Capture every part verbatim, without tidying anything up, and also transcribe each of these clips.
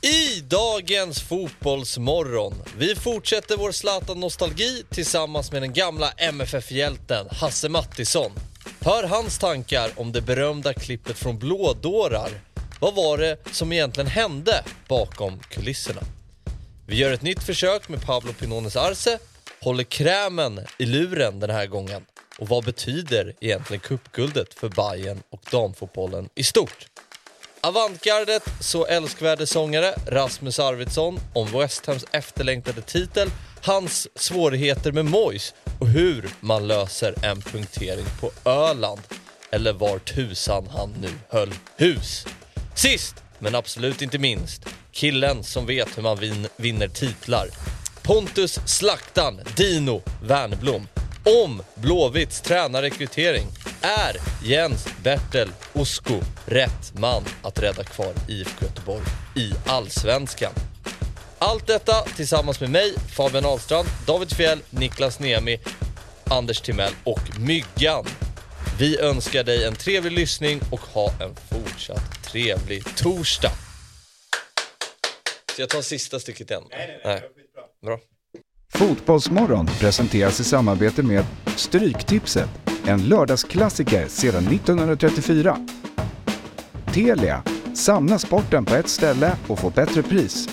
I dagens fotbollsmorgon. Vi fortsätter vår Zlatan-nostalgi tillsammans med den gamla M F F-hjälten Hasse Mattisson. Hör hans tankar om det berömda klippet från Blådårar. Vad var det som egentligen hände bakom kulisserna? Vi gör ett nytt försök med Pablo Pinones Arce. Håller krämen i luren den här gången. Och vad betyder egentligen cupguldet för Bayern och damfotbollen i stort? Avantgardet, så älskvärde sångare Rasmus Arvidsson om West Hams efterlängtade titel, hans svårigheter med Moyes och hur man löser en punktering på Öland, eller var tusan han nu höll hus. Sist, men absolut inte minst, killen som vet hur man vin- vinner titlar. Pontus Slaktan Dino Wernbloom. Om Blåvitts tränarrekrytering, är Jens Bertel Osko rätt man att rädda kvar I F K Göteborg i Allsvenskan? Allt detta tillsammans med mig, Fabian Ahlstrand, David Fjell, Niklas Niemi, Anders Timell och Myggan. Vi önskar dig en trevlig lyssning och ha en fortsatt trevlig torsdag. Så jag tar sista stycket igen. Nej, nej, nej. nej. Bra. Fotbollsmorgon presenteras i samarbete med Stryktipset, en lördagsklassiker sedan nittonhundratrettiofyra. Telia, samla sporten på ett ställe och få bättre pris.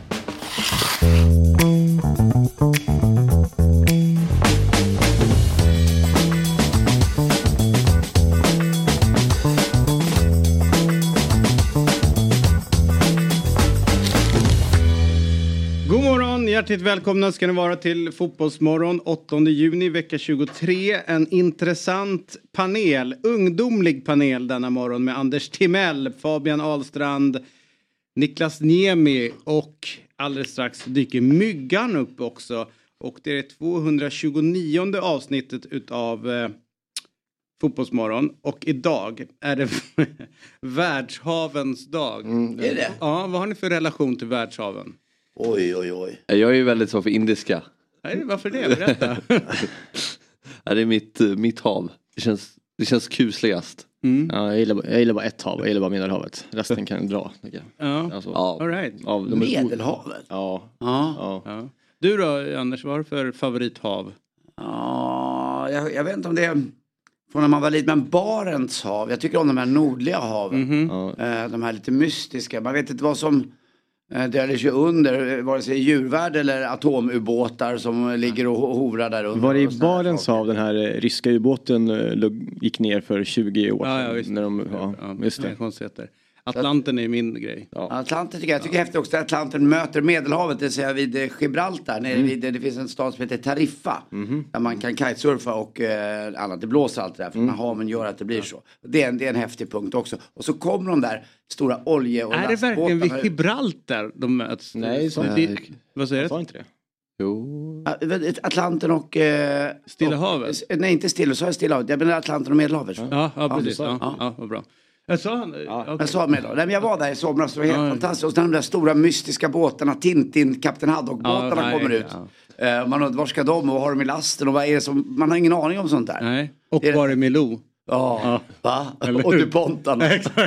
Hjärtligt välkomna ska ni vara till Fotbollsmorgon åttonde juni vecka tjugotre. En intressant panel, ungdomlig panel denna morgon med Anders Timell, Fabian Ahlstrand, Niklas Niemi och alldeles strax dyker Myggan upp också. Och det är tvåhundratjugonionde avsnittet utav eh, Fotbollsmorgon. Och idag är det världshavens dag. Mm, det är det. Ja, vad har ni för relation till världshaven? Oj, oj, oj. Jag är ju väldigt så för indiska. Nej, varför det? Berätta. Ja, det är mitt, mitt hav. Det känns, det känns kusligast. Mm. Ja, jag, gillar, jag gillar bara ett hav. Jag gillar bara Medelhavet. Resten kan jag dra. Jag. Ja, alltså, all right. Av de Medelhavet? Ja. Ja. Ja. Ja. Du då, Anders, vad har du för favorithav? Ja, jag, jag vet inte om det är från när man var liten, men Barents hav. Jag tycker om de här nordliga haven. Mm-hmm. De här lite mystiska. Man vet inte vad som... Det är ju under, vare sig djurvärld eller atomubåtar som ligger och hovrar där under. Var det i Barents hav den här ryska ubåten gick ner för tjugo år sedan? Ja, ja visst. När de, ja, ja, just det. Konstigheter. Atlanten är min grej. Ja. Atlanten tycker jag, jag tycker häftigt också att Atlanten möter Medelhavet, det vill säga vid Gibraltar. Nere mm. vid, det finns en stad som heter Tariffa. Mm. Där man kan kitesurfa och eh, annat. Det blåser allt det där. För mm. haven gör att det blir så. Det är, en, det är en häftig punkt också. Och så kommer de där stora olje- och är det verkligen vid Gibraltar de möts? Nej, så det, vad säger du? Sa inte det? Jo. Atlanten och... Eh, Stilla havet? Och, nej, inte Stilla, så är Stilla havet. Jag menar Atlanten och Medelhavet. Ja, ja, ja precis. Ja, ja. ja, vad bra. Jag sa han, ja. Okay. Jag sa med då. Nej, men jag var där i somras, det var helt ja, fantastiskt. Och de där stora mystiska båtarna, Tintin, Kapten Haddock-båtarna ja, kommer nej, ut. Ja. Uh, man undrar, var ska de och vad har de i lasten och vad är det som, man har ingen aning om sånt där. Nej. Och var är Milou? Ja, ja. Va? Eller och DuPontarna.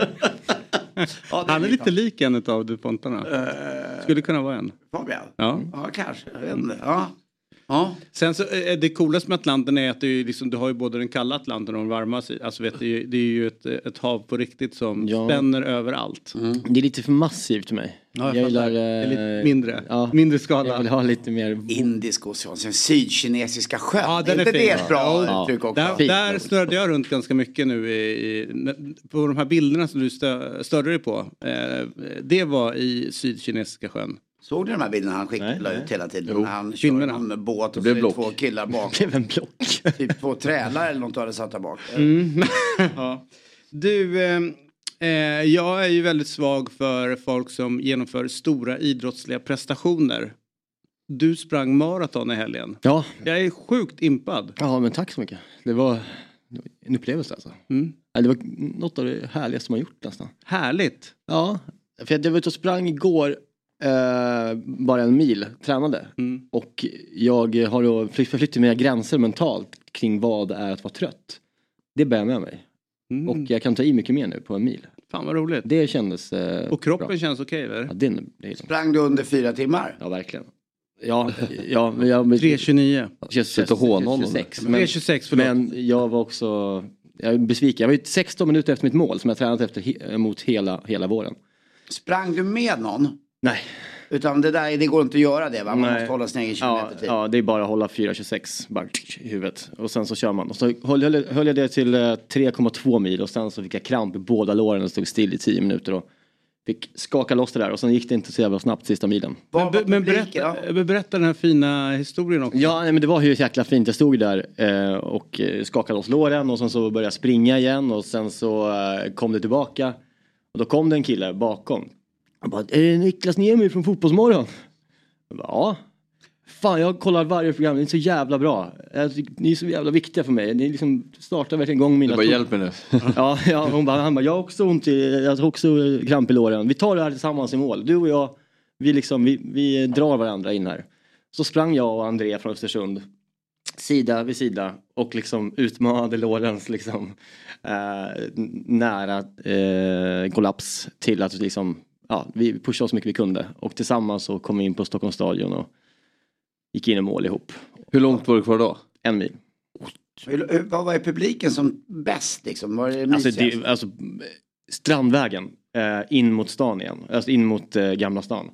Ja, han är lite lik en av DuPontarna. Uh, Skulle kunna vara en. Fabian? Ja. Ja, kanske. Jag vet inte. Ja. Ja. Sen så är det coolaste med Atlanten är att du, liksom, du har ju både den kalla Atlanten och den varma. Alltså vet du, det är ju ett, ett hav på riktigt som ja. spänner överallt. Mm. Det är lite för massivt för mig. Ja, jag jag gillar det är lite mindre. Ja. Mindre skala. Jag vill ha lite mer... Indisk ocean, sen sydkinesiska sjön. Ja, den är, är fin. Det ett bra ja. uttryck också. Där, där snurrade jag runt ganska mycket nu i, i, på de här bilderna som du stö, störde dig på. Eh, det var i sydkinesiska sjön. Såg du de här bilderna han skickade nej, ut hela tiden? Jo, när han filmerna. körde med båt och så blev två killar bak. Det blev en block. Typ två trälar eller något du hade satt där bak. Mm. Ja. Du, eh, jag är ju väldigt svag för folk som genomför stora idrottsliga prestationer. Du sprang maraton i helgen. Ja. Jag är sjukt impad. Ja, men tack så mycket. Det var en upplevelse alltså. Mm. Det var något av det härligaste man gjort nästan. Härligt. Ja, för jag var ute och sprang igår. Uh, bara en mil tränade mm. och jag har då förflyttat mina gränser mentalt kring vad det är att vara trött. Det bär med mig mm. och jag kan ta i mycket mer nu på en mil. Fan vad roligt. Det kändes eh, Och kroppen bra. känns okej, eller? Ja, det, det är Sprang du under fyra timmar? Ja, verkligen. Ja, ja, men jag... tre tjugonio. tjugosex, men, tre tjugosex, förlåt. men jag var också... Jag är besviken. Jag var ju sexton minuter efter mitt mål som jag tränat efter he, mot hela, hela våren. Sprang du med någon? Nej. Utan det där, det går inte att göra det, va? Man Nej. måste hålla sin egen kilometer ja, till. ja, det är bara att hålla fyra tjugosex bara i huvudet. Och sen så kör man. Och så höll, höll, höll jag det till tre komma två mil. Och sen så fick jag kramp i båda låren och stod still i tio minuter. Och fick skaka loss det där. Och sen gick det inte så jävla snabbt sista milen. Men, be, men berätta, berätta den här fina historien också. Ja, nej, men det var ju jäkla fint. Jag stod där eh, och skakade loss låren. Och sen så började jag springa igen. Och sen så eh, kom det tillbaka. Och då kom det en kille bakom. Han bara, är det Niklas Niemi från Fotbollsmorgon? Jag bara, ja. Fan, jag kollar varje program. Det är så jävla bra. Ni är så jävla viktiga för mig. Ni liksom startar verkligen igång mina... Du bara, hjälp mig nu. ja, ja, hon bara, han bara, jag har också ont i, jag har också kramp i låren. Vi tar det här tillsammans i mål. Du och jag, vi liksom, vi, vi drar varandra in här. Så sprang jag och André från Östersund sida vid sida och liksom utmanade Lorentz liksom eh, nära eh, kollaps till att liksom, ja, vi pushade så mycket vi kunde. Och tillsammans så kom vi in på Stockholms stadion och gick in i mål ihop. Hur långt var det kvar då? En mil. Vad var publiken som bäst liksom? Var det alltså, det, alltså Strandvägen eh, in mot stan igen. Alltså in mot eh, Gamla stan.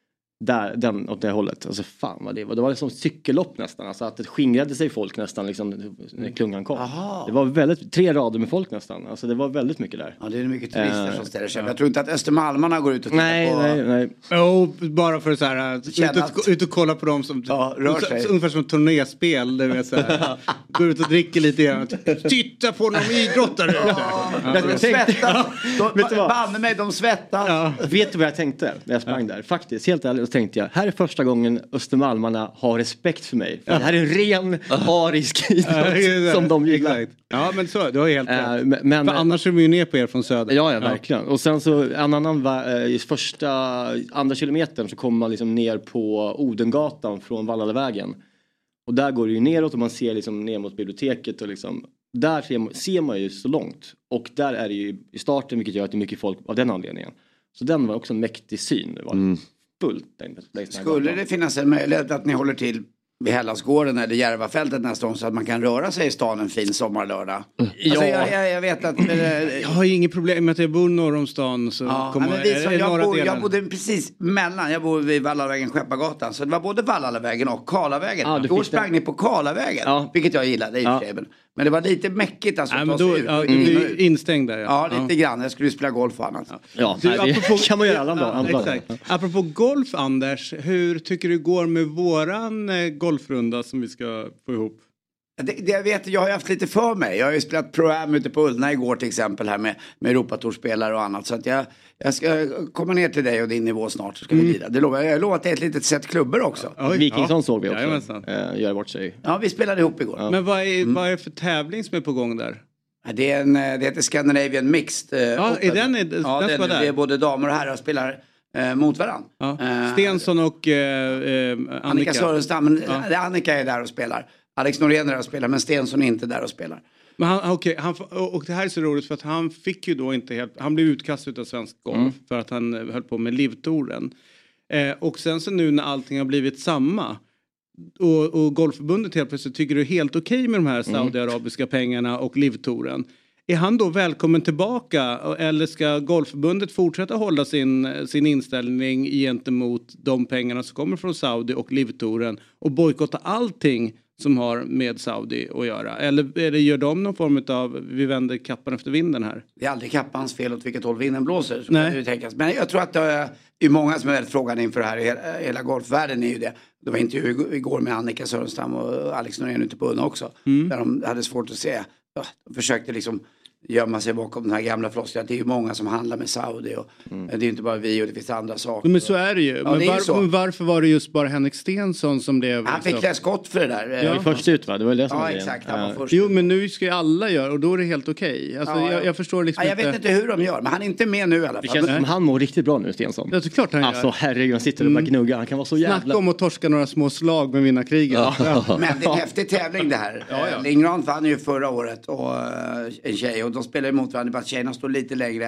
Där, den åt det hållet. Alltså fan vad det var. Det var liksom cykellopp nästan. Alltså att det skingrade sig folk nästan liksom när klungan kom. Aha. Det var väldigt, tre rader med folk nästan. Alltså det var väldigt mycket där. Ja, det är mycket turister uh, som ställer sig. Jag tror inte att Östermalmarna går ut och tittar nej, på... Nej, nej, nej. Oh, bara för så här, ut och, ut och kolla på dem som... Ja, rör sig. Så, ungefär som turnéspel, du vet så här. Går ut och dricker lite grann. Titta på någon idrottare. Ja, ja. De svettas. De, banne mig, de svettas. Ja. Vet du vad jag tänkte när jag sprang där? Faktiskt, helt ärligt, så tänkte jag, här är första gången Östermalmarna har respekt för mig. För det här är en ren arisk idrott som de gillar. Ja, men så, du har helt rätt. Äh, men, men, för annars är vi ju ner på er från söder. Ja, ja, verkligen. Och sen så en annan, äh, i första, andra kilometern så kommer man liksom ner på Odengatan från Vallalavägen. Och där går det ju neråt och man ser liksom ner mot biblioteket och liksom, där ser man, ser man ju så långt. Och där är det ju i starten, vilket gör att det är mycket folk av den anledningen. Så den var också en mäktig syn. Det var mm. fullt. Skulle det finnas en möjlighet att ni håller till vid Hellasgården eller Järvafältet nästa gång så att man kan röra sig i stan en fin sommarlördag? Mm. Alltså, ja. jag, jag, jag vet att... Äh, jag har inget problem med att jag bor norr om stan. Så ja, kommer, men vi, så är, jag, bo, jag bodde precis mellan. Jag bodde vid Vallalavägen, Skeppargatan. Så det var både Vallalavägen och Karlavägen. Ja, då sprang ni på Karlavägen. Ja. Vilket jag gillade i ja. Men det var lite mäckigt alltså. Ja, men då, ja, du är instängd där. Ja, ja lite ja. grann. Jag skulle spela golf och annat. Ja, ja du, nej, apropå, kan man göra alla dagar. Ja, exakt. Apropå golf, Anders. Hur tycker du går med våran eh, golfrunda som vi ska få ihop? Det, det jag vet, jag har ju haft lite för mig. Jag har ju spelat Pro-Am ute på Ullna igår till exempel här med, med Europatourspelare och annat. Så att jag, jag ska komma ner till dig och din nivå snart så ska mm. vi lira. Det lovar, jag lovar att det är ett litet set klubbor också. Ja, Wikingsson ja. såg vi också. Äh, gör bort sig. Ja, vi spelade ihop igår. Ja. Men vad är, mm. vad är för tävling som är på gång där? Det, är en, det heter Scandinavian Mixed. Ja, är den, är, den ja, den, det är både damer och herrar spelar eh, mot varandra. Ja. Stensson och eh, Annika. Annika Sörenstam, men ja. Annika är där och spelar. Alex Norén är där och spelar, men Stensson är inte där och spelar. Men han, okay, han, och det här är så roligt för att han fick ju då inte helt, han blev utkastad av svensk golf mm. för att han höll på med livtouren. Eh, och sen så nu när allting har blivit samma och, och golfförbundet helt plötsligt tycker det är helt okej okay med de här saudiarabiska pengarna och livtouren. Är han då välkommen tillbaka eller ska golfförbundet fortsätta hålla sin, sin inställning gentemot de pengarna som kommer från Saudi och livtouren och bojkotta allting som har med Saudi att göra? Eller, eller gör de någon form av, vi vänder kappan efter vinden här? Det är aldrig kappans fel åt vilket håll vinden blåser. Så kan det tänkas. Men jag tror att det är, det är många som är väldigt frågan inför det här. Hela, hela golfvärlden är ju det. Det var intervju igår med Annika Sörenstam och Alex Norén ute på Unna också. Mm. Där de hade svårt att se. De försökte liksom gömma sig bakom den här gamla flosklerna. Det är ju många som handlar med Saudi och mm. det är inte bara vi och det finns andra saker. Men så är det ju. Ja, men, det var, så. Men varför var det just bara Henrik Stensson som blev... Han fick klä skott för det där. Ja. Ja. Först ut va? Det var det som ja, var exakt. Han var först. Jo, men nu ska ju alla göra och då är det helt okej. Okay. Alltså, ja, jag, jag förstår liksom ja, jag inte... vet inte hur de gör, men han är inte med nu i alla fall. Det känns som han mår riktigt bra nu, Stensson. Ja, det är klart han gör. Alltså herregud, han sitter och bara gnuggar. Han kan vara så jävla... Snacka om att torska några små slag med mina krigen. Ja. Ja. Men det är en häftig tävling det här. Ja, ja. Lindgren vann ju förra året och en tjej och de spelar emot varandra. Bara tjejerna står lite längre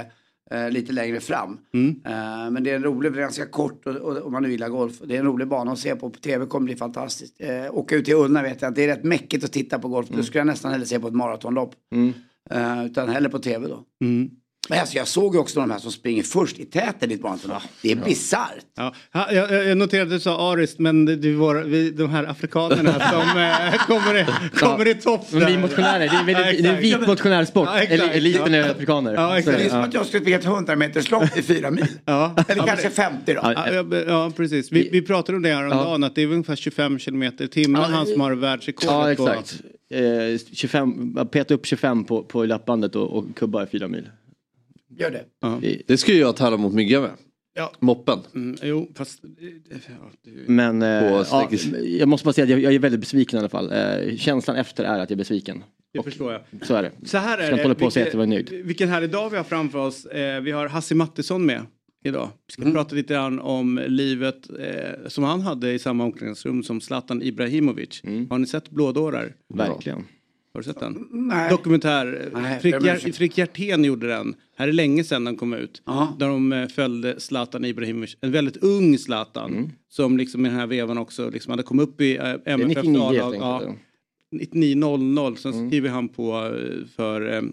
eh, lite längre fram. Mm. Eh, men det är en rolig, ganska kort och, och, om man nu gillar golf. Det är en rolig bana att se på. På tv kommer bli fantastiskt. Eh, åka ut till Ullna vet jag att det är rätt mäckigt att titta på golf. Mm. Då skulle jag nästan hellre se på ett maratonlopp. Mm. Eh, utan hellre på tv då. Mm. Men alltså, jag såg ju också de här som springer först i täten i ett maratonlopp. Det är ja. bisarrt. Ja. Ja, jag, jag noterade att du sa arist, men det, det var vi, de här afrikanerna som äh, kommer, i, kommer i topp. Vi motionärer, det är, det är, det är en vit motionärsport. Ja, Eller eliten är afrikaner. Ja, det är som att jag skulle springa ett hundra meters lopp i fyra mil. Ja. Eller ja, kanske femtio då. Ja, ja, ja precis. Vi, vi pratade om det här om ja. dagen, att det är ungefär tjugofem kilometer i timmen ja, han som har världsrekord. Ja, exakt. På... Eh, tjugofem, peta upp tjugofem på, på löpbandet och, och kubba i fyra mil. Gör det. Uh-huh. Det skulle jag tävla mot Mygga med. Ja. Moppen. Mm, jo, fast... Ja, du... Men eh, ja, jag måste bara säga att jag, jag är väldigt besviken i alla fall. Eh, känslan efter är att jag är besviken. Det förstår jag. Så är det. Så här är jag det. På vilken, att jag var nöjd. Vilken här idag vi har framför oss. Eh, vi har Hasse Mattisson med idag. Vi ska mm. prata lite grann om livet eh, som han hade i samma omklädningsrum som Zlatan Ibrahimovic. Mm. Har ni sett Blådårar? Verkligen. Har du sett den? Nej. Dokumentär. Nej, Frick, Hjer- Frick Hjertén gjorde den. Här är länge sedan den kom ut. Aha. Där de eh, följde Zlatan Ibrahimovic. En väldigt ung Zlatan. Mm. Som liksom i den här vevan också liksom hade kommit upp i eh, M F F A-lag. Ja, nittionio noll noll. Sen mm. skriver han på eh, för eh,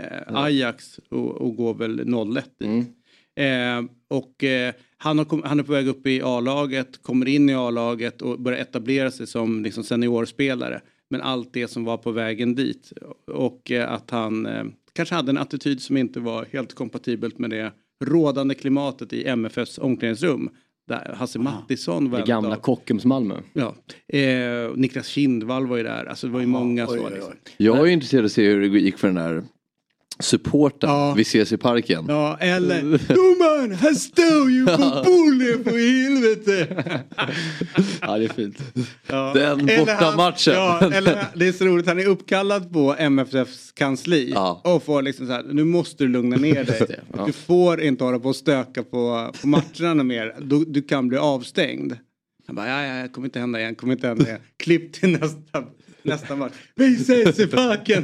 Ajax och, och går väl noll ett dit. Mm. Eh, och eh, han, har kom, han är på väg upp i A-laget. Kommer in i A-laget och börjar etablera sig som liksom, seniorspelare. Men allt det som var på vägen dit. Och eh, att han eh, kanske hade en attityd som inte var helt kompatibelt med det rådande klimatet i M F Fs omklädningsrum. Där Hasse Mattisson var det gamla av, Kockums Malmö. Ja. Eh, Niklas Kindvall var ju där. Alltså det var ju Aha, många så. Liksom. Jag är ju intresserad av att se hur det gick för den här supporten. Ja. Vi ses i parken. Ja, eller domaren, han står ju på bollen på helvete. Ja, det är fint. Ja. Den borta matchen. Ja, eller det är så roligt, han är uppkallad på M F Fs kansli ja. och får liksom så här, nu måste du lugna ner dig. Ja. Du får inte hålla på och stöka på, på matcherna mer. Du, du kan bli avstängd. Han bara, ja, ja, kommer inte hända igen, kommer inte hända igen. Klipp till nästa nästa match. Vi ses i parken.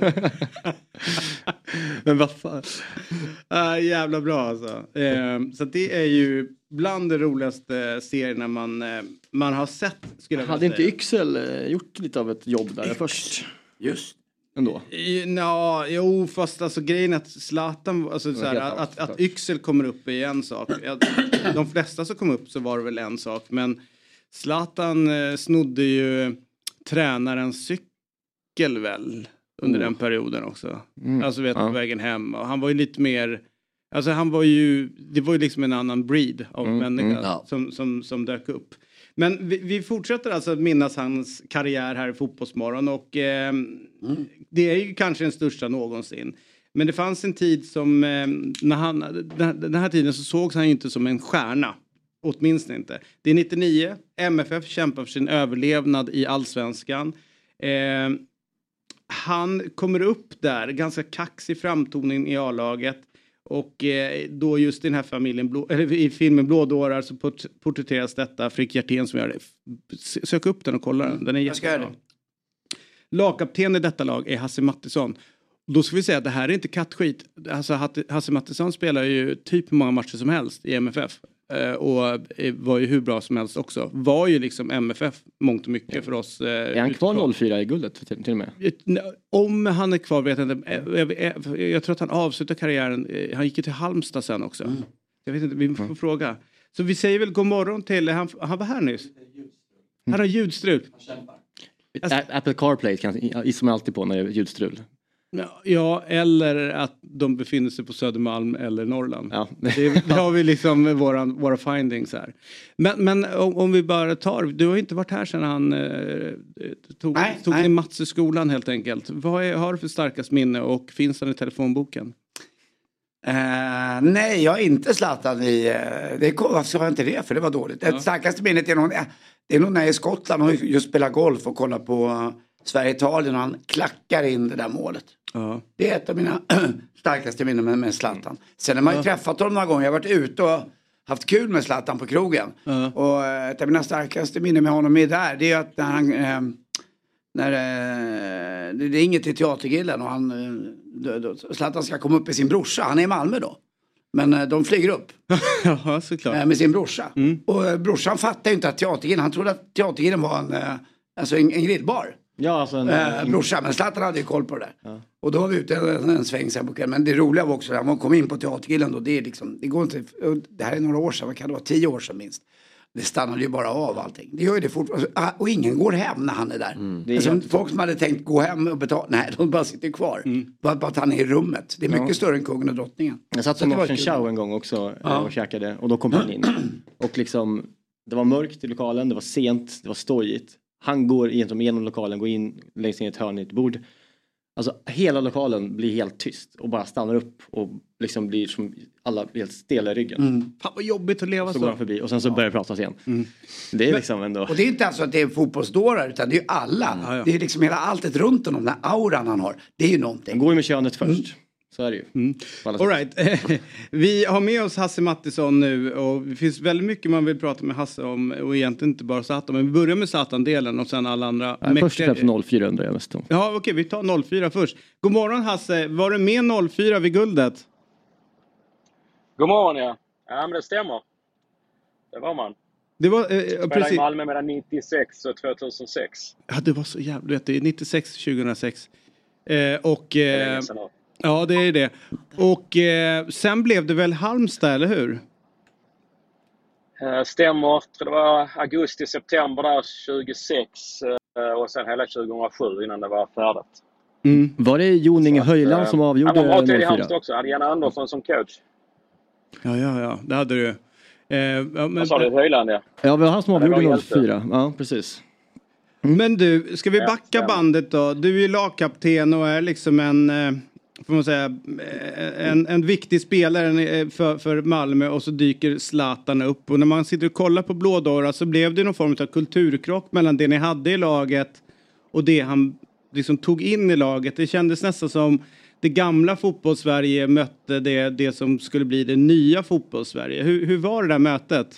Men vad fan. Ah, jävla bra alltså. Eh, så det är ju bland det roligaste serierna man, eh, man har sett. Skulle jag hade inte Yxel eh, gjort lite av ett jobb där Yx. först? Just. Ändå. Ja, jo, fast alltså grejen att Zlatan, alltså så här, att, att, att Yxel kommer upp i en sak. De flesta som kom upp så var det väl en sak. Men Zlatan eh, snodde ju tränarens cykel väl under mm. den perioden också. Mm. Alltså vet, ja. på vägen hem. Och han var ju lite mer, alltså han var ju, det var ju liksom en annan breed av mm. människa mm. ja. som, som, som dök upp. Men vi, vi fortsätter alltså att minnas hans karriär här i Fotbollsmorgon och eh, mm. det är ju kanske den största någonsin. Men det fanns en tid som, eh, när han, den, den här tiden så sågs han ju inte som en stjärna. Åtminstone inte. Det är nittionio. M F F kämpar för sin överlevnad i Allsvenskan. Eh, han kommer upp där. Ganska kaxig framtoning i A-laget. Och eh, då just i den här familjen, blå, eller i filmen Blådårar så port, porträtteras detta. Frick Hjertén som gör det. Sök upp den och kolla den. Den är jättebra. Lagkapten i detta lag är Hasse Mattisson. Då ska vi säga att det här är inte kattskit. Alltså Hasse Mattisson spelar ju typ hur många matcher som helst i M F F. Och var ju hur bra som helst också. Var ju liksom M F F mångt och mycket för oss. Är han kvar noll fyra i guldet till, till och med? Om han är kvar vet jag inte. Jag, jag, jag tror att han avslutar karriären. Han gick ju till Halmstad sen också. Mm. Jag vet inte, vi får mm. fråga. Så vi säger väl god morgon till, han, han var här nyss. Han har ljudstrul. Alltså, Apple CarPlay kan gissar man alltid på när det är ljudstrul. Ja, eller att de befinner sig på Södermalm eller Norrland. Ja. Det, det har vi liksom våra, våra findings här. Men, men om, om vi bara tar, du har inte varit här sedan han eh, tog, nej, tog nej. sin Mats i skolan helt enkelt. Vad är, har du för starkast minne och finns den i telefonboken? Uh, nej, jag har inte Zlatan i... Uh, det, varför ska jag inte det? För det var dåligt. Ja. Det starkaste minnet är nog, det är nog när jag är i Skottland och just spelar golf och kollar på... Uh, Sverige-Italien och han klackar in det där målet. Uh-huh. Det är ett av mina starkaste minnen med, med Zlatan. Sen har man ju uh-huh. träffat honom några gånger. Jag har varit ute och haft kul med Zlatan på krogen. Uh-huh. Och ett av mina starkaste minnen med honom är där. Det är att när han... Eh, när, eh, det är inget till teatergillen och han... Eh, Zlatan ska komma upp i sin brorsa. Han är i Malmö då. Men eh, de flyger upp. Ja, såklart. Eh, med sin brorsa. Mm. Och eh, brorsan fattade ju inte att teatergrillen, han trodde att teatergrillen var en, eh, alltså en, en grillbar. Ja, alltså en, Eh, en, brorsan, men Zlatan hade ju koll på det där. Ja. Och då var vi ute en, en sväng sen på kvällen. Men det roliga var också, när man kom in på teatergrillen då, det är liksom, det går inte, det här är några år sedan, vad kan det vara, tio år sedan minst. Det stannade ju bara av allting. Det gör ju det fortfarande. Alltså, och ingen går hem när han är där. Mm. Det är alltså, helt... Folk som hade tänkt gå hem och betala, nej, de bara sitter kvar. Mm. Bara, bara att han är i rummet. Det är mycket ja. större än kungen och drottningen. Jag satt som Martin Chow en gång också ja. och käkade. Och då kom han in. Och liksom, det var mörkt i lokalen, det var sent, det var stojigt. Han går igenom, igenom lokalen, går in längst in i ett hörn i ett bord. Alltså hela lokalen blir helt tyst och bara stannar upp och liksom blir som alla blir helt stela i ryggen. Mm. Fan vad jobbigt att leva så. Så går han förbi och sen så ja. börjar det pratas igen. Mm. Det är Men, liksom ändå... Och det är inte alltså att det är fotbollsdårar utan det är ju alla. Mm. Ja, ja. Det är liksom hela alltet runt honom, den här auran han har. Det är ju någonting. Han går ju med könet först. Mm. Så är det ju. Mm. All right. Vi har med oss Hasse Mattisson nu och det finns väldigt mycket man vill prata med Hasse om och egentligen inte bara Zlatan. Men vi börjar med Zlatan-delen och sen alla andra. Nej, först och främst noll fyra undrar jag mest om. Ja okej, okay, vi tar noll fyra först. God morgon Hasse, var du med noll fyra vid guldet? God morgon ja. Ja men det stämmer. Det var man. Det var eh, jag precis. I Malmö mellan nittiosex och tvåtusensex. Ja det var så jävla, du vet det är nittiosex tjugohundrasex. Eh, och... Eh, ja, det är det. Och eh, sen blev det väl Halmstad, eller hur? Eh, stämmer. Det var augusti, september där tjugosex eh, och sen hela tjugohundrasju innan det var färdigt. Mm. Var det Joninge Höjland eh, som avgjorde noll fyra? Han var till i Halmstad också. Hade Janne Andersson som coach. Ja, ja, ja. Det hade du. Eh, ja, men... Vad sa du? Höjland, ja. Ja, det var han som avgjorde noll fyra. Ja, precis. Mm. Men du, ska vi backa ja, bandet då? Du är ju lagkapten och är liksom en... Eh... får man säga, en, en viktig spelare för, för Malmö och så dyker Zlatan upp. Och när man sitter och kollar på Blådåra så blev det någon form av kulturkrock mellan det ni hade i laget och det han liksom tog in i laget. Det kändes nästan som det gamla fotbollssverige mötte det, det som skulle bli det nya fotbollssverige. Hur, hur var det där mötet?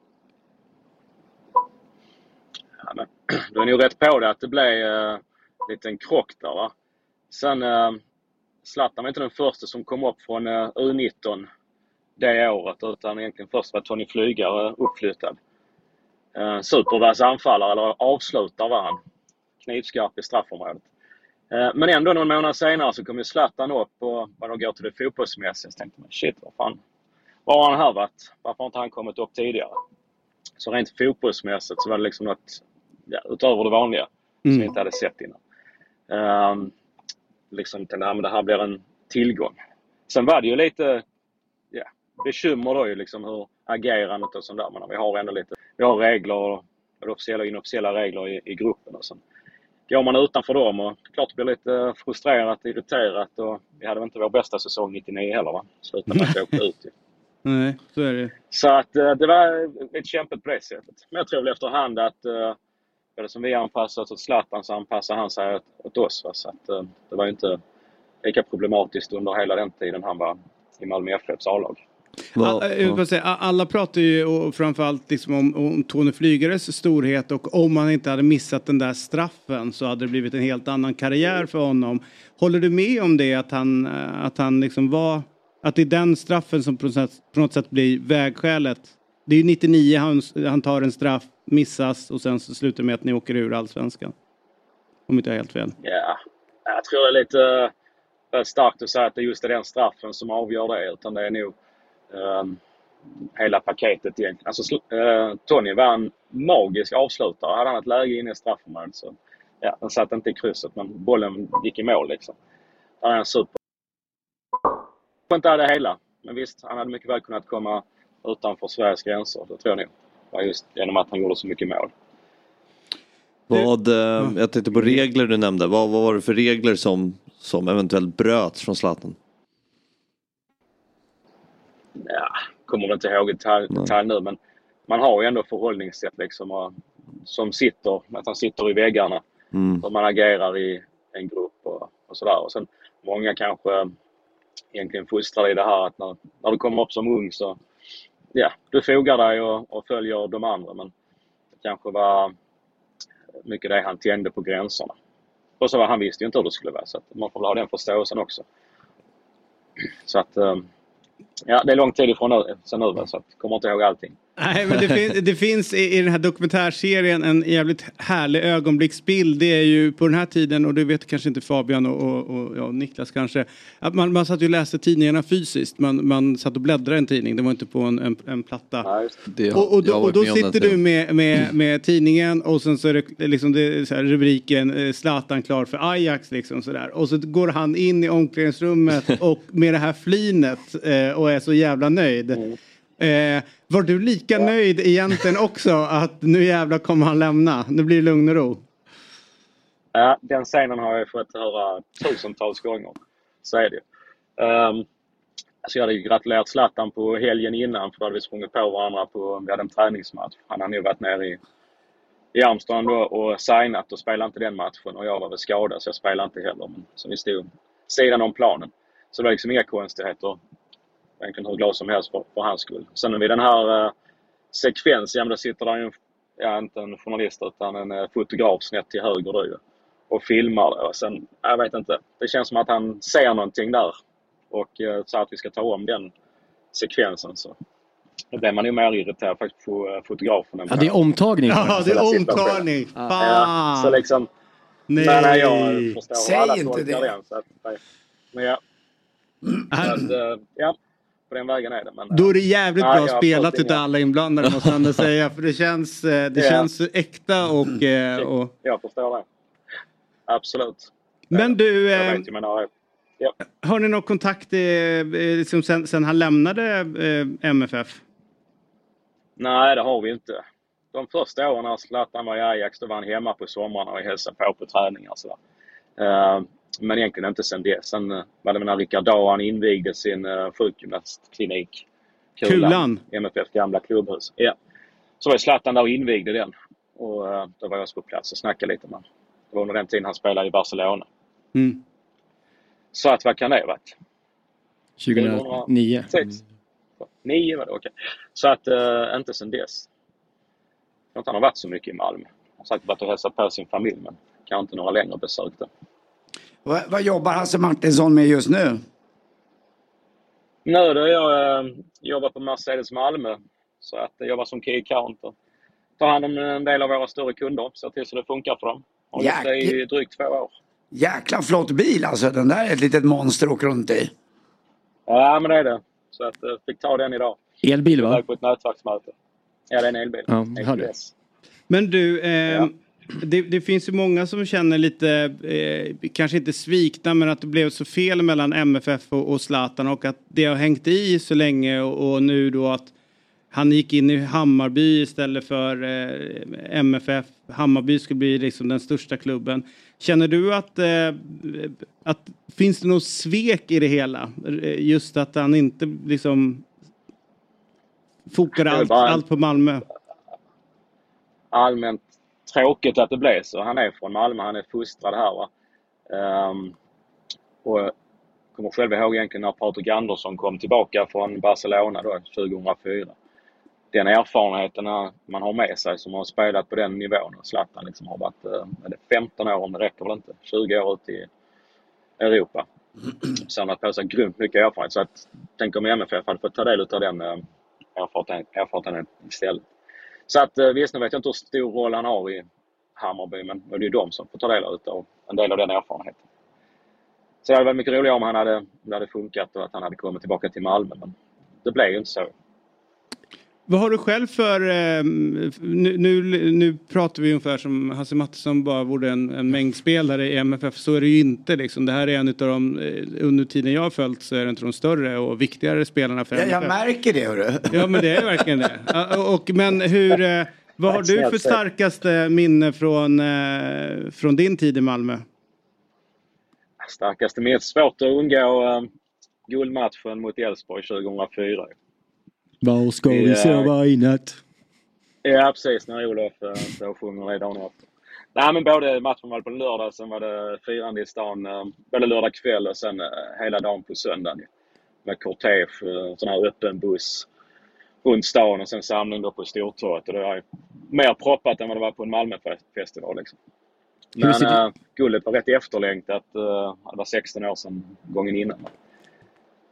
Ja, men, du är nog rätt på det att det blev uh, lite en krock där va. Sen... Uh... Zlatan var inte den första som kom upp från uh, U nitton det året utan egentligen först var Tony Flygare uppflyttad. Uh, supervass anfallare eller avslutare var han. Knivskarp i straffområdet. Uh, men ändå någon månad senare så kom ju Zlatan upp och när de går till det fotbollsmässiga så tänkte man shit vad fan. Var har han här varit? Varför har inte han kommit upp tidigare? Så rent fotbollsmässigt så var det liksom något ja, utöver det vanliga mm. som vi inte hade sett innan. Uh, liksom tänkte att det här blir en tillgång. Sen var det ju lite ja, bekymmer då ju liksom hur agerandet och sånt där. Men vi har ändå lite, vi har regler och officiella och inofficiella regler i, i gruppen och sen går man utanför dem och klart det blir lite frustrerat, irriterat och vi hade väl inte vår bästa säsong nittionio heller va? Slutade med att åka ut ju. Nej, så är det. Så att det var lite kämpigt på det sättet. Men jag tror väl efterhand att det som vi anpassat åt Zlatan så anpassar han sig åt, åt oss. Va? Så att, uh, det var ju inte lika problematiskt under hela den tiden han var i Malmö F F:s A-lag. All, jag vill säga, alla pratar ju och framförallt liksom om, om Tony Flygares storhet och om han inte hade missat den där straffen så hade det blivit en helt annan karriär för honom. Håller du med om det att han, att han liksom var, att det är den straffen som på något sätt, på något sätt blir vägskälet? Det är ju nittionio han, han tar en straff, missas och sen så slutar med att ni åker ur allsvenskan. Om inte jag är helt fel. Ja, jag tror det är lite uh, starkt att säga att det är just den straffen som avgör det. Utan det är nog uh, hela paketet egentligen. Alltså, uh, Tony var en magisk avslutare. Hade han ett läge inne i straffområdet så ja, den satt inte i krysset men bollen gick i mål liksom. Han är en super. Jag inte det hela. Men visst, han hade mycket väl kunnat komma utanför Sveriges gränser. Det tror jag nog. Var just genom att han gjorde så mycket mål. Vad, eh, jag tänkte på regler du nämnde. Vad, vad var det för regler som, som eventuellt bröts från Zlatan? Ja, kommer väl inte ihåg detalj, detalj nu. Men man har ju ändå förhållningssätt liksom. Och, som sitter, att han sitter i väggarna. Mm. Hur man agerar i en grupp och, och sådär. Och sen många kanske egentligen fostrar i det här att när, när du kommer upp som ung så ja, du fogar dig och, och följer de andra men det kanske var mycket det han tände på gränserna. Och så var han visste ju inte hur det skulle vara så att man får ha den förståelsen också. Så att ja, det är lång tid ifrån nu, sen nu så att kommer inte ihåg allting. Nej, men det, fin- det finns i, i den här dokumentärserien en jävligt härlig ögonblicksbild. Det är ju på den här tiden, och det vet kanske inte Fabian och, och, och ja, Niklas kanske, att man, man satt ju och läste tidningarna fysiskt. Man, man satt och bläddrade en tidning, det var inte på en, en, en platta. Ja, Det, Och, och då, och då jag har varit med om sitter den du med, med, med tidningen och sen så är det liksom det är så här rubriken eh, Zlatan klar för Ajax liksom sådär. Och så går han in i omklädningsrummet och med det här flinet eh, och är så jävla nöjd. Mm. Eh, var du lika ja. nöjd egentligen också att nu jävla kommer han lämna? Nu blir det lugn och ro. Ja, den scenen har jag fått höra tusentals gånger. Så är det ju. Um, alltså jag hade ju gratulerat Zlatan på helgen innan, för då hade vi sprungit på varandra på vi hade en träningsmatch. Han hade ju varit nere i, i Amsterdam då och signat och spelade inte den matchen. Och jag var väl skadad så jag spelade inte heller. Men, så vi stod sidan om planen. Så det var liksom inga konstigheter. Egentligen hur glad som helst för, för hans skull. Sen vid den här uh, sekvensen, där sitter där en, ja, inte en journalist utan en uh, fotograf snett till höger då ju. Och filmar det. Och sen, jag vet inte. Det känns som att han ser någonting där. Och uh, så att vi ska ta om den sekvensen så. Då blir man ju mer irriterad faktiskt på uh, fotografen. Ja, det är omtagning. Ja, det är omtagning. Fan. Ja, så liksom. Nej. Men nej, jag förstår Säg alla inte det. Den, så att, nej. Men ja. Så att, uh, ja. På den vägen är det. Men, då är det jävligt nej, bra spelat utav alla inblandade måste man säga. För det känns, det ja. känns äkta och, och... Jag förstår det. Absolut. Men du... Jag vet ju, men, ja. Ja. Har ni någon kontakt eh, liksom sen, sen han lämnade eh, M F F? Nej, det har vi inte. De första åren när Zlatan var i Ajax, då var han hemma på somrarna och hälsade på på träningar. Så uh, men egentligen inte sen det. Sen uh, var det när Rickard Dahan invigde sin uh, sjukgymnastklinik. Kulan. Kulan. M F F gamla klubbhus. Ja. Så var Zlatan där och invigde den. Och uh, då var jag också på plats och snackade lite med honom. Det var under den tiden han spelade i Barcelona. Mm. Så att vad kan det ha varit? tjugohundranio. sex nio var det, okej. Okay. Så att uh, inte sen dess. Jag tror inte han har varit så mycket i Malmö. Han har sagt varit och hälsat på sin familj, men kanske inte några längre besök där. Vad, vad jobbar Hasse Martinsson med just nu? Nu då jag uh, jobbar på Mercedes Malmö. Så att jag jobbar som key accountant. Tar hand om en del av våra större kunder. Så till så det funkar för dem. Och Jäk... det är i drygt två år. Jäkla flott bil alltså. Den där är ett litet monster att åka runt i. Ja, men det är det. Så att jag fick ta den idag. Elbil va? Jag på ett nätverksmöte. Ja, det är en elbil. Ja, jag hörde det. Men du, eh, ja. det, det finns ju många som känner lite, eh, kanske inte svikna, men att det blev så fel mellan M F F och, och Zlatan och att det har hängt i så länge och, och nu då att han gick in i Hammarby istället för eh, M F F. Hammarby skulle bli liksom den största klubben. Känner du att, eh, att finns det något svek i det hela? Just att han inte liksom fokar allt, allt på Malmö. Allmänt tråkigt att det blev så. Han är från Malmö, han är fostrad här va. Um, och jag kommer själv ihåg egentligen när Patrik Andersson kom tillbaka från Barcelona då, tjugohundrafyra. Den erfarenheten man har med sig som har spelat på den nivån och Zlatan liksom har varit eller femton år om det räcker väl inte, tjugo år ut i Europa. Så han har på sig grymt mycket erfarenhet. Så att, tänk om M F F hade fått ta del av den erfarenheten istället. Så att visst, nu vet jag inte hur stor roll han har i Hammarby, men det är ju de som får ta del av en del av den erfarenheten. Så det hade varit mycket roligare om han hade, om det hade funkat och att han hade kommit tillbaka till Malmö, men det blev ju inte så. Vad har du själv för, eh, nu, nu, nu pratar vi ungefär som Hasse Mattisson bara vore en, en mängdspelare i M F F, så är det ju inte liksom. Det här är en av de, under tiden jag har följt så är det inte de större och viktigare spelarna för ja, M F F. Jag märker det, hörru. Ja, men det är verkligen det. Och, men hur, eh, vad har du för starkaste minne från, eh, från din tid i Malmö? Starkaste minne, svårt att undgå uh, guldmatchen mot Elfsborg tjugohundrafyra. Var ska vi sova i natt? Ja, precis. När Olof så sjunger det dagen efter. Nej, men både matchen var på lördag, sen var det firande i stan både lördag kväll och sen hela dagen på söndagen. Med kortege, sån här öppen buss runt stan och sen samling då på Stortorget. Och det var mer proppat än vad det var på en Malmöfestival liksom. Men äh, guldet var rätt efterlängtat. Äh, det var sexton år sedan gången innan.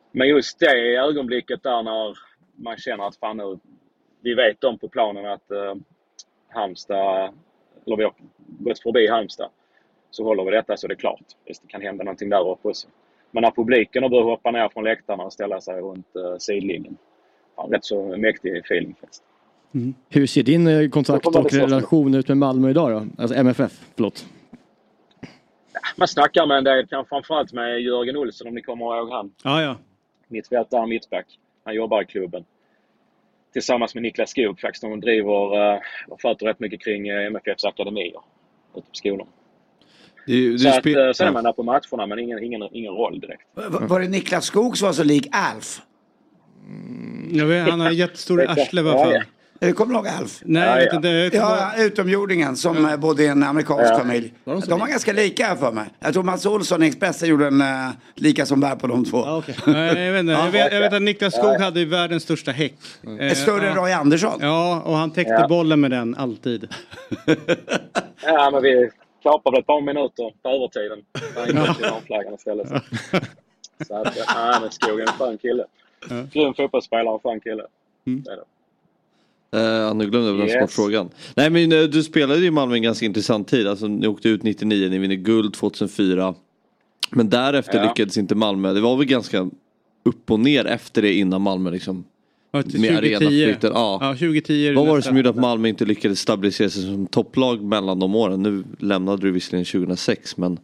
Men just det ögonblicket där när man känner att fan nu, vi vet om på planen att uh, Halmstad, eller vi har gått förbi Halmstad, så håller vi detta så det är klart. Visst, det kan hända någonting där uppe också. Men när publiken har börjat hoppa ner från läktarna och ställa sig runt uh, sidlinjen. Ja, rätt så mäktig feeling faktiskt. Mm. Hur ser din kontakt och relation ut med Malmö idag då? Alltså M F F, förlåt. Ja, man snackar med en del, kanske framförallt med Jörgen Olsson om ni kommer ihåg han. Ja, ja. Mittfältare, mittback. Han jobbar i klubben. Tillsammans med Niklas Skog faktiskt. De driver uh, och sköter rätt mycket kring uh, M F F:s akademier ute på skolan. Du, du så att, uh, sen är man där på matcherna men ingen, ingen, ingen roll direkt. Var, var det Niklas Skog som var så lik Alf? Mm, jag vet, han har jättestor arsle i alla fall. Du kommer ihåg Alf? Nej, ja, jag vet inte. Jag ja, ja, utomjordingen som ja. bodde i en amerikansk ja. familj. De, de var ganska lika för mig. Jag tror Mats Olsson i Expressen gjorde en uh, lika som bär på de två. Ah, okay. Nej, jag, vet inte. jag, vet, jag vet att Niklas Skog ja. hade världens största häck. Mm. Eh, Större än Roy Andersson. Ja, och han täckte ja. bollen med den alltid. Ja, men vi kapade ett par minuter på övertiden. Han gick till omflaggan istället. Så, så att, ja, men Skog är en skön kille. Ja. Grym fotbollsspelare och skön kille. Mm. Det är det. Uh, nu glömde jag den yes. sportfrågan. Nej men uh, du spelade i Malmö en ganska intressant tid. Alltså ni åkte ut nittionio, ni vinner guld tjugohundrafyra. Men därefter ja. lyckades inte Malmö. Det var väl ganska upp och ner efter det innan Malmö liksom. Ja, med arenaflytten. Ja. Ja, tjugohundratio. Vad var det som gjorde att Malmö inte lyckades stabilisera sig som topplag mellan de åren? Nu lämnade du visserligen tjugohundrasex men...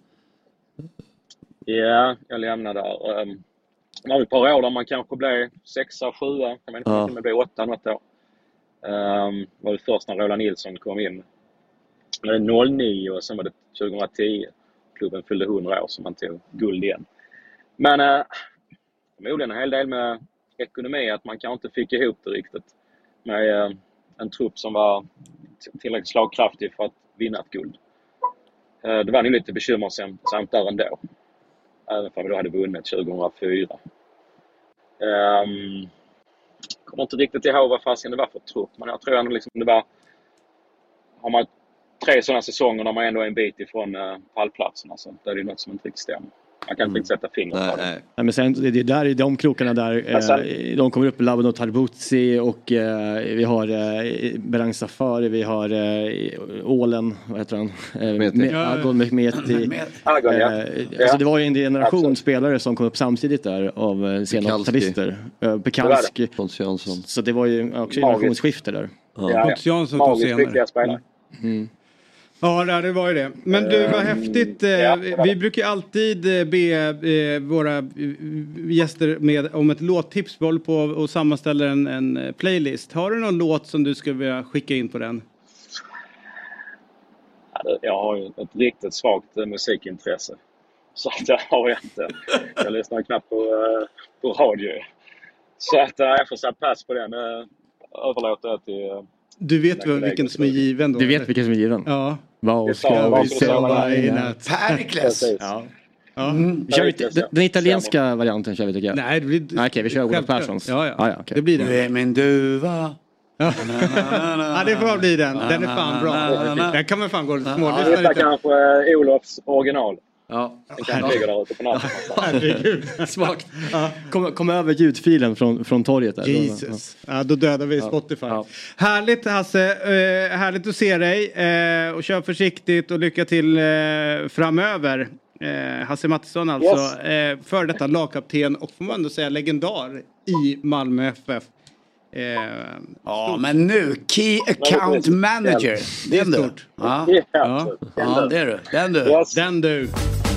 Ja, jag lämnade där. Um, det var ett par år där man kanske blev sexa, sjua. Kan man ja. inte bli åtta något år. Um, var det först när Roland Nilsson kom in. Det var noll nio och sen var det tjugohundratio. Klubben fyllde hundra år så man tog guld igen. Men uh, förmodligen en hel del med ekonomi att man kanske inte fick ihop det riktigt. Med uh, en trupp som var tillräckligt slagkraftig för att vinna ett guld. Uh, det var nog lite bekymmersamt där ändå. Även för att vi då hade vunnit tjugohundrafyra. Um, Jag kommer inte riktigt ihåg vad fasiken det var för trupp. Men jag tror ändå liksom det var... Har man tre sådana säsonger när man ändå är en bit ifrån uh, pallplatsen. Alltså, då är det något som inte riktigt stämmer. Man kan inte riktigt sätta fingret på det. Nej, men sen, det är där i de krokarna där alltså, eh, de kommer upp i Labben och Tarbuzzi och eh, vi har eh, Berang Safari, vi har eh, Ålen, vad heter han? Eh, med, Agon Mehmeti. Agon, ja. Eh, alltså det var ju en generation Absolut. spelare som kom upp samtidigt där av eh, sena åttalister. Eh, Pekalski. Så det var ju också generationsskifte där. Ja, ja. Pontus Jansson tog senare. Mm. Ja, det var ju det. Men du, vad häftigt. Ja, vi brukar alltid be våra gäster med om ett låttips. Vi håller på och sammanställer en, en playlist. Har du någon låt som du skulle vilja skicka in på den? Jag har ju ett riktigt svagt musikintresse. Så att jag har jag inte. Jag lyssnar knappt på, på radio. Så att jag får sätta pass på den. Överlåter jag till... Du vet väl vilken som är given då? Du vet vilken som är given? Ja. Vad ska vi sova i natt? Perikles! Ja. Ja. Mm. Kör vi den, den italienska varianten kör vi tycker jag. Nej, det blir... Okej, okay, vi kör Olof Perssons. Ja, ja. Ah, ja okay. Det blir det. Du är min duva. Ja. ja, det får bli den. Den är fan bra. Den kan man fan gå lite smålyssna lite. Det kanske är Olofs original. Ja. Den kan ligga där ute på natten. Herregud, svagt. Ja. Kom, kom över ljudfilen från, från torget där. Jesus. Ja, då dödar vi Spotify. Ja. Härligt Hasse, eh, härligt att se dig. Eh, och kör försiktigt och lycka till eh, framöver. Eh, Hasse Mattisson alltså. Yes. Eh, för detta lagkapten och får man ändå säga legendar i Malmö F F. Eh, ja, men nu Key Account Manager. Det är stort. Ja, ja. ja det är du. Den du. Yes. Den du.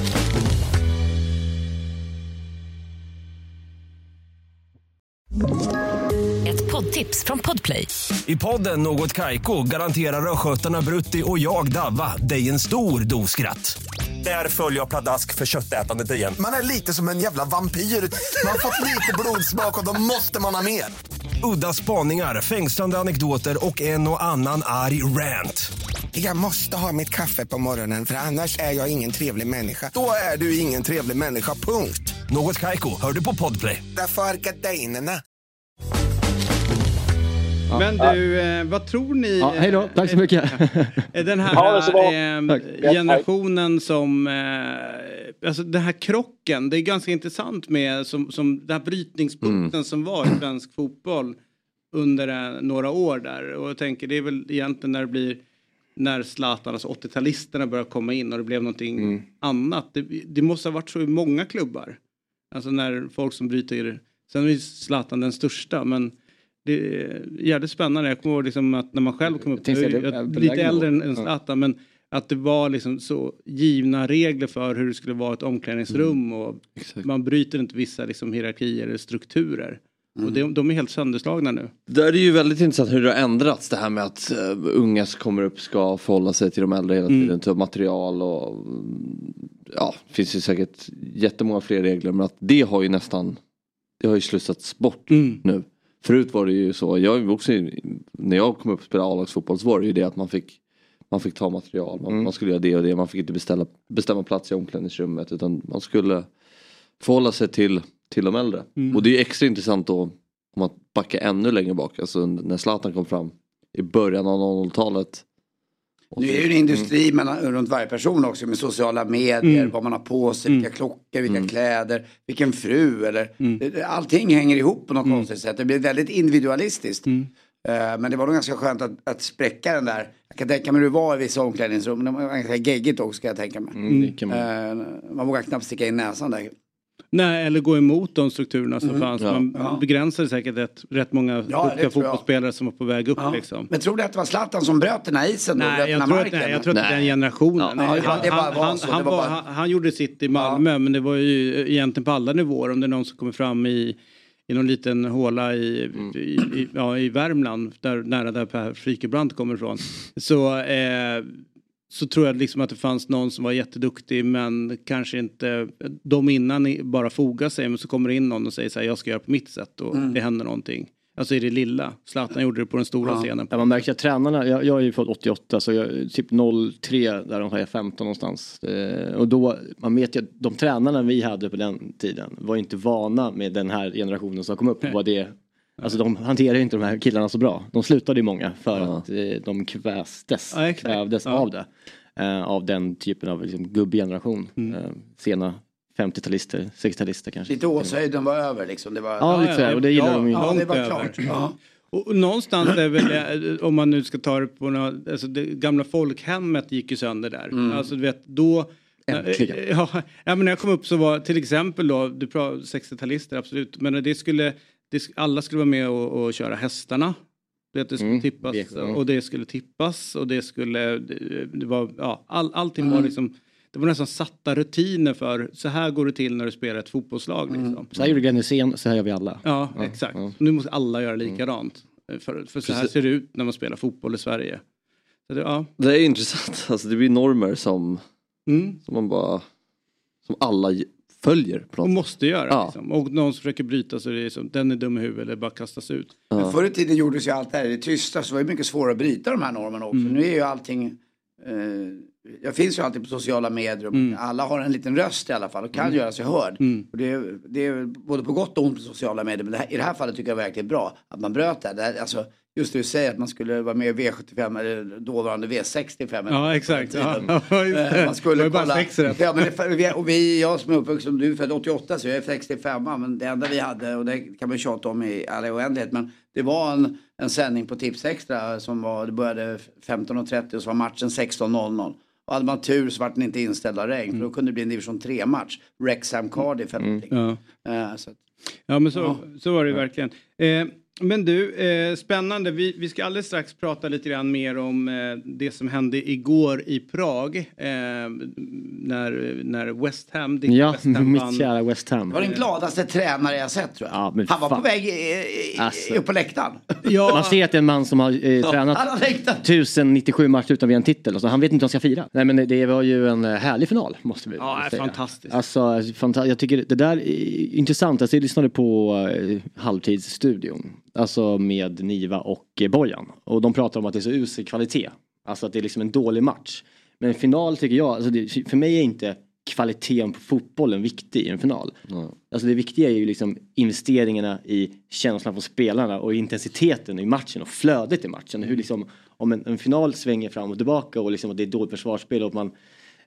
Ett poddtips från Podplay. I podden Något Kaiko garanterar röskötarna Brutti och jag Davva dig en stor doskratt. Där följer jag pladask för köttätandet igen. Man är lite som en jävla vampyr. Man har fått lite blodsmak och då måste man ha mer. Udda spaningar, fängslande anekdoter och en och annan arg rant. Jag måste ha mitt kaffe på morgonen för annars är jag ingen trevlig människa. Då är du ingen trevlig människa, punkt. Något Kaiko, hör du på Podplay. Därför är gardinerna. Men du, eh, vad tror ni? Ja, hej då, tack så mycket. Eh, den här eh, generationen som, eh, alltså den här krocken, det är ganska intressant med som, som den här brytningspunkten mm. som var i svensk fotboll under eh, några år där. Och jag tänker, det är väl egentligen när det blir, när Zlatan, alltså åttio-talisterna började komma in och det blev någonting mm. annat. Det, det måste ha varit så i många klubbar. Alltså när folk som bryter, sen är Zlatan den största, men det är jävligt spännande. Jag kommer ihåg liksom att när man själv kom upp, det, jag, lite äldre än, än Zlatan, men att det var liksom så givna regler för hur det skulle vara ett omklädningsrum mm. och Exakt. Man bryter inte vissa liksom hierarkier eller strukturer. Mm. Och det, de är helt sönderslagna nu. Där är det ju väldigt intressant hur det har ändrats. Det här med att uh, unga som kommer upp ska förhålla sig till de äldre hela tiden. Mm. Till material och ja, det finns ju säkert jättemånga fler regler. Men att det har ju nästan, det har ju slussats bort mm. nu. Förut var det ju så, jag också, när jag kom upp och spelade A-lagsfotboll så var det ju det att man fick, man fick ta material. Man, mm. man skulle göra det och det. Man fick inte beställa, bestämma plats i omklädningsrummet utan man skulle förhålla sig till till de äldre. Mm. Och det är ju extra intressant då om man backar ännu längre bak. Alltså när Zlatan kom fram i början av noll noll-talet. Nu är det ju en industri mm. man, runt varje person också med sociala medier, mm. vad man har på sig, vilka mm. klockor, vilka mm. kläder, vilken fru eller mm. allting hänger ihop på något mm. konstigt sätt. Det blir väldigt individualistiskt. Mm. Uh, men det var nog ganska skönt att, att spräcka den där. Jag kan tänka mig hur det var i vissa omklädningsrum. Det var ganska geggigt också, ska jag tänka mig. Mm. Man. Uh, man vågar knappt sticka in näsan där. Nej, eller gå emot de strukturerna som mm. fanns. Ja. Man ja. begränsade säkert ett, rätt många ja, duktiga fotbollsspelare som var på väg upp. Ja. Liksom. Men tror du att det var Zlatan som bröt den här isen? Nej, jag tror, att, nej jag tror att den generationen. Ja. Nej, han, han, han, han, var, han, han gjorde sitt i Malmö, ja. men det var ju egentligen på alla nivåer. Om det är någon som kommer fram i, i någon liten håla i, mm. i, i, ja, i Värmland, där, nära där Per Frikebrant kommer ifrån. Så... Eh, så tror jag liksom att det fanns någon som var jätteduktig men kanske inte de innan bara fogar sig, men så kommer det in någon och säger så här, jag ska göra på mitt sätt och mm. det händer någonting. Alltså i det lilla. Zlatan gjorde det på den stora ja. scenen. Ja, man märker att tränarna, jag, jag är ju född åttioåtta så jag typ noll tre där de har femton någonstans. Eh, och då, man vet ju att de tränarna vi hade på den tiden var inte vana med den här generationen som kom upp. Var det, alltså de hanterar ju inte de här killarna så bra. De slutade ju många för ja. att eh, de kvästes, ja, kvävdes ja. av det. Eh, av den typen av liksom, gubbgeneration. Mm. Eh, sena femtio-talister, sextio-talister kanske. Lite åshöjden var över liksom. Det var... Ja, lite så. Och det gillar ja, de ju. Ja, det var klart. Ja. Och, och någonstans är väl, om man nu ska ta det på något, alltså det gamla folkhemmet gick ju sönder där. Mm. Alltså du vet, då... Äntligen. Ja, ja, men när jag kom upp så var till exempel då, du pratar sextio-talister absolut, men det skulle, det, alla skulle vara med och, och köra hästarna. Det, det skulle mm. tippas mm. och det skulle tippas och det skulle, det, det var, ja, all, allting mm. var liksom, det var nästan satta rutiner för, så här går det till när du spelar ett fotbollslag liksom. Mm. Så här gjorde Glenisen, så här gör vi alla. Ja, ja exakt. Ja. Nu måste alla göra likadant. Mm. För, för så här ser det ut när man spelar fotboll i Sverige. Så det, ja. Det är intressant, alltså det blir normer som, mm. som man bara, som alla följer. Och måste göra. Ja. Liksom. Och någon som försöker bryta så är det som, den är dum i huvudet eller bara kastas ut. Ja. Men förr i tiden gjordes ju allt det här i det tysta, så var det mycket svårare att bryta de här normerna också. Mm. Nu är ju allting, eh, jag finns ju alltid på sociala medier och mm. alla har en liten röst i alla fall och kan mm. göra sig hörd. Mm. Och det, är, det är både på gott och ont på sociala medier, men det här, i det här fallet tycker jag verkligen bra att man bröt det. Det här, alltså, just det du säger att man skulle vara med i V sjuttiofem eller dåvarande V sextiofem. Ja, exakt. Ja, man skulle det bara sex rätt. Ja, men det, och vi, jag som är uppvuxen, du är född åttioåtta så jag är sextiofem, men det enda vi hade, och det kan man tjata om i alla oändlighet, men det var en, en sändning på Tips Extra som var, det började femton och trettio och så var matchen sexton noll noll. Och hade man tur så var den inte inställd av regn, mm. för då kunde det bli en division tre match. Wrexham Cardiff eller mm. någonting. Ja. Uh, så. ja, men så, ja. så var det verkligen. Eh, Men du, eh, spännande. Vi, vi ska alldeles strax prata lite grann mer om eh, det som hände igår i Prag. Eh, när, när West Ham... Ja, West Ham mitt vann. kära West Ham. Det var den gladaste tränare jag sett, tror jag. Ja, Han fan. var på väg i, i, alltså. upp på läktaren. Ja. Man ser att det är en man som har eh, tränat tusen nittiosju matcher utan en titel. Alltså, han vet inte vad han ska fira. Nej, men det var ju en härlig final, måste vi ja, säga. Fantastiskt. Alltså, fanta- jag tycker det där är intressant. Alltså, jag lyssnade på eh, halvtidsstudion. Alltså med Niva och Bojan. Och de pratar om att det är så usel kvalitet. Alltså att det är liksom en dålig match. Men final tycker jag, alltså det, för mig är inte kvaliteten på fotbollen viktig i en final. Mm. Alltså det viktiga är ju liksom investeringarna i känslan på spelarna och intensiteten i matchen och flödet i matchen. Hur liksom, om en, en final svänger fram och tillbaka och liksom, det är dåligt försvarsspel och man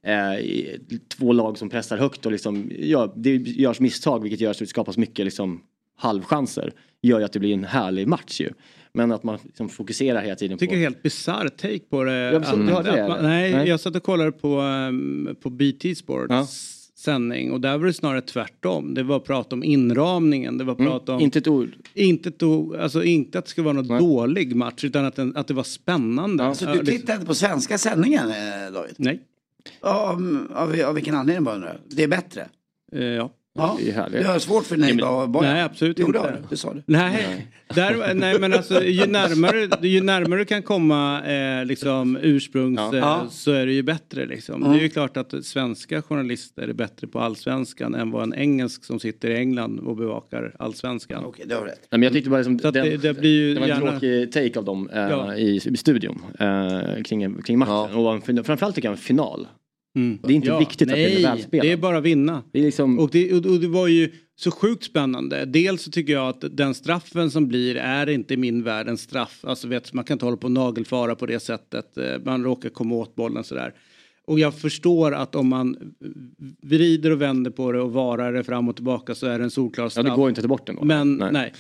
eh, två lag som pressar högt och liksom, ja, det görs misstag vilket gör att det skapas mycket liksom, halvchanser. Gör ju att det blir en härlig match ju. Men att man liksom fokuserar hela tiden på... Jag tycker det är helt bizarr take på det. Jag att, att, det att man, nej, nej, jag satt och kollade på, um, på B T Sports ja. sändning och där var det snarare tvärtom. Det var prat om inramningen. Det var prat om... Mm, inte ett ord. Inte, ett ord, alltså inte att det skulle vara någon nej. dålig match utan att, den, att det var spännande. Ja. Så du tittade liksom... inte på svenska sändningen, David? Nej. Av, av, av vilken anledning bara undrar? Det är bättre? Uh, ja. Ja, det är, det är svårt för dig ja, men, Nej, absolut jo, inte. Då, du sa det. Nej, nej. Där, nej men alltså ju närmare, ju närmare du kan komma eh, liksom ursprungs ja. eh, så är det ju bättre liksom. Mm. Det är ju klart att svenska journalister är bättre på allsvenskan än vad en engelsk som sitter i England och bevakar allsvenskan. Okej, det har rätt. Nej, men jag tyckte bara liksom, den, det, det, blir ju det var en gärna... tråkig take av dem eh, ja. i, i studion eh, kring, kring matchen. Ja. Och en, framförallt tycker jag en final. Mm. Det är inte ja, viktigt nej, att det är välspelat. Det är bara att vinna. Det är liksom... och, det, och, och det var ju så sjukt spännande. Dels så tycker jag att den straffen som blir är inte i min värld en straff. Alltså vet, man kan inte hålla på och nagelfara på det sättet. Man råkar komma åt bollen sådär. Och jag förstår att om man vrider och vänder på det och varar det fram och tillbaka så är det en solklar straff. Ja, det går inte att ta bort den då. Men nej. nej.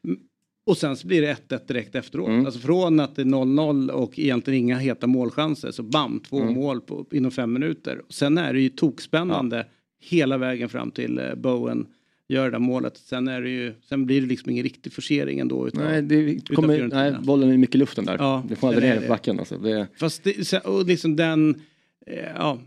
Och sen så blir det ett ett direkt efteråt. Mm. Alltså från att det är noll noll och egentligen inga heta målchanser. Så bam, två mm. mål på, inom fem minuter. Sen är det ju tokspännande ja. hela vägen fram till uh, Bowen gör det där målet. Sen, är det ju, sen blir det liksom ingen riktig forcering ändå. Utav, nej, det kommer, nej, bollen är mycket i luften där. Ja, det får aldrig ner på backen. Alltså. Det... Fast det, och liksom den... Ja,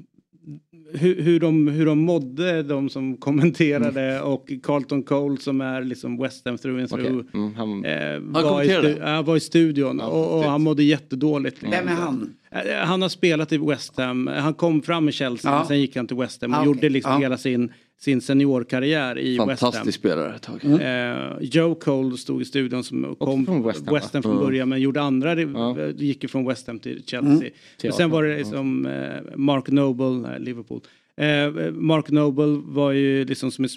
hur, hur, de, hur de mådde, de som kommenterade mm. och Carlton Cole som är liksom West Ham through and through okay. mm, han, eh, var, i stu- äh, var i studion ja, och, och han mådde jättedåligt. Vem är han? Han har spelat i West Ham, han kom fram med Chelsea ja. sen gick han till West Ham och ah, okay. gjorde liksom ja. hela sin, sin seniorkarriär i West Ham. Fantastisk spelare ett tag. Mm. Eh, Joe Cole stod i studion som kom från West Ham, West Ham från mm. början men gjorde andra, ja. gick ju från West Ham till Chelsea. Mm. Men sen var det liksom eh, Mark Noble, eh, Liverpool. Eh, Mark Noble var ju liksom som en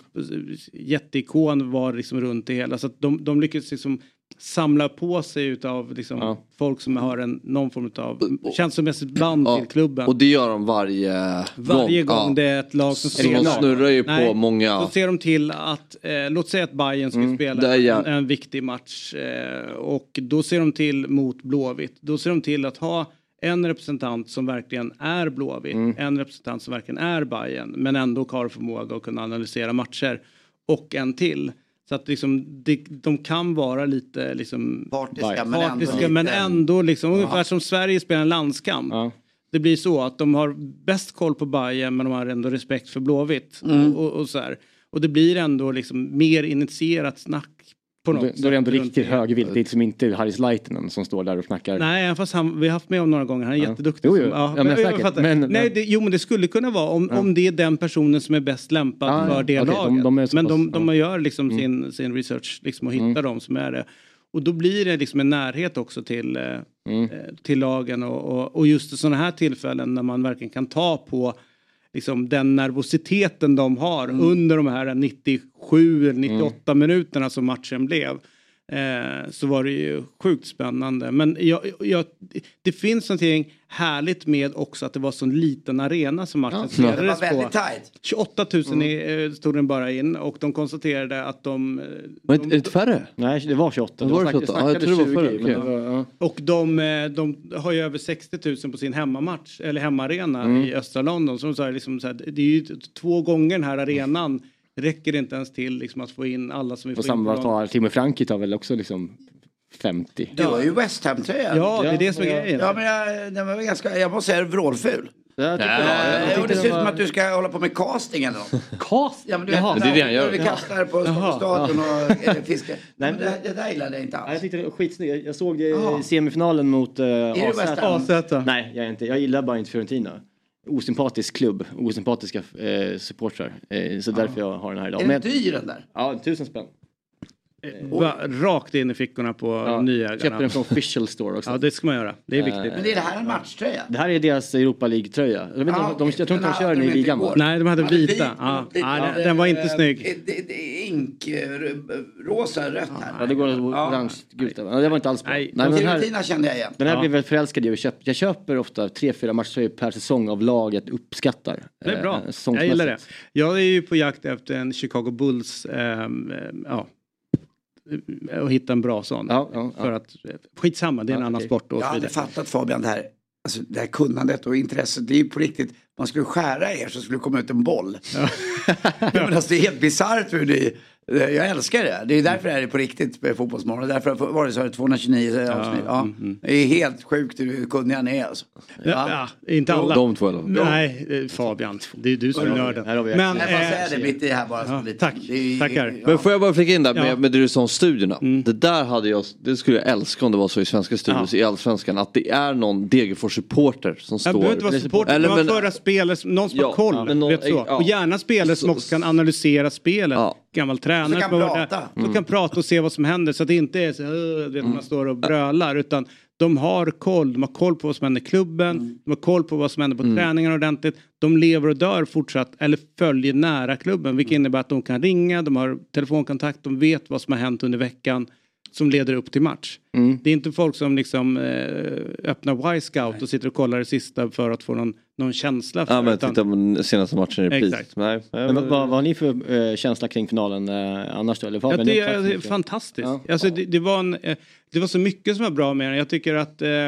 jätteikon var liksom runt det hela så att de, de lyckades liksom samla på sig utav liksom ja. folk som har en någon form av känslomässigt band ja. till klubben. Och det gör de varje varje gång, gång ja. det är ett lag som så de snurrar ju Nej, på många. Då ser de till att eh, låt säga att Bayern ska mm. spela en, en viktig match eh, och då ser de till mot Blåvitt. Då ser de till att ha en representant som verkligen är Blåvitt, mm. en representant som verkligen är Bayern men ändå har förmåga att kunna analysera matcher och en till. Så att liksom, de, de kan vara lite liksom, partiska, men partiska ändå, men ändå liksom, ja. ungefär som Sverige spelar en landskamp. Ja. Det blir så att de har bäst koll på Bayern men de har ändå respekt för Blåvitt. Mm. Och, och, och, så här. Och det blir ändå liksom mer initierat snack. På något då är det ändå riktigt högvilt. Det är som inte Harris Leitinen som står där och snackar. Nej, fast han, vi har haft med honom några gånger. Han är ja. jätteduktig. Jo, jo. Som, ja, ja, men säkert. Men, nej, det, jo, men det skulle kunna vara om, ja. om det är den personen som är bäst lämpad ah, för det okay, laget. De, de men de, de ja. gör liksom mm. sin, sin research liksom och hittar mm. dem som är det. Och då blir det liksom en närhet också till, mm. eh, till lagen. Och, och, och just sådana här tillfällen när man verkligen kan ta på liksom den nervositeten de har mm. under de här nittiosju eller nittioåtta mm. minuterna som matchen blev. Eh, så var det ju sjukt spännande. Men jag, jag, det finns någonting härligt med också att det var så en liten arena som matchen ja. spelades på. Det var väldigt tajt. tjugoåtta tusen mm. stod den bara in och de konstaterade att de... Var de, är det färre? Nej, det var tjugoåtta. Det var det tjugoåtta? Ja, jag tror det var färre. Okay. Var, ja. Och de, de har ju över sextio tusen på sin hemmamatch, eller hemmaarena mm. i östra London. Så de sa liksom så här, det är ju två gånger den här arenan räcker det inte ens till liksom, att få in alla som vi får och in. Och samma tar Timo Franki tar väl också liksom femtio. Det var ju West Ham-tröjan. Ja, det är det som är ja. grejen. Ja, men jag, den var ganska, jag måste säga vrålful. Jag Nej, jag, jag, jag det ser ut var... som att du ska hålla på med casting eller något. Cast? Ja, men du Jaha, vet, det är det han gör. Vi kastar på stadion och eller, fiskar. Nej, men det, det där gillade jag inte alls. Nej, jag tyckte det var skitsnyggt. Jag såg det i semifinalen mot uh, A Z. Nej, jag är inte. Jag gillar bara inte Fiorentina. Osympatisk klubb, osympatiska eh, supportrar. Eh, så ah. därför jag har den här idag. Är den dyr den där? Ja, tusen spänn. Va, rakt in i fickorna på ja, nyägarna. Köper den från Official Store också. Ja, det ska man göra. Det är viktigt. Men det är det här en matchtröja? Det här är deras Europa League-tröja. Jag, vet, ah, de, de, jag tror inte de kör den i ligan. Va? Nej, de hade vita. Vit, ja. Lite, ja, den, den var inte äh, snygg. Det, det är ink, rosa, rött här. Ja, det går orange, gult. Ja, det var inte alls bra. Nej, Nej, den här kände jag igen. Den här ja. blev väl förälskad i. Jag köper, jag köper ofta tre, fyra matcher per säsong av laget uppskattar. Det är bra. Eh, jag gillar det. Jag är ju på jakt efter en Chicago Bulls eh, ja. och hitta en bra sån. Ja, ja, ja. För att, skitsamma, det är en ja, annan okay. sport. Och jag hade fattat Fabian det här, alltså, det här kunnandet och intresset, det är ju på riktigt, man skulle skära er så skulle det komma ut en boll. Ja. Men alltså, det är helt bisarrt hur det jag älskar det. Det är därför det är på riktigt med Fotbollsmorgon. Därför var det så här tvåhundranitjonio ja, avsnitt. Ja. Mm, mm. Det är helt sjukt hur kunniga ni är alltså. Ja, ja, inte alla. De två eller? Nej, Fabian. Det är du som är nörden. Men jag bara säger det mitt i här bara. Ja, lite. Tack. Är, Tackar. Ja. Men får jag bara flika in där med, ja. med det du sa om studierna. Mm. Det där hade jag, det skulle jag älska om det var så i svenska studier, ja. i Allsvenskan. Att det är någon Degerfors-supporter som står. Det behöver inte vara supporter. Eller, men, förra spelare, någon som ja, har koll. Ja, någon, vet så. Ja. Och gärna spelare som också kan analysera spelet. Ja. Gammal tränare som prata. Som mm. kan prata och se vad som händer så att det inte är så uh, vet, mm. man står och brölar utan de har koll, de har koll på vad som händer i klubben, mm. de har koll på vad som händer på mm. träningar ordentligt, de lever och dör fortsatt eller följer nära klubben vilket innebär att de kan ringa, de har telefonkontakt, de vet vad som har hänt under veckan som leder upp till match. Mm. Det är inte folk som liksom eh, öppnar Y-scout och sitter och kollar det sista för att få någon, någon känsla för ja, men utan... titta på senaste matchen i repris. Nej, nej, men vad, vad har ni för eh, känsla kring finalen eh, annars då? Eller ja, det är, det är fantastiskt. Ja. Alltså, det, det, var en, eh, det var så mycket som var bra med den. Jag tycker att eh,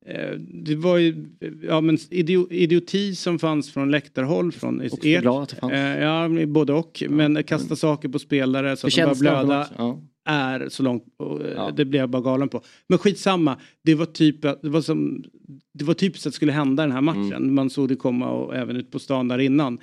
det var ju ja, men idioti som fanns från läktarhåll från ert. Bra att det fanns. Eh, ja, både och. Ja. Men kasta mm. saker på spelare så att de börjar blöda. Ja. Är så långt och ja. det blev jag bara galen på. Men skitsamma, det var typ det var som det var typiskt att det skulle hända den här matchen. Mm. Man såg det komma och även ut på stan där innan.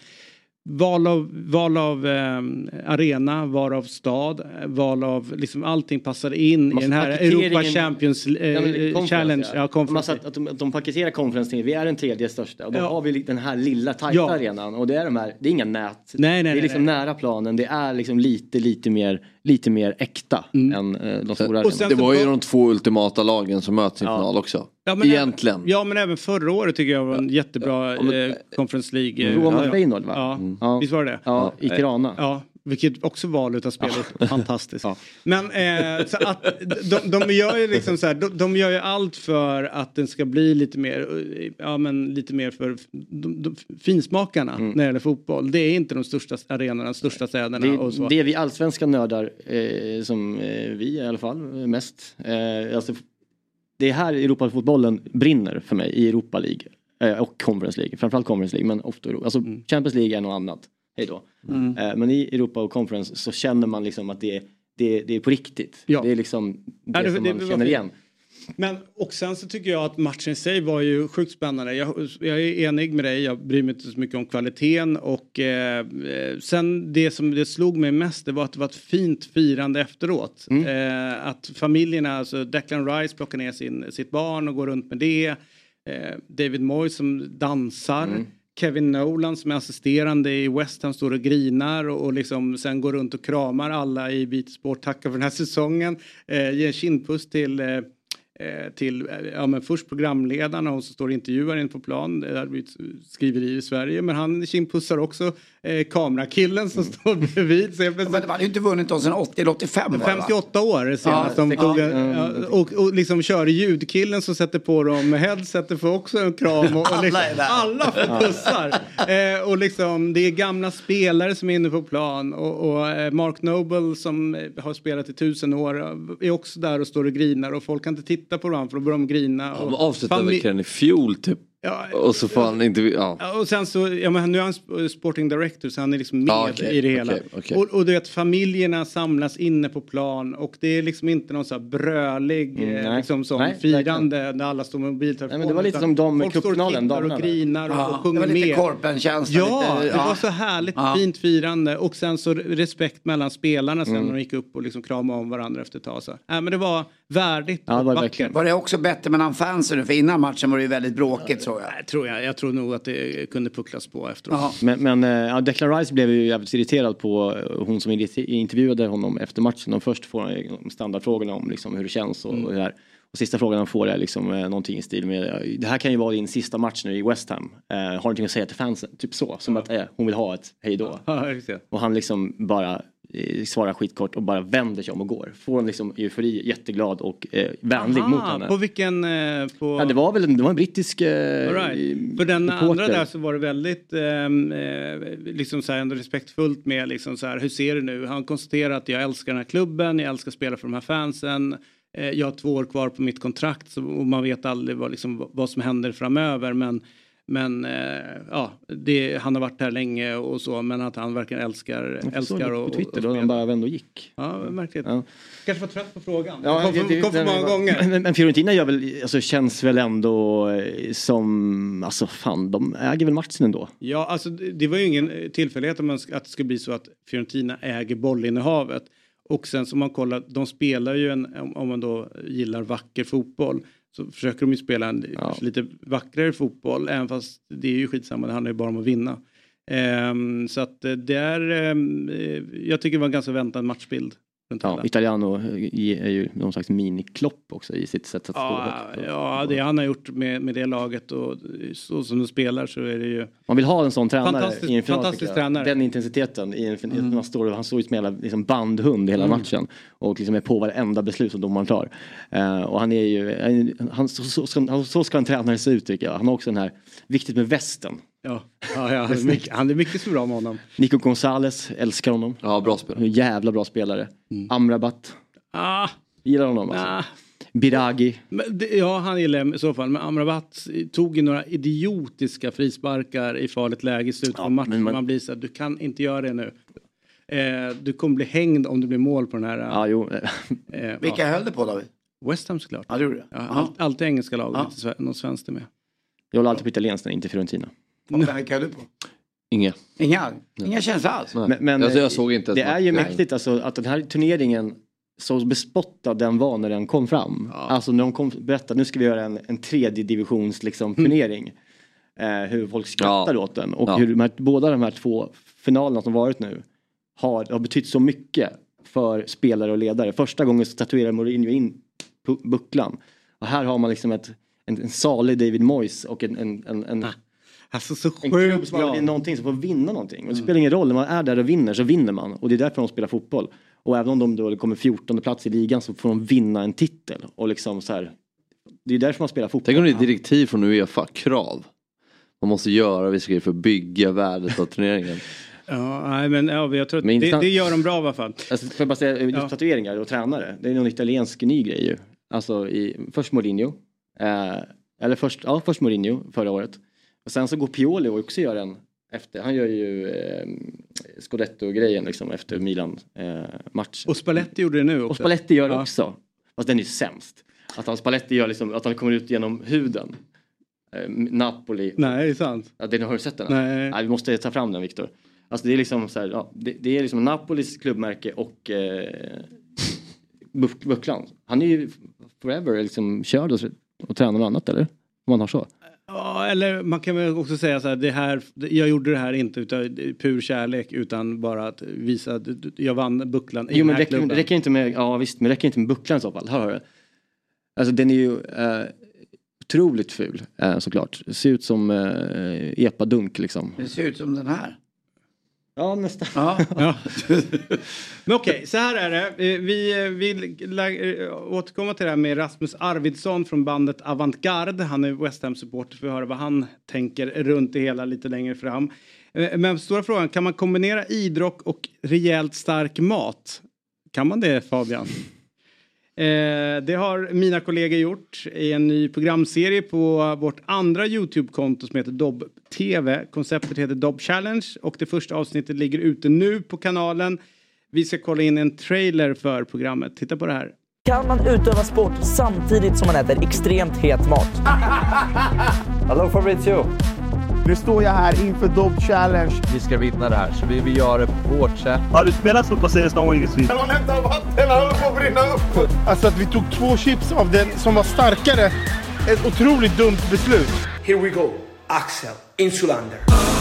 Val av, val av eh, arena, val av stad, val av liksom allting passade in i den här Europa Champions eh, ja, Challenge. Ja, conference. Att, att, de, att de paketerar konferensen, vi är den tredje största och då ja. har vi den här lilla tajta ja. arenan och det är de här, det är inga nät. Nej, nej, det är liksom nej. nära planen, det är liksom lite lite mer lite mer äkta mm. än eh, de stora arenorna. Det var ju de två ultimata lagen som möts i ja. final också. Ja, men egentligen. Även, ja men även förra året tycker jag var en jättebra ja, men, eh, Conference League. Mm. Eh, ja, ja. Feyenoord, va? Ja, mm. ja, visst var det? Ja, i Kirana. Ja, vilket också val utav spelet. Ja. Fantastiskt. Ja. Men eh, så att de, de gör ju liksom så här, de, de gör ju allt för att den ska bli lite mer, ja men lite mer för de, de, finsmakarna mm. när det gäller fotboll. Det är inte de största arenorna, de största städerna det, och så. Det är vi allsvenska nördar eh, som eh, vi i alla fall mest. Eh, alltså, det är här Europafotbollen brinner för mig i Europa League eh, och Conference League. Framförallt Conference League men ofta Europa. Alltså mm. Champions League är något annat. Hej då. Mm. Eh, men i Europa och Conference så känner man liksom att det är, det, det är på riktigt. Ja. Det är liksom det, ja, det som det, man det, känner igen. Men och sen så tycker jag att matchen i sig var ju sjukt spännande. Jag, jag är enig med dig. Jag bryr mig inte så mycket om kvaliteten. Och eh, sen det som det slog mig mest det var att det var ett fint firande efteråt. Mm. Eh, att familjerna, alltså Declan Rice plockar ner sin, sitt barn och går runt med det. Eh, David Moyes som dansar. Mm. Kevin Nolan som är assisterande i West Ham står och grinar och, och liksom sen går runt och kramar alla i B T Sport. Tackar för den här säsongen. Eh, ger en kindpuss till... Eh, till, ja men först programledarna och så står intervjuaren på plan, det har blivit skriveri i Sverige, men han kindpussar också eh, kamerakillen som står bredvid. Så jag men man har ju inte vunnit dem sedan åttio eller åttiofem. femtioåtta år senast ja, de tog, ja, ja, och, och liksom kör ljudkillen som sätter på dem headsetet för också en kram och, och liksom, alla får pussar. eh, och liksom det är gamla spelare som är inne på plan och, och eh, Mark Noble som har spelat i tusen år är också där och står och grinar och folk kan inte titta på dem för då börjar de grina. Och ja, avslutade famili- med i fjol typ. Ja, och så får han inte... Ja. Och sen så, ja men nu är han sporting director så han är liksom med ah, okay, i det hela. Okay, okay. Och, och du vet, familjerna samlas inne på plan och det är liksom inte någon så här brölig mm, liksom som nej, firande verkligen. Där alla står med mobiltelefon. Nej, men det var lite som de med cupfinalen. Folk står och grinar och, ja, och sjunger med. Det var lite korpen-känsla. Ja, lite, det ja. var så härligt ja. fint firande och sen så respekt mellan spelarna sen mm. när de gick upp och liksom kramade om varandra efter ett tag. Så. Äh, men det var, värdigt ja, och var, vackert. Var det också bättre mellan fansen nu? För innan matchen var det ju väldigt bråkigt, tror jag. Nej, tror jag. Jag tror nog att det kunde pucklas på efteråt. Aha. Men, men ja, Declan Rice blev ju jävligt irriterad på hon som intervjuade honom efter matchen. De först får han standardfrågorna om liksom, hur det känns och, mm. och det här. Och sista frågan han får är liksom eh, någonting i stil med det här kan ju vara din sista match nu i West Ham. Eh, har du någonting att säga till fansen? Typ så. Som att eh, hon vill ha ett hej då. Ja, och han liksom bara eh, svarar skitkort och bara vänder sig om och går. Får en liksom eufori, jätteglad och eh, vänlig Aha, mot henne. På vilken... Eh, på... Ja, det var väl en, det var en brittisk eh, right. För den reporter. andra där så var det väldigt eh, liksom så här ändå respektfullt med liksom så här, hur ser du nu? Han konstaterar att jag älskar den här klubben, jag älskar att spela för de här fansen. Jag har två år kvar på mitt kontrakt och man vet aldrig vad, liksom, vad som händer framöver. Men, men eh, ja, det, han har varit här länge och så. Men att han verkligen älskar, älskar och, på Twitter och, och då han bara vände och gick. Ja, märkligt. Ja. Kanske var trött på frågan. Ja, kom, det, det, kom för många var, gånger. Men, men Fiorentina gör väl, alltså, känns väl ändå som, alltså fan, de äger väl matchen ändå. Ja, alltså det var ju ingen tillfällighet om man, att det ska bli så att Fiorentina äger bollinnehavet. Och sen som man kollar, de spelar ju en, om man då gillar vacker fotboll, så försöker de ju spela en ja. lite vackrare fotboll, även fast det är ju skitsamma, det handlar ju bara om att vinna. Um, så att det är, um, jag tycker det var en ganska väntad matchbild. Ja, Italiano är ju någon slags miniklopp också i sitt sätt att ja, stå. Ja, det han har gjort med, med det laget och så som de spelar så är det ju... Man vill ha en sån tränare fantastisk, i en final. Fantastisk tränare. Den intensiteten i en final. Mm. Man står, han står ut med liksom bandhund i hela mm. matchen och liksom är på varenda beslut som domaren tar. Uh, och han är ju, han, så, så, så, så ska en tränare se ut tycker jag. Han har också den här, viktigt med västen. Ja, ja, ja. Han, är mycket, han är mycket så bra med honom. Nico González, älskar honom. Ja, bra spelare. Jävla bra spelare. Mm. Amrabat. Ah. Gillar honom alltså. Ah. Biragi. Men det, ja, han gillar i så fall. Men Amrabat tog ju några idiotiska frisparkar i farligt läge i slutet ja, av matchen. Man... man blir så här, du kan inte göra det nu. Eh, du kommer bli hängd om det blir mål på den här. Ja, jo. eh, Vilka ja. höll det på, David? West Ham såklart. Ja, det gjorde det. Ja, all, alltid engelska lag och ja. något svenskt är med. Jag håller alltid på italienskt, inte Fiorentina. Vilka höll du på? Inga. Inga? Inga känslor alls? Men, men alltså, jag såg inte det är ju mäktigt alltså, att den här turneringen så bespottad den var när den kom fram. Ja. Alltså när de kom, berättade, nu ska vi göra en, en tredje divisions liksom, turnering. Mm. Eh, hur folk skrattar ja. åt den. Och ja. hur de här, båda de här två finalerna som varit nu har, har betytt så mycket för spelare och ledare. Första gången så tatuerade Mourinho in bucklan. Och här har man liksom ett, en, en salig David Moyes och en... en, en, en ah. Alltså så sjukt en klubb som är någonting som får vinna någonting. Och det spelar ingen roll, när man är där och vinner så vinner man. Och det är därför de spelar fotboll. Och även om de då kommer fjortonde plats i ligan så får de vinna en titel. Och liksom så här, det är därför man spelar fotboll. Tänk om det är direktiv från UEFA, krav. Man måste göra vissa grejer för att bygga värdet av turneringen. Ja, nej, men ja, jag tror att det, det gör de bra i alla fall. Alltså, för att bara säga, just ja. tatueringar och tränare. Det är någon italiensk ny grej ju. Alltså i, först Mourinho. Eh, eller först, ja, först Mourinho förra året. Och sen så går Pioli och också gör en efter. Han gör ju eh, Scudetto-grejen liksom efter Milan-match. Eh, och Spalletti gjorde det nu också. Och Spalletti gör det ja. också. Fast den är ju sämst. Att han Spalletti gör liksom, att han kommer ut genom huden. Eh, Napoli. Nej, det är sant. Ja, det, har du sett den? Nej. Nej, vi måste ta fram den, Viktor. Alltså det är liksom så här, ja, det, det är liksom Napolis klubbmärke och eh, bucklan. Han är ju forever liksom körd och, och tränar något annat, eller? Om man har så. Ja, eller man kan väl också säga så här, det här, jag gjorde det här inte utav pur kärlek utan bara att visa att jag vann bucklan i jo, den här men klubben. Det räcker inte med, ja visst, men det räcker inte med bucklan i så fall. Här har du. Alltså den är ju eh, otroligt ful, eh, såklart. Det ser ut som eh, epadunk liksom. Det ser ut som den här. Ja, nästan. Ja. ja. Men okej, okay, så här är det. Vi vill återkomma till det här med Rasmus Arvidsson från bandet Avantgarde. Han är West Ham-supporter för att höra vad han tänker runt det hela lite längre fram. Men stora frågan, kan man kombinera idrott och rejält stark mat? Kan man det, Fabian? Eh, det har mina kollegor gjort i en ny programserie på vårt andra YouTube-konto som heter Dobb T V. Konceptet heter Dobb Challenge och det första avsnittet ligger ute nu på kanalen. Vi ska kolla in en trailer för programmet. Titta på det här. Kan man utöva sport samtidigt som man äter extremt het mat? Hallå Fabrizio. Nu står jag här inför Dobb Challenge. Vi ska vinna det här, så vi vill göra det på vårt sätt. Har du spelat fotboll senast någon gång i ditt liv? Han hämtar vatten, han håller på att brinna upp. Alltså att vi tog två chips av den som var starkare. Ett otroligt dumt beslut. Here we go. Axel Insulander.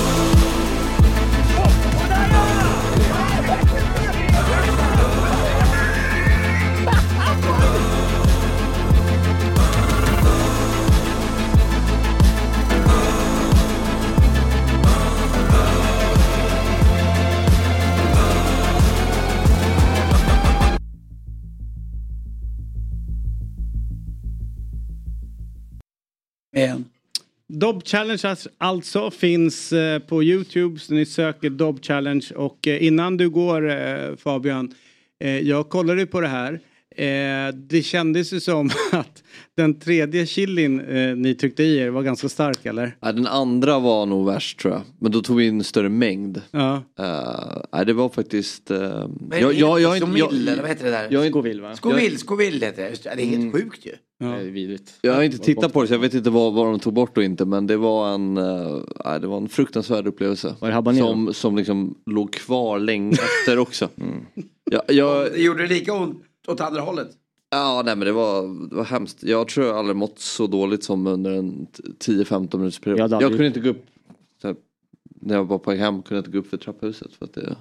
Igen. Dobb Challenge alltså finns eh, på YouTube, så ni söker Dobb Challenge. Och eh, innan du går eh, Fabian, eh, jag kollade på det här. Eh, det kändes ju som att den tredje chilin eh, ni tryckte i er var ganska stark, eller? Ja, den andra var nog värst, tror jag. Men då tog vi in en större mängd. Ja. Uh, nej, det var faktiskt... Uh, Men jag, jag, jag, Scoville, jag, eller vad heter det där? Jag, Scoville, va? Scoville, Scoville heter det. Det är helt Mm. sjukt ju. Ja. Det är vidrigt. jag har inte tittat på det, så jag vet inte vad, vad de tog bort och inte. Men det var en, uh, nej, det var en fruktansvärd upplevelse. Var det habanero? Som, som liksom låg kvar länge efter också. Mm. Jag, jag, Det gjorde det lika ont åt andra hållet. Ja, nej, men det var, det var hemskt. Jag tror jag aldrig mått så dåligt som under en tio femton minuters period. Jag, jag aldrig... kunde inte gå upp så här, när jag var på väg hem kunde jag inte gå upp för trapphuset för att det...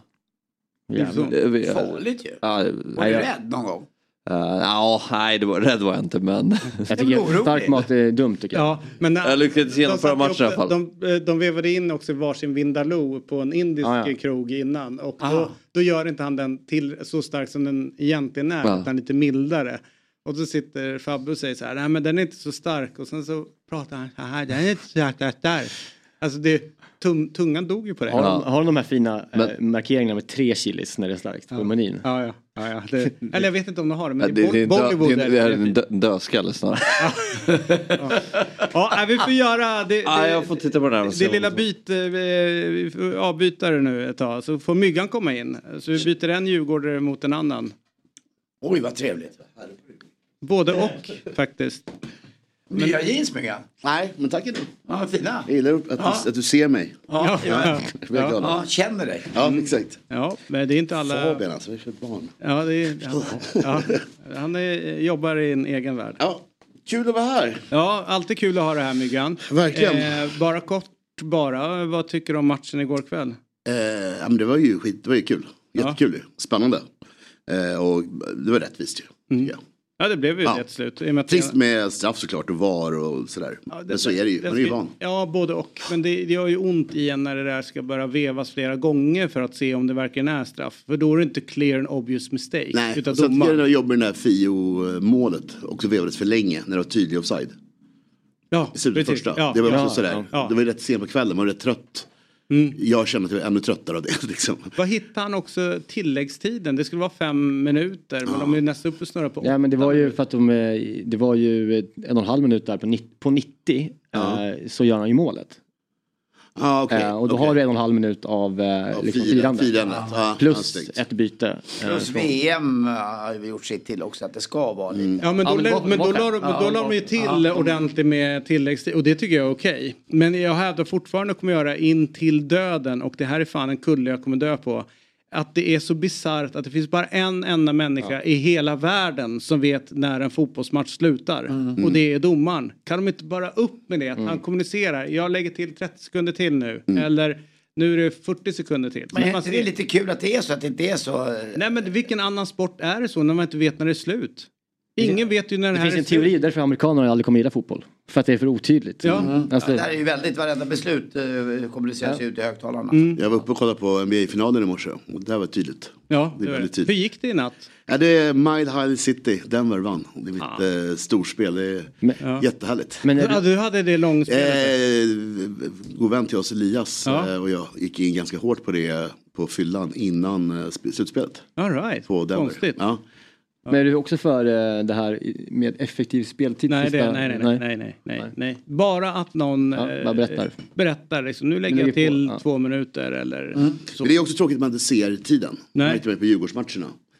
Jävlar. det Farligt ju. Ja, var du rädd någon gång? Uh, ja, nej, det var, rädd var jag inte, men... Jag tycker stark mat är dumt, tycker jag. Ja, men när, jag lyckades genomföra matchen i alla fall. De, de vevade in också varsin Vindaloo på en indisk ah, ja. krog innan. Och då, då gör inte han den till så stark som den egentligen är, ah. utan lite mildare. Och så sitter Fabbe och säger så här, nej men den är inte så stark. Och sen så pratar han så här, den är inte så stark. Alltså det, tung, tungan dog ju på det. Har de, har de de här fina men, äh, markeringarna med tre chilis när det är starkt på ja. menyn? Ja, ja. ja, ja. Det, eller jag vet inte om de har det, men ja, det, det, det, är Bollywood det, det, det är en dö, dödskalle snarare. ja. ja, vi får göra det, det, ja, jag får titta på det här. Det lilla byte, vi får avbyta det nu ett tag. Så får Myggan komma in. Så vi byter en Djurgårdare mot en annan. Oj, vad trevligt. Både och, faktiskt. Nya jeans, Myggan? Nej, men tack ändå. Ja, fina. Jag gillar att, ja. du, att du ser mig. Ja, ja. ja. ja. ja känner dig. Ja, exakt. Ja, men det är inte alla... Fabian, alltså, vi är ett barn. Ja, det är... Ja, ja. Han är, jobbar i en egen värld. Ja, kul att vara här. Ja, alltid kul att ha det här, Myggan. Verkligen. Eh, bara kort, bara. Vad tycker du om matchen igår kväll? Eh, ja, men det var ju skit, det var ju kul. Jättekul ju. Spännande. Eh, och det var rättvist ju. Mm. Ja. Ja, det blev ju ja. ett slut. Trist med straff såklart och var och sådär. Ja, det, men så är det ju, man är ju van. Ja, både och. Men det, det gör ju ont igen när det där ska börja vevas flera gånger för att se om det verkligen är straff. För då är det inte clear and obvious mistake. Nej, och sen tycker jag när jag jobbar med det här F I O-målet också vevades för länge när det var tydlig offside. Ja, i slutet första. Ja, det var också ja, sådär. Ja. Det var rätt sent på kvällen, man var rätt trött. Mm. Jag kände att jag var ännu tröttare av det. Liksom. Vad hittade han också tilläggstiden? Det skulle vara fem minuter. Men ja. de är nästan uppe och snurrar på åtta. Ja, men det var ju för att de, det var ju en och en halv minut där på, på nittio. Ja. Eh, så gör han ju målet. Ah, okay. eh, och då okay. har du en och en halv minut av eh, liksom firande. firande. Ah, plus ett byte. Plus V M har vi gjort sitt till också att det ska vara lite. Mm. Ja, men då, ja, men då, men då, la, men då la de ju till ja. ordentligt med tilläggstid. Och det tycker jag är okej. Okay. Men jag hävdar fortfarande kommer göra in till döden. Och det här är fan en kulle jag kommer dö på. Att det är så bizarrt att det finns bara en enda människa ja. i hela världen som vet när en fotbollsmatch slutar. Mm. Och det är domaren. Kan de inte bara upp med det? Att mm. han kommunicerar. Jag lägger till trettio sekunder till nu. Mm. Eller nu är det fyrtio sekunder till. Men är det är lite kul att det är så att det inte är så... Nej, men vilken annan sport är det så när man inte vet när det är slut? Ingen vet ju när det, det här är finns en teori slut. Därför amerikanerna aldrig kommer gilla fotboll. För att det är för otydligt. Ja. Mm. Alltså, ja, det här är ju väldigt, varenda beslut uh, kommuniceras ja. ut i högtalarna. Mm. Jag var uppe och kollade på N B A-finalen i morse. Och det här var tydligt. Ja, det är väldigt tydligt. Hur gick det i natt? Ja, det är Mile High City. Denver vann. Det är mitt ja. eh, storspel. Det är men, ja. jättehärligt. Men du... Ja, du hade det långspelet? Eh, god vän till oss, Elias. Ja. Eh, och jag gick in ganska hårt på det på fyllan innan eh, slutspelet. All right. På Denver. Konstigt. Ja. Men är du också för uh, det här med effektiv speltid? Nej, det, nej, nej, nej, nej, nej, nej, nej. Bara att någon ja, bara berättar. Eh, berättar liksom, nu lägger jag till på, ja. två minuter eller... Mm. Så. Men det är också tråkigt att man inte ser tiden. Nej. Man är inte med på Djurgårdsmatcherna.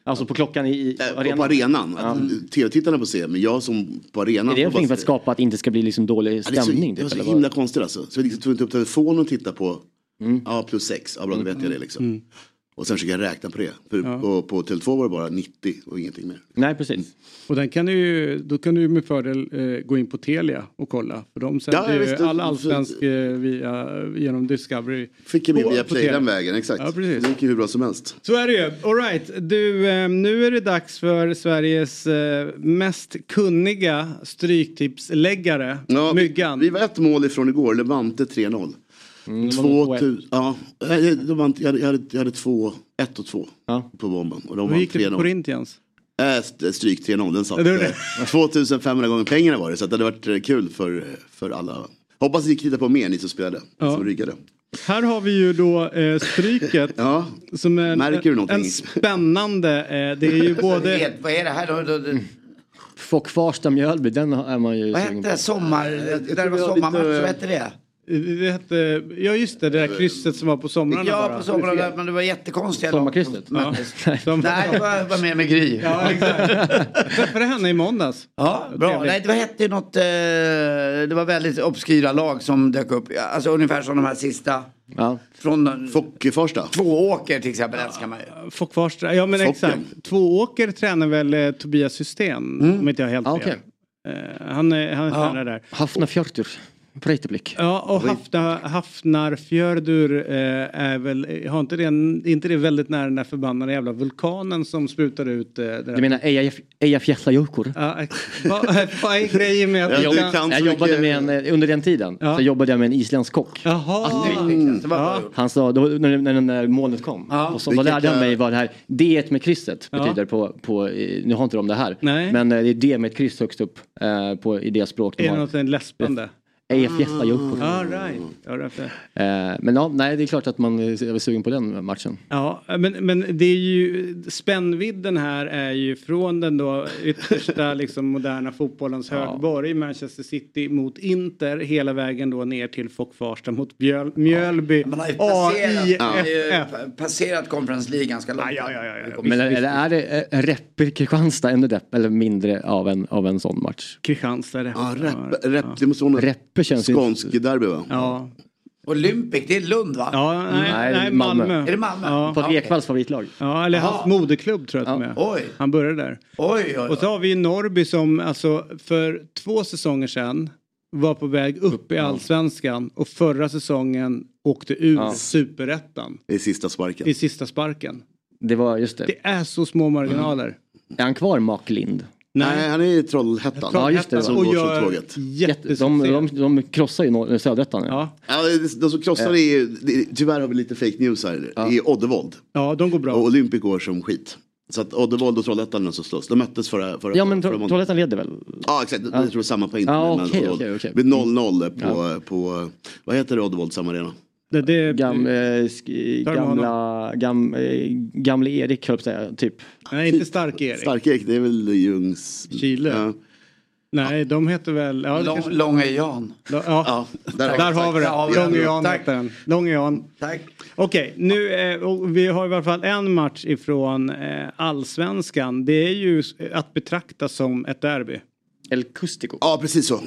Alltså på klockan i, i äh, arenan. På arenan. Ja. Tv-tittarna får se, men jag som på arenan. Är det någonting för att skapa att det inte ska bli liksom dålig stämning? Ja, det är så, typ, det är så himla konstigt alltså. Så jag liksom tog inte upp telefonen och titta på mm. ja, plus sex. Ja, bra, då vet jag det liksom. Mm. Och sen försöker jag räkna på det. För ja. på, på Tele två var det bara nittio och ingenting mer. Nej, precis. Och den kan du, då kan du med fördel eh, gå in på Telia och kolla. För de sänder ju ja, all allsvensk eh, via, genom Discovery. Fick jag med via Play den vägen, exakt. Ja, precis. Det gick ju hur bra som helst. Så är det ju. All right. Du, eh, nu är det dags för Sveriges eh, mest kunniga stryktipsläggare. Ja, Myggan. Vi, vi var ett mål ifrån igår, Levante tre noll. Mm, tvåtusen, ja, jag hade, jag hade, jag hade två, ett och två ja. på bomben. Och de Hur gick det på Corinthians? Äh, stryk tre noll, den satt. Det det. tvåtusenfemhundra gånger pengarna var det, så att det hade varit kul för, för alla. Hoppas ni kritar på mer, ni som spelade, ja. som ryggade. Här har vi ju då eh, stryket ja. som är en, en, en spännande, eh, det är ju både... Vad är det här då? då, då? Fockfarsta Mjölby, den är man ju... Vad hette det? Sommar... Det där var sommarmatch, vad hette det? Det hette, ja just det, det där krysset som var på somrarna. Ja, bara. på somrarna, men det var jättekonstigt. Sommarkrysset? Ja. Nej, det var, var med med Gry. Ja, exakt. Träffade henne i måndags. Ja, bra. Trevligt. Nej, det var, hette något, eh, det var väldigt obskyra lag som dök upp. Alltså ungefär som de här sista. Ja. Från Fockfarsta. Två åker till exempel, älskar man ju. Fockfarsta, ja men Focken. Exakt. Två åker tränar väl eh, Tobias System, mm. om inte jag helt fel. Okay. Uh, han är, han är ja. tränare där. Hafnarfjördur. Breiteblick. Ja, och Hafna, Hafnarfjördur eh, är väl, har inte det, inte det väldigt nära den där förbannade jävla vulkanen som sprutar ut eh, det där. Du menar Eyjafjallajökull? Ja, vad, vad är grejen med att jag, jag, kan, jag jobbade med en, under den tiden ja. så jobbade jag med en isländsk kock. Jaha. Mm. Ja. Han sa, då, när, när, när molnet kom, ja. och så, då lärde han mig vad det här D med krysset ja. betyder på, på, nu har inte de det här, nej. men det är D med ett kryss högst upp eh, på, i det språk de är har. Är det något en läspande? Eyjafjallajökull. Ah, right. Ja, eh, men ja, nej, det är klart att man är sugen på den matchen. Ja, men, men det är ju spännvidden här är ju från den då yttersta liksom moderna fotbollens ja. högborg, Manchester City mot Inter, hela vägen då ner till Fockfarsta mot Bjöl, Mjölby. Man har ju passerat, ja. passerat Conference League ganska långt. Ja, ja, ja, ja. Men är, är det Reppe Kristianstad ännu depp, eller mindre av en, av en sån match? Kristianstad, Reppe. Ja, Reppe, Reppe, det måste vara Reppe känns skånsk derby, va? Ja. Olympic, det är Lund, va? Ja, nej, nej, nej Malmö. Malmö. Är det Malmö? Ja. På Ekvalls favoritlag. Ja, eller hans moderklubb tror jag att ja. med. Oj. Han började där. Oj, oj, oj. Och så har vi Norrby som alltså för två säsonger sedan var på väg upp, upp i Allsvenskan och förra säsongen åkte ur ja. Superettan. I sista sparken. I sista sparken. Det var just det. Det är så små marginaler. Mm. Är han kvar, Mark Lind? Nej, Nej, han är i Trollhättan. Ja, just det. Som och går gör tåget. De, de, de krossar ju Söderettan. Ja. Ja, de som krossar ja. är, tyvärr har vi lite fake news här, ja. i Oddevold. Ja, de går bra. Och Olympic går som skit. Så att Oddevold och Trollhättan så slåss. De möttes förra... förra ja, men förra förra Trollhättan leder väl? Ja, exakt. Ja. Jag tror det är samma på internet. Ja, okej, okej, okej. Det blir noll noll på, ja. på... Vad heter det, Oddevold, samma arena? Det, det, Gam, äh, sk- gamla, gam, äh, gamla Erik, höll jag säga, typ. Nej, inte Stark Erik. Stark Erik, det är väl Ljungs... Chile. Ja. Nej, de heter väl... Ja, Lång, kanske... Långe Jan. Ja, ja där, där har vi det. Långe Jan heter den. Långe Jan. Tack. Okej, nu eh, vi har i alla fall en match ifrån eh, Allsvenskan. Det är ju att betrakta som ett derby. El Custico. Ja, precis så.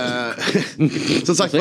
Uh, som sagt,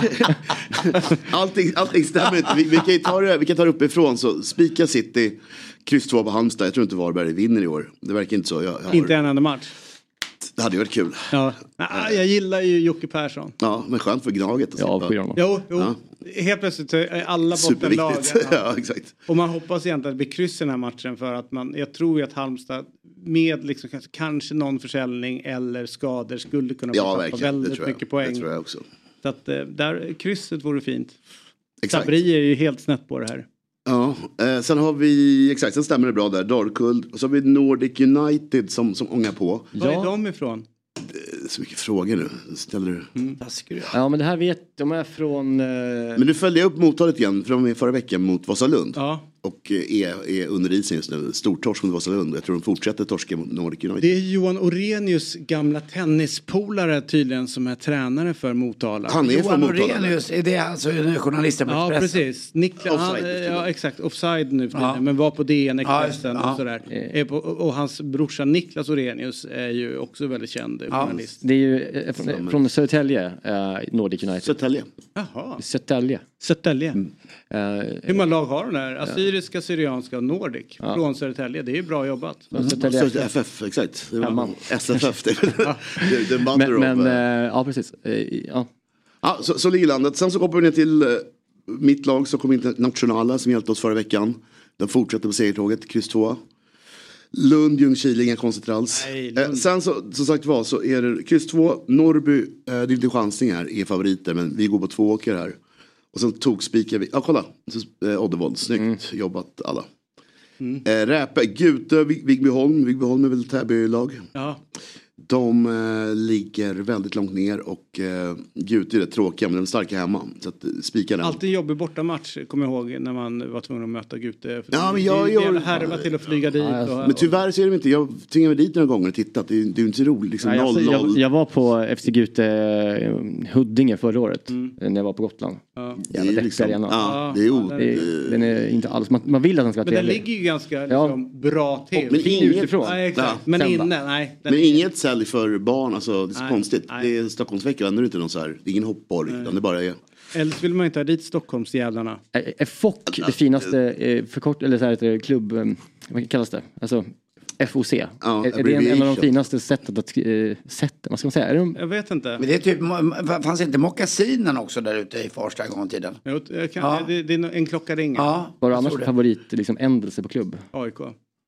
allting, allting stämmer inte. Vi, vi, kan ju ta det, vi kan ta det uppifrån. Så Spika City, kryss två på Halmstad. Jag tror inte Varberg vinner i år. Det verkar inte så. Jag, jag har... Inte en enda match. Det hade ju varit kul. Ja. Ah, jag gillar ju Jocke Persson. Ja, men skönt för Gnaget. Ja, jo, jo. Ja. Helt plötsligt är alla bottenlag. Ja, exakt. Och man hoppas egentligen att det blir kryss i den här matchen. För att man, jag tror ju att Halmstad med liksom, kanske, kanske någon försäljning eller skador skulle kunna ja, tappa väldigt mycket poäng. Det tror jag också. Så att där, krysset vore fint. Exakt. Sabri är ju helt snett på det här. Ja, eh, sen har vi, exakt, sen stämmer det bra där, Darkuld. Och så har vi Nordic United som, som ångar på. Var är de ifrån? Så mycket frågor nu, ställer du. Mm. Ja, men det här vet, de är från... Eh... Men du följde upp Motala igen, för de är förra veckan mot Vasalund. Ja. och är, är under isen just nu. Stortorsk mot Vasalund. Jag tror de fortsätter torska mot Nordic United. Det är Johan Orenius gamla tennispolare tydligen som är tränare för Motala. Han är Johan från Motala. Orenius, är det alltså journalisten på Ja, Expressen? precis. Niklas, Offside, han, just det. ja, exakt. Offside nu för Ja. tiden, men var på D N Expressen Ja, och sådär. Är på, och hans brorsa Niklas Orenius är ju också väldigt känd journalist. Det är ju eh, från, från Södertälje, eh, Nordic United. Södertälje. Jaha. Södertälje. Södertälje. Mm. Eh, Hur många lag har de där? Assyriska, Syrianska och Nordic. Ja. Från Södertälje. Det är ju bra jobbat. Mm. Södertälje F F, exakt. Det var Femman. S F F, det är det mother men, of... men eh, eh, ja, precis. Eh, ja. Ja, så, så ligger landet. Sen så kommer vi ner till eh, mitt lag som kom in till Nationala som hjälpte oss förra veckan. Den fortsätter på segertåget, kryss två. Lund, Ljungskile, inga konstigt alls. Nej, eh, sen så, som sagt var så är det kryss två, Norrby, eh, det är lite chansning här, är favoriter men vi går på två åker här. Och sen tog spikar vi, ja kolla, så, eh, Oddevold, snyggt mm. jobbat alla. Mm. Eh, Räpe, Gute, Vig- Vigbyholm, Vigbyholm är väl Täby-lag. Ja. De eh, ligger väldigt långt ner och eh, Gute är rätt tråkiga men de är starka hemma. Så att, eh, spika den. Alltid en jobbig bortamatch, kommer jag ihåg, när man var tvungen att möta Gute. Ja, men jag det är gör- en jävla härva till att flyga dit. Ja, och, Men tyvärr så är de inte, jag tvingade mig dit några gånger och tittat. Det är, det är inte så roligt, liksom Nej, noll alltså, noll. jag, jag var på F C Gute eh, Huddinge förra året. Mm. eh, När jag var på Gotland. Ja. Det är Jävla liksom, arena. ja, det är o... Det är, den är inte alls, man, man vill att den ska vara Men den trevlig. ligger ju ganska Ja. liksom, bra till. Men Fin inget- utifrån. Nej, exakt. Ja. Men Sen inne, då? nej. Den Men inget sälj för barn, alltså det är så Nej, konstigt. nej. Det är Stockholmsvecka, ändå är det inte någon så här, det är ingen hoppborg, utan det bara är... Eller vill man inte ha dit Stockholmsjävlarna. Är, är F O C det finaste eh, förkort, eller så här heter det, klubb, eh, vad kallas det? Alltså F O C. Ja, är, är det en, en av de abbreviation. finaste sättet att, eh, sätt, vad ska man säga? Är de, Jag vet inte. Men det är typ, mo- fanns inte mockasinen också där ute i Farsta en gång i tiden? Jo, jag kan, Ja. det, det är en klocka ringer. Ja, var det jag annars tror det. favorit liksom ändelse på klubb? A I K.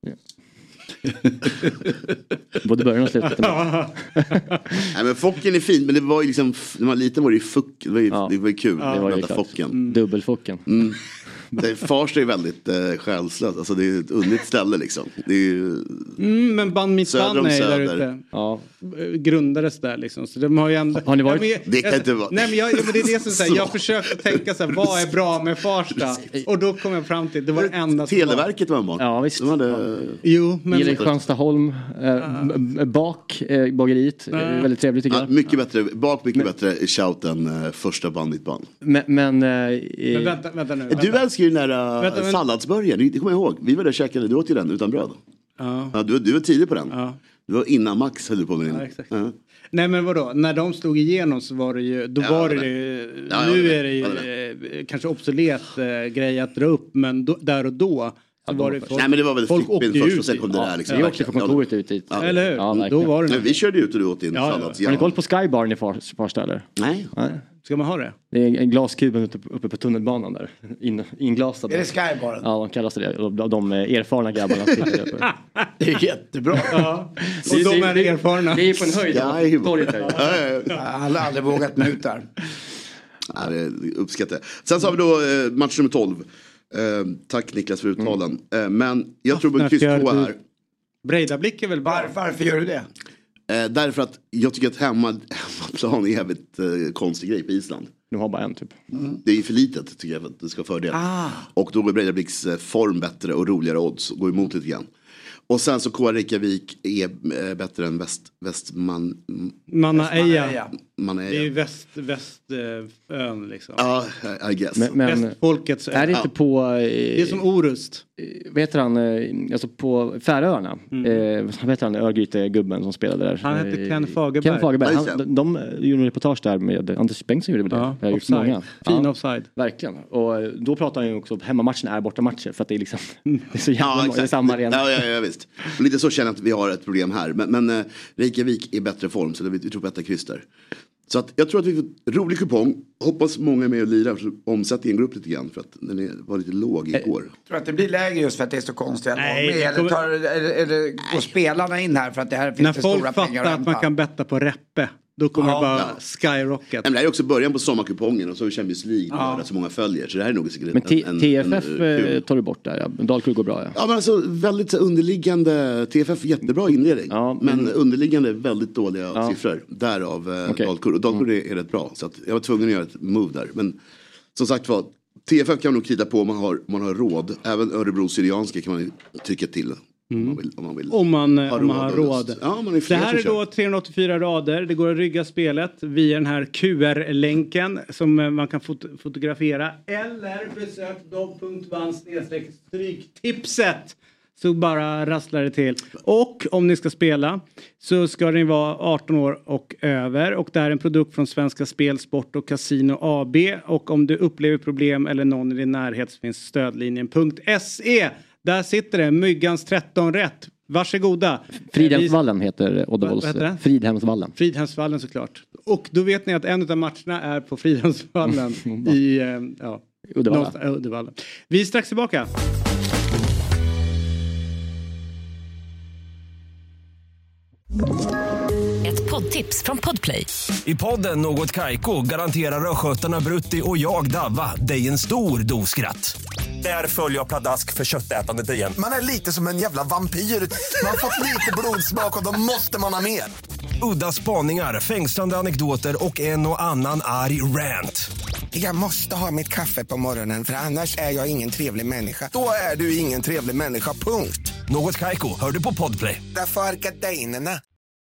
Både början och slutet. Nej men Focken är fin, men det var ju liksom, när man var liten var det ju fuck, det var ju, Ja. det var ju kul. Det var ju Möta klart. Focken. Mm. Dubbelfocken. Mm. Det, Farsta är väldigt eh, själslöst, alltså det är ett underligt ställe liksom. Det är ju... Mm, men Band Mitt Söder Band om är ju där Söder. ute. Ja. Grundades där liksom. Så de har ju ändå... Har ni varit- Ja, men jag- Det kan jag- inte vara- Nej men, jag, ja, men det är det som säger. Så. Jag försökte tänka så här, vad är bra med Farsta? Och då kom jag fram till, det var det enda som var... Televerket var en barn. Ja visst. De hade... Jo, men... Gillar Kristianstadholm, eh, b- b- bak, eh, bageriet, eh, väldigt trevligt tycker Ja, jag. mycket bättre, bak mycket bättre shout än eh, första Band Mitt Band. Men, men, eh, Men vänta, vänta nu. Du Vänta. älskar ju den där Vänta, uh, men- salladsburgaren, det kommer jag ihåg. Vi var där och käkade, du åt ju den utan bröd. Ja. Ja, du, du var tidig på den. Ja. Du var innan Max höll du på med din. Ja, exakt. Ja. Nej men vadå, när de slog igenom så var det ju, då Ja, var det det var ju, Ja, ja, nu det är det ju var det. eh, kanske obsolet eh, grej att dra upp, men då, där och då så var det folk, Nej men det var väl folk åkte flippin ju först och ut sen dit. kom det där liksom. vi åkte från kontoret ut dit. Ja. Eller hur? Ja, då verkligen. var det Nej, nog. vi körde ut och du åt din Ja, ja. sallads. Har ni koll på Skybaren i Fars- Farsta eller? Nej. Nej. Ska man ha det? Det är en glaskuben uppe, uppe på tunnelbanan där. In, inglasad. Är det Skybaren? Ja, de kallas det. De, de erfarna grabbarna sitter uppe. Det är jättebra. Ja. Och de är erfarna. Det är på en höjd. Skybaren. Torget där. Ja, ja, ja. Jag har aldrig, aldrig vågat mig ut där. Ja, det uppskattar jag. Sen så har vi då eh, match nummer tolv. Eh, tack Niklas för uttalen. Eh, men jag tror på kryss Fjärde. två här. Breidablick är väl bra? Var, varför gör du det? Eh, därför att jag tycker att hemma, hemmaplan är en jävligt eh, konstig grej på Island. De har bara en typ. Mm. Det är ju för litet tycker jag för att det ska fördel. Ah. Och då blir Breidablicks eh, form bättre och roligare odds. Går emot lite grann. Och sen så K R Reykjavik är eh, bättre än väst, Västman... Mannaeja. Man Det är ju väst, västön liksom. Ja, I guess. Men, men Västfolkets ö. är det inte Ja. på... Eh, Det är som Orust. vad heter han? Eh, alltså på Färöarna. Mm. Eh, vad heter han? Örgryte-gubben som spelade där. Han hette Eh, Ken Fagerberg. Ken Fagerberg. Ja, just Han, det. de, de gjorde en reportage där med Anders Bengtsson gjorde väl det. Ja, Jag har gjort offside. många. Fin Ja, offside. verkligen. Och eh, då pratar han ju också om hemmamatchen är bortamatcher för att det är liksom det är så jävla Ja, många, det är exakt. samma arena. Ja, ja, ja, visst. Och lite så känner jag att vi har ett problem här. Men, men eh, Reykjavik är i bättre form så det, vi, vi tror på detta kryss där. Så att jag tror att vi får rolig kupong. Hoppas många är med och lirar. Så omsätt i en grupp lite grann för att den är, var lite låg igår. Tror du att det blir lägre just för att det är så konstigt? Nej, med, det eller, kommer- tar, eller, eller går spelarna in här för att det här finns När det folk stora pengar fattar att att man hämta? kan betta på Reppe, då kommer Ja. det bara Ja. skyrocket. Nej, men det här är också början på sommarkupongen och så har vi Champions League Ja. där så många följer. Så det här är nog säkert Men T- en, en, T F F en, en, eh, kul. tar du bort där. Ja. Dalkurd går bra ja. Ja men alltså väldigt så underliggande, T F F jättebra inledning. Ja, men men- underliggande väldigt dåliga Ja. siffror. Därav eh, Okej. Dalkurd. Och Dalkurd är, är rätt bra. Så att jag var tvungen att göra ett move där. Men som sagt var, T F F kan man nog krita på om man har, man har råd. Även Örebro Syrianska kan man tycka till. Mm. Om man vill. Om man, vill. Om man, har om man har råd. Ja, man är det här är då trehundraåttiofyra rader. Det går att rygga spelet via den här Q R-länken som man kan fot- fotografera. Eller besök dom punkt one snedstreck stryktipset. Så bara rasslar det till. Och om ni ska spela så ska ni vara arton år och över. Och det här är en produkt från Svenska Spel, Sport och Casino A B. Och om du upplever problem eller någon i din närhet så finns stödlinjen punkt se. Där sitter det, Myggans tretton rätt. Varsågoda. Fridhemsvallen heter Oddevolls. Vad heter det? Fridhemsvallen. Fridhemsvallen såklart. Och då vet ni att en av matcherna är på Fridhemsvallen i eh, ja, Uddevalla. Uddevalla. Vi är strax tillbaka. Ett poddtips från Podplay. I podden Något Kaiko garanterar röskötarna Brutti och jag Davva dig en stor doskratt. Där följer jag pladask för köttätandet igen. Man är lite som en jävla vampyr. Man har fått lite blodsmak och då måste man ha mer. Udda spaningar, fängslande anekdoter och en och annan arg rant. Jag måste ha mitt kaffe på morgonen för annars är jag ingen trevlig människa. Då är du ingen trevlig människa, punkt. Något Kaiko, hör du på Podplay. Därför är gardinerna.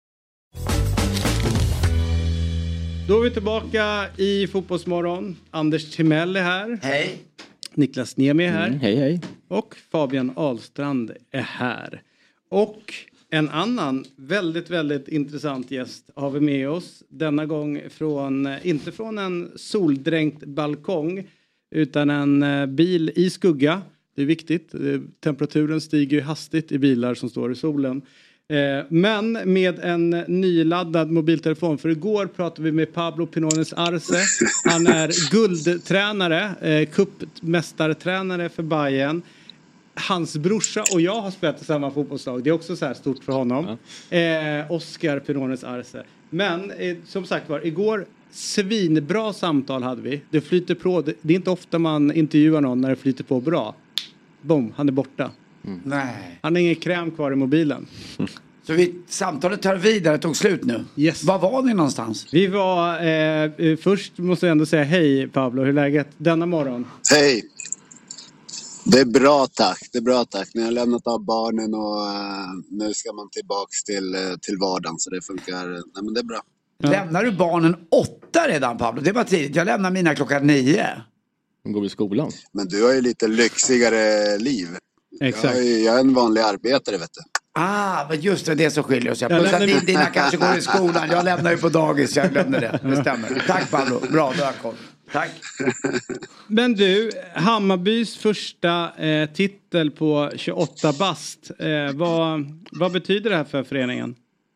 Då är vi tillbaka i Fotbollsmorgon. Anders Timell är här. Hej. Niklas Niemi är här. Mm, hej hej. Och Fabian Ahlstrand är här. Och en annan väldigt, väldigt intressant gäst har vi med oss. Denna gång från, inte från en soldränkt balkong utan en bil i skugga. Det är viktigt. Temperaturen stiger hastigt i bilar som står i solen. Men med en nyladdad mobiltelefon. För igår pratade vi med Pablo Pinones Arce. Han är guldtränare, cupmästartränare för Bayern. Hans brorsa och jag har spelat i samma fotbollslag. Det är också så här stort för honom. Ja. Eh, Oscar Pinones Arce. Men eh, som sagt var, igår svinbra samtal hade vi. Det flyter på. Det, det är inte ofta man intervjuar någon när det flyter på bra. Boom, han är borta. Mm. Nej. Han har ingen kräm kvar i mobilen. Så vi, samtalet tar vidare, tog slut nu. Yes. Var var ni någonstans? Vi var, eh, först måste jag ändå säga hej Pablo, hur är läget denna morgon? Hej! Det är bra tack, det är bra tack. Ni har lämnat av barnen och uh, nu ska man tillbaks till, uh, till vardagen så det funkar, nej men det är bra. Ja. Lämnar du barnen åtta redan Pablo? Det var tidigt, jag lämnar mina klockan nio. De går i skolan. Men du har ju lite lyxigare liv. Exakt. Jag är, jag är en vanlig arbetare vet du. Ah, men just det, det är så skiljer oss. Plus att din, dina kanske går i skolan. Jag lämnar ju på dagis, jag glömde det. Det stämmer. Tack Pablo, bra, du har koll. Tack. Men du, Hammarbys första eh, titel på tjugoåtta bast. Eh, vad, vad betyder det här för föreningen?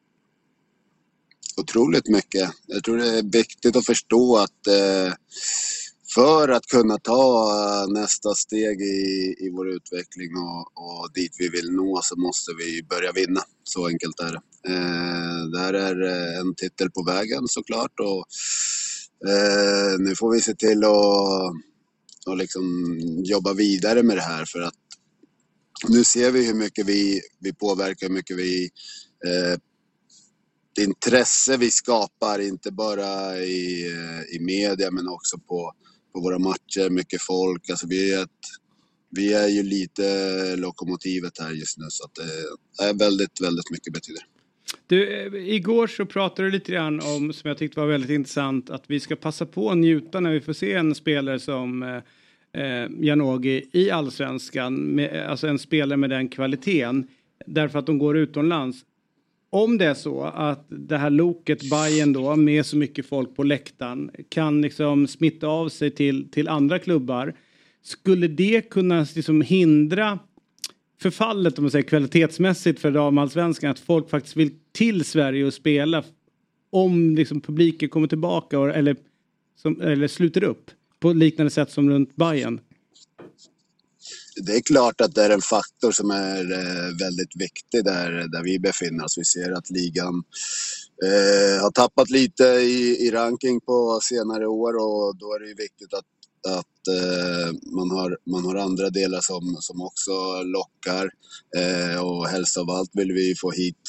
Otroligt mycket. Jag tror det är viktigt att förstå att eh, för att kunna ta nästa steg i, i vår utveckling och, och dit vi vill nå så måste vi börja vinna. Så enkelt är det. Eh, det här är en titel på vägen såklart och eh, nu får vi se till att och liksom jobba vidare med det här för att nu ser vi hur mycket vi, vi påverkar, hur mycket vi eh, det intresse vi skapar inte bara i, i media men också på på våra matcher, mycket folk. Alltså vi är, ett, vi är ju lite lokomotivet här just nu så att det är väldigt, väldigt mycket betyder. Du, igår så pratade du lite grann om, som jag tyckte var väldigt intressant, att vi ska passa på att njuta när vi får se en spelare som eh, Janogy i Allsvenskan, med, alltså en spelare med den kvaliteten, därför att de går utomlands. Om det är så att det här loket Bayern då med så mycket folk på läktaren kan liksom smitta av sig till, till andra klubbar, skulle det kunna liksom hindra förfallet om man säger kvalitetsmässigt för damallsvenskan att folk faktiskt vill till Sverige och spela om liksom publiken kommer tillbaka och, eller, som, eller sluter upp på liknande sätt som runt Bayern? Det är klart att det är en faktor som är väldigt viktig där, där vi befinner oss. Vi ser att ligan eh, har tappat lite i, i ranking på senare år och då är det ju viktigt att, att eh, man, har, man har andra delar som, som också lockar. Eh, och helst av allt vill vi få hit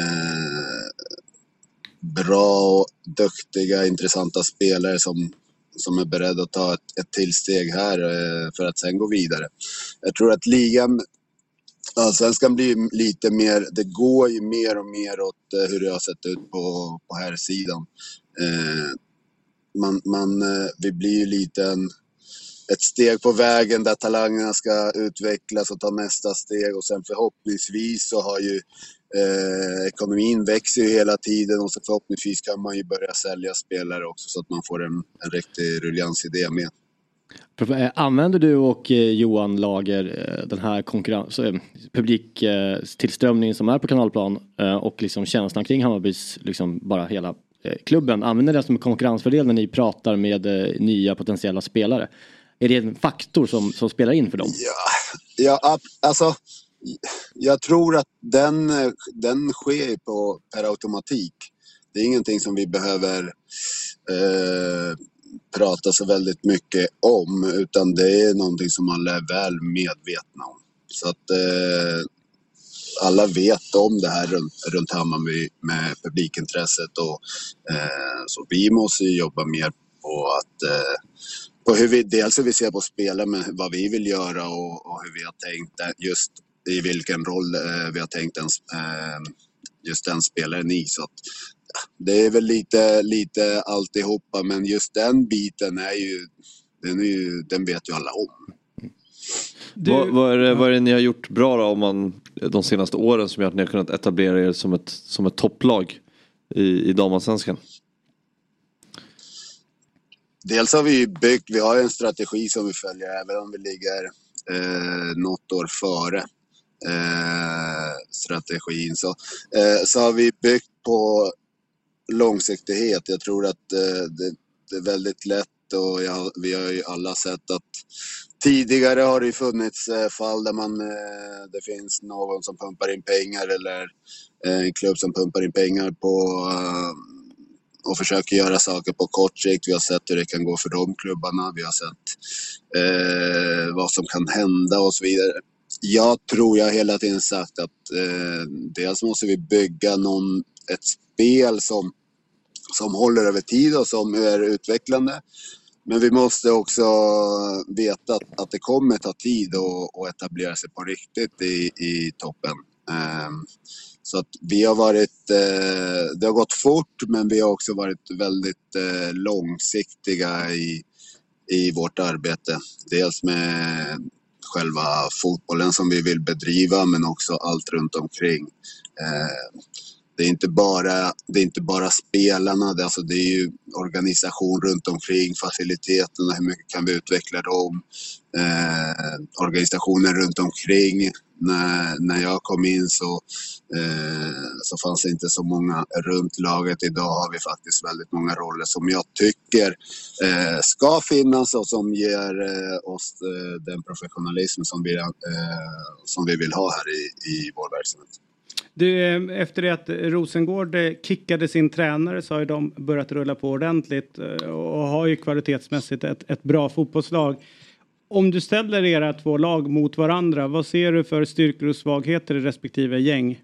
eh, bra, duktiga, intressanta spelare som som är beredd att ta ett, ett till steg här eh, för att sen gå vidare. Jag tror att ligan, Allsvenskan blir lite mer, det går ju mer och mer åt eh, hur det har sett ut på, på här sidan. Eh, man, man, eh, vi blir ju lite en, ett steg på vägen där talangerna ska utvecklas och ta nästa steg, och sen förhoppningsvis så har ju eh, ekonomin växer ju hela tiden, och så förhoppningsvis kan man ju börja sälja spelare också så att man får en, en riktig ruljans-idé med. Använder du och Johan Lager den här konkurrens, publiktillströmningen som är på Kanalplan och liksom känslan kring Hammarbys, liksom bara hela klubben, använder det som en konkurrensfördel när ni pratar med nya potentiella spelare? Är det en faktor som, som spelar in för dem? Ja, ja, alltså jag tror att den, den sker på per automatik. Det är ingenting som vi behöver eh, prata så väldigt mycket om, utan det är någonting som alla är väl medvetna om. Så att eh, alla vet om det här runt, runt Hammarby med publikintresset, och eh, så vi måste jobba mer på att eh, på hur vi, dels hur vi ser på spelare, men vad vi vill göra och, och hur vi har tänkt just i vilken roll eh, vi har tänkt en, eh, just den spelaren i. Så att, det är väl lite, lite alltihopa, men just den biten är ju, den, är ju, den vet ju alla om. Du... Vad, vad, är det, vad är det ni har gjort bra då, om man, de senaste åren, som gör att ni har kunnat etablera er som ett, som ett topplag i, i damallsvenskan? Dels har vi byggt, vi har en strategi som vi följer, även om vi ligger eh, något år före eh, strategin, så, eh, så har vi byggt på långsiktighet. Jag tror att eh, det, det är väldigt lätt, och jag, vi har ju alla sett att tidigare har det funnits eh, fall där man, eh, det finns någon som pumpar in pengar, eller eh, en klubb som pumpar in pengar på eh, och försöker göra saker på kort sikt. Vi har sett hur det kan gå för de klubbarna. Vi har sett eh, vad som kan hända och så vidare. Jag tror jag hela tiden sagt att eh, dels måste vi bygga någon, ett spel som, som håller över tid och som är utvecklande. Men vi måste också veta att, att det kommer ta tid att etablera sig på riktigt i, i toppen. Eh, Så att vi har varit, eh, det har gått fort, men vi har också varit väldigt eh, långsiktiga i, i vårt arbete. Dels med själva fotbollen som vi vill bedriva, men också allt runt omkring. Eh, det är inte bara, det är inte bara spelarna, det, alltså det är ju organisation runt omkring, faciliteterna, hur mycket kan vi utveckla dem, eh, organisationen runt omkring. När, när jag kom in så, eh, så fanns det inte så många runt laget. Idag har vi faktiskt väldigt många roller som jag tycker eh, ska finnas, och som ger eh, oss eh, den professionalism som vi, eh, som vi vill ha här i, i vår verksamhet. Du, efter det att Rosengård kickade sin tränare så har ju de börjat rulla på ordentligt och har ju kvalitetsmässigt ett, ett bra fotbollslag. Om du ställer era två lag mot varandra, vad ser du för styrkor och svagheter i respektive gäng?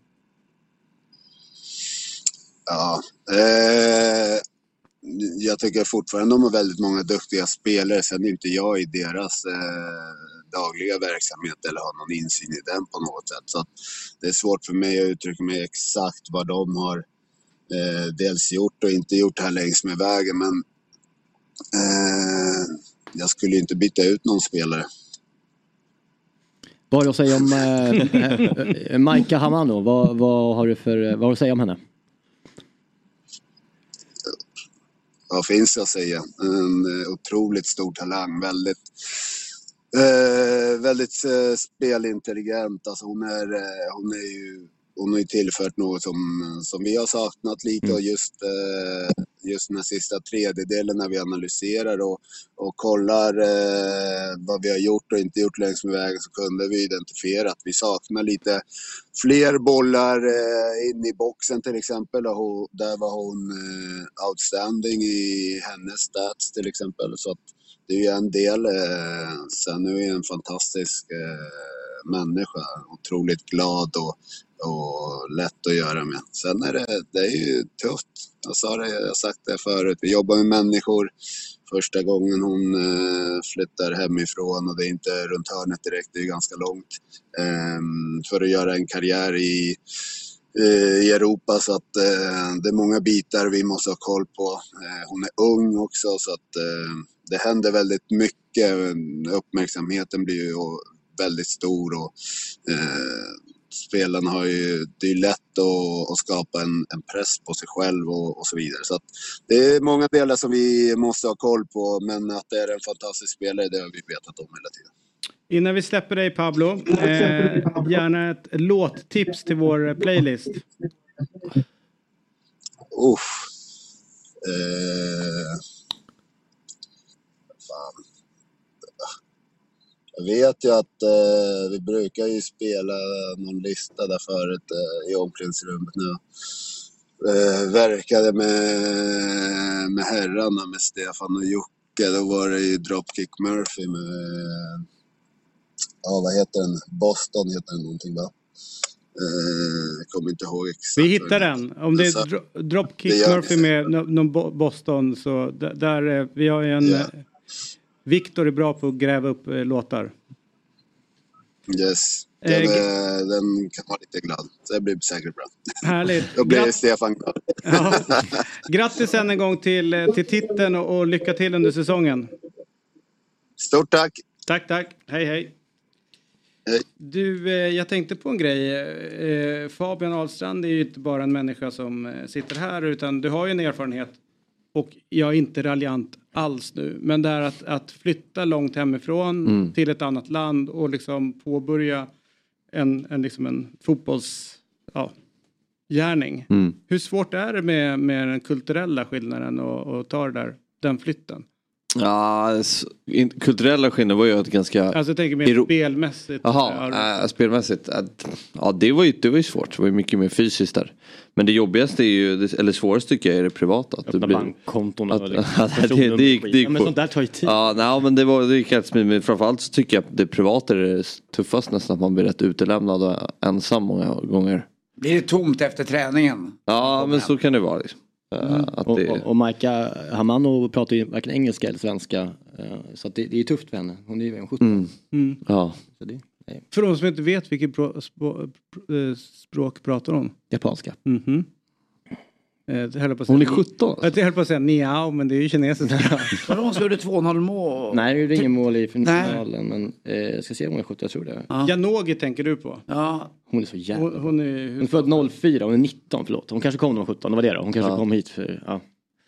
Ja, eh, jag tycker fortfarande de har väldigt många duktiga spelare. Sen är inte jag i deras eh, dagliga verksamhet eller har någon insyn i den på något sätt. Så att det är svårt för mig att uttrycka mig exakt vad de har eh, dels gjort och inte gjort här längs med vägen. Men eh, jag skulle inte byta ut någon spelare. Vad har du att säga om eh, eh, Maika Hamano? Vad, vad har du för, vad har du att säga om henne? Vad finns det att säga? En otroligt stor talang. Väldigt, eh, väldigt eh, spelintelligent. Alltså hon, är, eh, hon, är ju, hon har ju tillfört något som, som vi har saknat lite. Och just, eh, just den här sista tredjedelen när vi analyserar och, och kollar eh, vad vi har gjort och inte gjort längs med vägen, så kunde vi identifiera att vi saknar lite fler bollar eh, in i boxen till exempel. Och hon, där var hon eh, outstanding i hennes stats till exempel. Så att det är ju en del. Eh, sen är det en fantastisk eh, människa. Otroligt glad och, och lätt att göra med. Sen är det, det är ju tufft. Jag sa det, jag har sagt det förut. Vi jobbar med människor. Första gången hon eh, flyttar hemifrån och det är inte runt hörnet direkt, det är ganska långt. Eh, för att göra en karriär i, eh, i Europa, så att eh, det är många bitar vi måste ha koll på. Eh, hon är ung också, så att eh, det händer väldigt mycket. Uppmärksamheten blir ju väldigt stor och eh, spelarna har ju, det är lätt att, att skapa en, en press på sig själv och, och så vidare. Så att det är många delar som vi måste ha koll på, men att det är en fantastisk spelare, det har vi vetat om hela tiden. Innan vi släpper dig Pablo, eh, gärna ett låttips till vår playlist. Uff. Eh, fan. Jag vet ju att eh, vi brukar ju spela någon lista där förut eh, i omklädningsrummet nu. Eh, verkade med, med herrarna, med Stefan och Jocke. Då var det ju Dropkick Murphy med, ja vad heter den? Boston heter den någonting va? Eh, jag kommer inte ihåg exakt. Vi hittar den. Om det är dro- Dropkick Murphy med någon no, Boston så d- där eh, vi har ju en... Yeah. Viktor är bra på att gräva upp eh, låtar. Yes. Den, eh, äh, den kan vara lite glad. Så det blir säkert bra. Härligt. Då blir Grat- Stefan glad. Ja. Grattis än en gång till, till titeln och, och lycka till under säsongen. Stort tack. Tack, tack. Hej, hej. Hej. Du, eh, jag tänkte på en grej. Eh, Fabian Ahlstrand är ju inte bara en människa som eh, sitter här, utan du har ju en erfarenhet. Och jag är inte raljant alls nu. Men det är att, att flytta långt hemifrån mm. till ett annat land och liksom påbörja en, en, liksom en fotbolls, ja, gärning. Mm. Hur svårt är det med, med den kulturella skillnaden och, och ta där, den flytten? Ja, in, kulturella skillnader var ju ett ganska... Alltså jag tänker mer Euro... spelmässigt. Jaha, äh, spelmässigt. Äh, ja, det var, ju, det var ju svårt. Det var ju mycket mer fysiskt där. Men det jobbigaste är ju, eller svårast tycker jag är det privata. Att öppna blir, bankkonton att, och liksom, att, det, det gick, det gick ja, men sånt där tar ju tid. Ja, nej, men det var det gick helt smidigt. Men framförallt så tycker jag att det privata är det tuffast nästan, att man blir rätt utelämnad och ensam många gånger. Blir det tomt efter träningen? Ja, men så kan det vara liksom. Mm. Att och, det... och, och Maika Hamano pratar ju varken engelska eller svenska. Så att det, det är tufft för henne. Hon är ju en sjutton. Mm. Mm. Ja. Så det, för de som inte vet vilket pro, spå, språk, språk pratar hon? Japanska. Mm-hmm. Hon är sjutton. Jag höll på att säga niao, men det är ju kinesiska. Men hon gjorde två noll mål. Nej, det gjorde ingen mål i finalen. Men eh, jag ska se om hon är sjutton, jag tror det. Ja. Janogy tänker du på? Ja. Hon är så jävla... Hon, hon är, hon är född noll fyra, hon är nitton, förlåt. Hon kanske kom när hon var sjutton, det var det då. Hon kanske ja. kom hit för... Ja.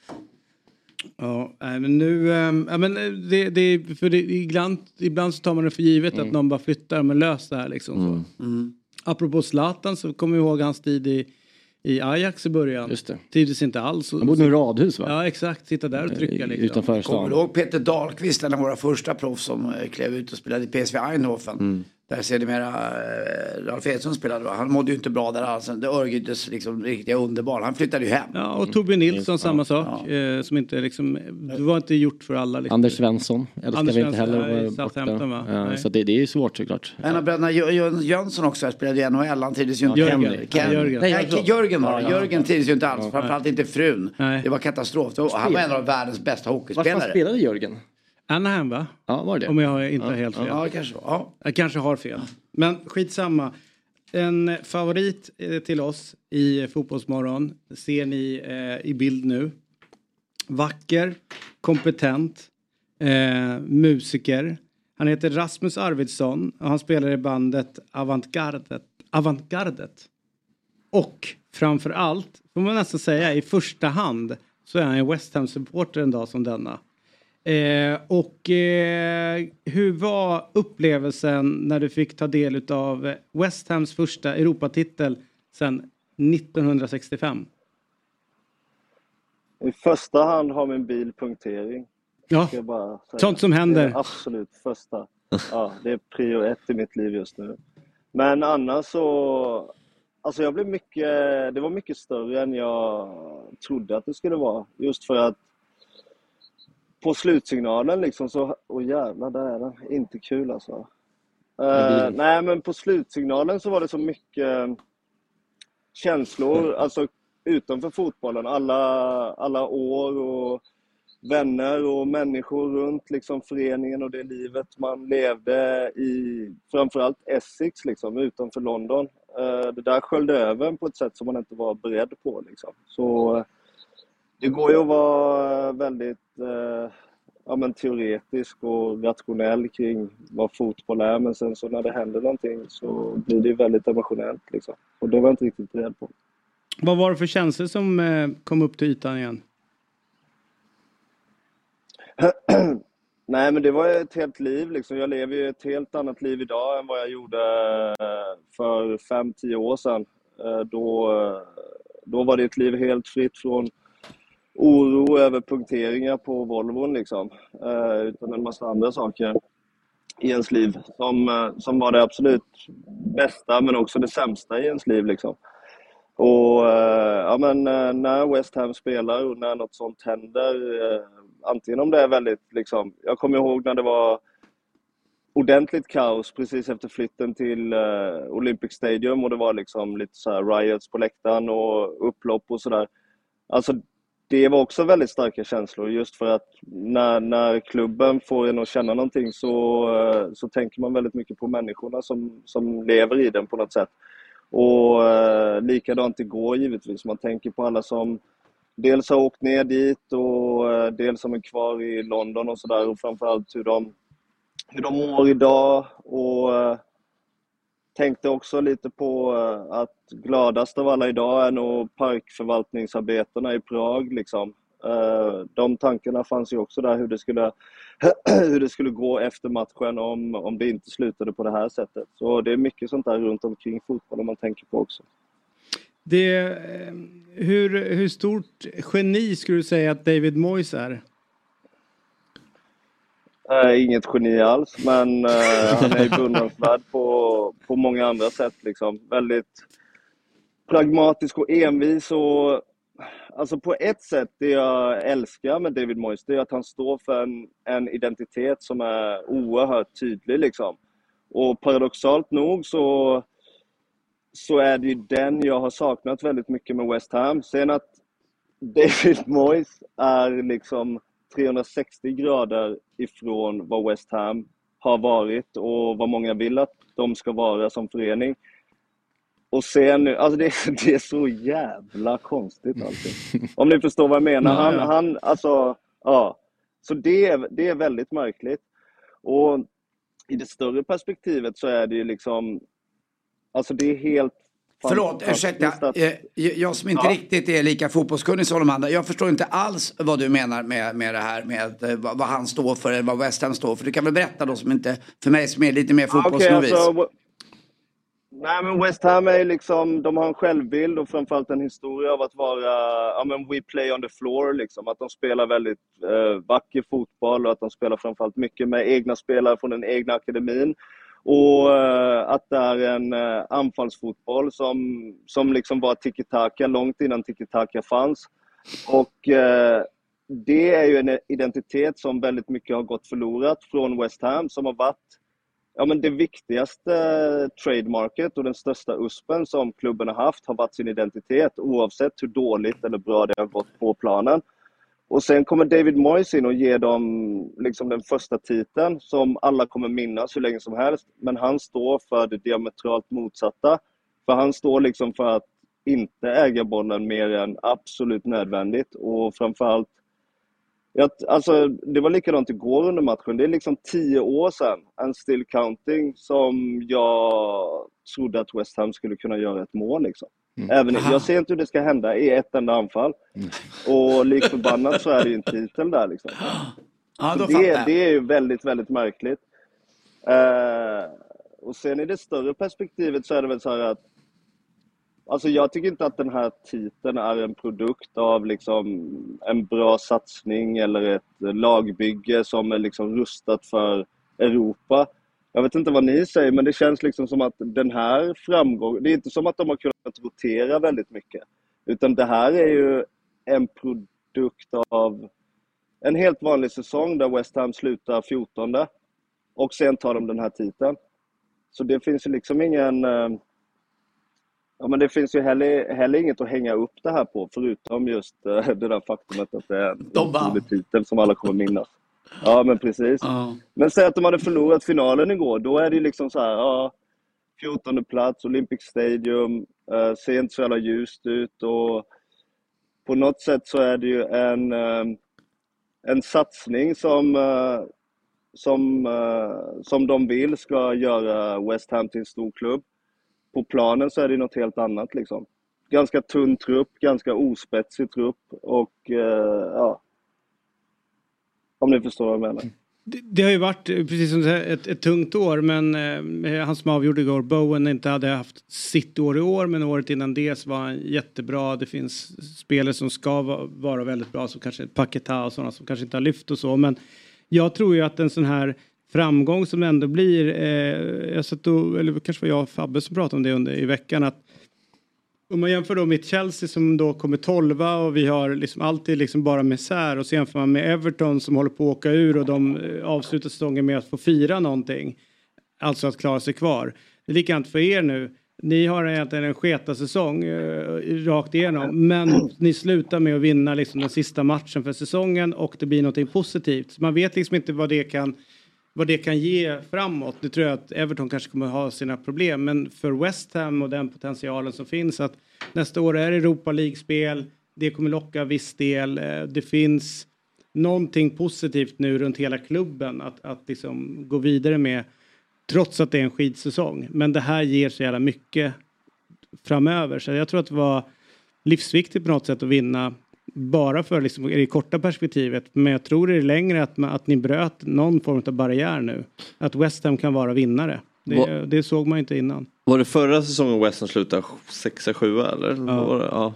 Ja, men nu, ähm, ja, men det, det, för det, ibland, ibland så tar man det för givet mm. att någon bara flyttar, men lös det här liksom. Mm. Så. Mm. Apropå Zlatan så kommer jag ihåg hans tid i, i Ajax i början. Just det. Trivdes inte alls. Han bodde i radhus va? Ja, exakt. Sitta där och trycka liksom. Utanför stan. Kommer du ihåg Peter Dahlqvist, en av våra första proffs som klev ut och spelade i P S V Eindhoven? Mm. Där ser det mera äh, Ralf Edson spelade då. Han mådde ju inte bra där alls. Det Örgrytes liksom riktigt underbar. Han flyttade ju hem. Ja, och Torbjörn Nilsson mm. samma sak. Ja. Eh, som inte liksom, det var inte gjort för alla. Liksom. Anders Svensson. Älskar Anders vi inte heller. Nej, Southampton, va? Ja, så det, det är ju svårt såklart. En av bröderna Jönsson också spelade i N H L. Han trivdes ju inte. Jörgen. Ken, Ken, Jörgen. Nej, Jörgen. Jörgen var det. Ja, ja, Jörgen trivdes ju inte alls. Ja, framförallt inte frun. Nej. Det var katastrof. Han var en av världens bästa hockeyspelare. Varför spelade Jörgen? Anaheim va? Ja, var det? Om jag har inte ja. helt fel. Ja, det kanske var. Ja. Jag kanske har fel. Men skitsamma. En favorit till oss i Fotbollsmorgon ser ni eh, i bild nu. Vacker, kompetent, eh, musiker. Han heter Rasmus Arvidsson och han spelar i bandet Avantgardet. Avantgardet. Och framför allt, får man nästan säga, i första hand så är han en West Ham-supporter en dag som denna. Eh, och eh, hur var upplevelsen när du fick ta del av West Hams första Europatitel sedan nittonhundrasextiofem? I första hand har min bil punktering. Ja, bara sånt som händer. Det absolut första. Ja, det är prio ett i mitt liv just nu. Men annars så... Alltså jag blev mycket... Det var mycket större än jag trodde att det skulle vara. Just för att på slutsignalen liksom så... Åh jävlar, där är den. Inte kul alltså. Uh, nej, men på slutsignalen så var det så mycket känslor, alltså utanför fotbollen. Alla, alla år och vänner och människor runt liksom föreningen och det livet man levde i, framförallt Essex liksom, utanför London. Uh, det där sköljde över på ett sätt som man inte var beredd på liksom. Så uh, det går ju att vara väldigt uh, ja, men teoretisk och rationell kring vad fotboll är, men sen så när det händer någonting så blir det väldigt emotionellt liksom. Och det var jag inte riktigt beredd på. Vad var det för känslor som eh, kom upp till ytan igen? Nej, men det var ett helt liv liksom. Jag lever ju ett helt annat liv idag än vad jag gjorde för fem, tio år sedan. Då, då var det ett liv helt fritt från oro över punkteringar på Volvon liksom. Utan en massa andra saker i ens liv som, som var det absolut bästa men också det sämsta i ens liv liksom. Och ja, men när West Ham spelar och när något sånt händer, antingen om det är väldigt liksom, jag kommer ihåg när det var ordentligt kaos precis efter flytten till uh, Olympic Stadium och det var liksom lite så här riots på läktaren och upplopp och sådär. Alltså det var också väldigt starka känslor just för att när, när klubben får en att känna någonting så, uh, så tänker man väldigt mycket på människorna som, som lever i den på något sätt. Och uh, likadant igår givetvis. Man tänker på alla som dels har åkt ner dit och uh, dels som är kvar i London och sådär. Och framförallt hur de, hur de mår idag. Och uh, tänkte också lite på uh, att gladast av alla idag är nog parkförvaltningsarbetarna i Prag liksom. Uh, de tankarna fanns ju också där hur det skulle, hur det skulle gå efter matchen om, om det inte slutade på det här sättet. Så det är mycket sånt där runt omkring fotbollen man tänker på också. Det, hur, hur stort geni skulle du säga att David Moyes är? Uh, inget geni alls, men uh, han är ju beundransvärd på, på många andra sätt. Liksom. Väldigt pragmatisk och envis och alltså på ett sätt det jag älskar med David Moyes det är att han står för en, en identitet som är oerhört tydlig liksom. Och paradoxalt nog så, så är det ju den jag har saknat väldigt mycket med West Ham. Sen att David Moyes är liksom trehundrasextio grader ifrån vad West Ham har varit och vad många vill att de ska vara som förening. Och sen nu, alltså det, det är så jävla konstigt allting. Om ni förstår vad jag menar. Han, ja, ja. han alltså, ja. Så det, det är väldigt märkligt. Och i det större perspektivet så är det ju liksom, alltså det är helt Förlåt, ursäkta. Att... Jag som inte ja. riktigt är lika fotbollskunnig som de andra. Jag förstår inte alls vad du menar med, med det här. Med vad, vad han står för eller vad West Ham står för. Du kan väl berätta då som inte, för mig som är lite mer fotbollsnovis. Okay, alltså, nej men West Ham är liksom, de har en självbild och framförallt en historia av att vara, ja men we play on the floor liksom. Att de spelar väldigt eh, vacker fotboll och att de spelar framförallt mycket med egna spelare från den egna akademin. Och uh, att det är en uh, anfallsfotboll som, som liksom var tiki-taka långt innan tiki-taka fanns. Och uh, det är ju en identitet som väldigt mycket har gått förlorat från West Ham som har varit ja, men det viktigaste trademarket och den största uspen som klubben har haft har varit sin identitet oavsett hur dåligt eller bra det har gått på planen. Och sen kommer David Moyes in och ger dem liksom den första titeln som alla kommer minnas hur länge som helst. Men han står för det diametralt motsatta. För han står liksom för att inte äga bollen mer än absolut nödvändigt. Och framförallt, jag, alltså, det var likadant igår under matchen. Det är liksom tio år sedan, and still counting, som jag trodde att West Ham skulle kunna göra ett mål liksom. Mm. Även, jag ser inte hur det ska hända i ett enda anfall. Mm. Och likt förbannat så är det ju en titel där liksom. Ja, då det, det är ju väldigt, väldigt märkligt. Uh, och sen i det större perspektivet så är det väl så här att alltså jag tycker inte att den här titeln är en produkt av liksom en bra satsning eller ett lagbygge som är liksom rustat för Europa. Jag vet inte vad ni säger, men det känns liksom som att den här framgången, det är inte som att de har kunnat rotera väldigt mycket. Utan det här är ju en produkt av en helt vanlig säsong där West Ham slutar fjortonde och sen tar de den här titeln. Så det finns ju liksom ingen... Eh, ja, men det finns ju heller, heller inget att hänga upp det här på, förutom just eh, det där faktumet att det är en otrolig titel som alla kommer minnas. Ja, men precis. Ja. Men säg att de hade förlorat finalen igår, då är det ju liksom så här, ja, fjortonde plats, Olympic Stadium, eh, ser inte så jävla ljust ut, och på något sätt så är det ju en, eh, en satsning som, eh, som, eh, som de vill ska göra West Ham till en stor klubb. På planen så är det något helt annat liksom. Ganska tunn trupp, ganska ospetsig trupp, och eh, ja, om ni förstår vad jag menar. Det, det har ju varit, precis som ett, ett tungt år, men eh, han som avgjorde igår, Bowen, inte hade haft sitt år i år, men året innan det så var han jättebra. Det finns spelare som ska vara, vara väldigt bra, som kanske Paquetá och sådana som kanske inte har lyft och så, men jag tror ju att en sån här framgång som ändå blir, eh, jag satt och, eller kanske var jag och Fabbe som pratade om det under i veckan, att om man jämför då med Chelsea som då kommer tolva och vi har liksom alltid liksom bara misär, och så jämför man med Everton som håller på att åka ur och de avslutar säsongen med att få fira någonting. Alltså att klara sig kvar. Det är likadant för er nu. Ni har egentligen en sketa säsong eh, rakt igenom, men ni slutar med att vinna liksom den sista matchen för säsongen och det blir någonting positivt. Så man vet liksom inte vad det kan vad det kan ge framåt. Nu tror jag att Everton kanske kommer ha sina problem. Men för West Ham och den potentialen som finns, att nästa år är Europa League-spel. Det kommer locka viss del. Det finns någonting positivt nu runt hela klubben att, att liksom gå vidare med. Trots att det är en skitsäsong. Men det här ger så jävla mycket framöver. Så jag tror att det var livsviktigt på något sätt att vinna. Bara för liksom, i det korta perspektivet. Men jag tror det är längre att, att ni bröt någon form av barriär nu. Att West Ham kan vara vinnare. Det, Va, det såg man inte innan. Var det förra säsongen West Ham slutade sexa sju eller? Ja. Var det, ja.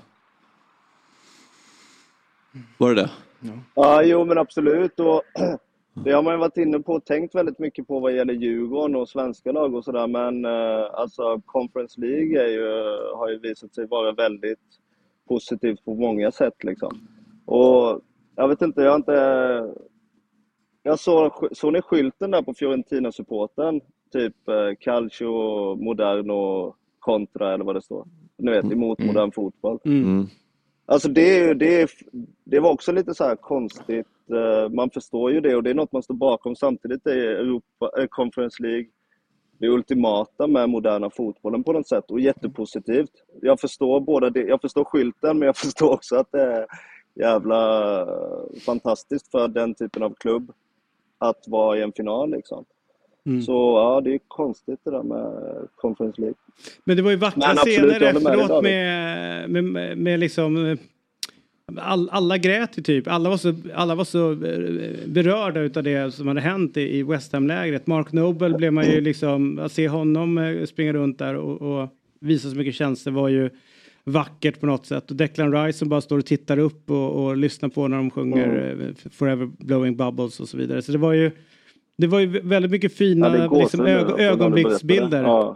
Var det det? Ja, ja jo men absolut. Och det har man ju varit inne på och tänkt väldigt mycket på vad gäller Djurgården och svenska lag och sådär. Men eh, alltså Conference League är ju, har ju visat sig vara väldigt positivt på många sätt liksom. Och jag vet inte, jag har inte... Jag såg, såg ni skylten där på Fiorentina-supporten? Typ eh, Calcio, Moderno, Contra eller vad det står. Ni vet, emot mm. modern fotboll. Mm. Alltså det, det, det var också lite så här konstigt. Man förstår ju det och det är något man står bakom. Samtidigt är Europa, Conference League det ultimata med moderna fotbollen på något sätt. Och jättepositivt. Jag förstår båda det. Jag förstår skylten, men jag förstår också att det är jävla fantastiskt för den typen av klubb att vara i en final liksom. Mm. Så ja, det är konstigt det där med Conference League. Men det var ju vackra scener efteråt med, med, med, med liksom all, alla grät ju typ. Alla var så, alla var så berörda utav det som hade hänt i, i West Ham-lägret. Mark Noble blev man ju liksom, att se honom springa runt där och, och visa så mycket känslor var ju vackert på något sätt. Och Declan Rice som bara står och tittar upp och, och lyssnar på när de sjunger mm. Forever Blowing Bubbles och så vidare. Så det var ju Det var ju väldigt mycket fina ja, liksom, ög- ögonblicksbilder. Ja.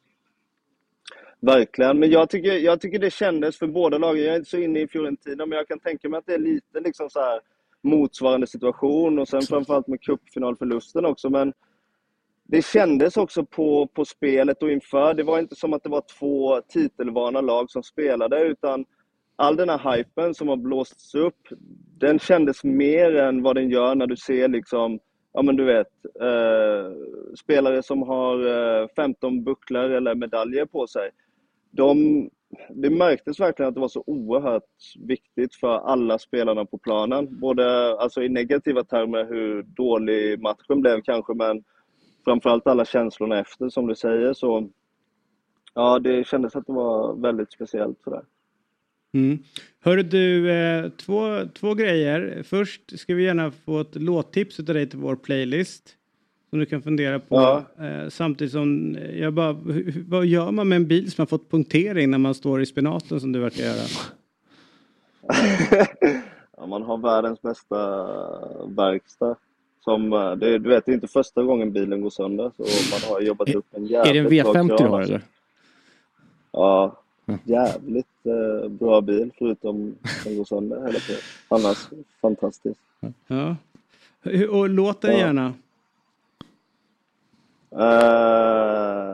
Verkligen, men jag tycker, jag tycker det kändes för båda lagen. Jag är inte så inne i Fiorentina, men jag kan tänka mig att det är lite liksom så här motsvarande situation. Och sen framförallt med cupfinalförlusten också. Men det kändes också på, på spelet och inför. Det var inte som att det var två titelvana lag som spelade, utan all den här hypen som har blåsts upp, den kändes mer än vad den gör när du ser liksom ja men du vet, eh, spelare som har eh, femton bucklar eller medaljer på sig. De, det märktes verkligen att det var så oerhört viktigt för alla spelarna på planen. Både alltså i negativa termer hur dålig matchen blev kanske, men framförallt alla känslorna efter som du säger. Så ja, det kändes att det var väldigt speciellt sådär. Mm. Hörru du, eh, två, två grejer. Först ska vi gärna få ett låttips av dig till vår playlist som du kan fundera på. Ja. Eh, samtidigt som jag bara, hur, vad gör man med en bil som har fått punktering när man står i spinaten som du verkar göra? Ja, man har världens bästa verkstad. Som, det, du vet, det är inte första gången bilen går sönder, så man har jobbat upp en jävligt. Är det en V femtio du har eller? Ja. Jävligt eh, bra bil förutom den går sönder hela tiden. Annars fantastiskt. Ja. Och låten ja. gärna. Uh,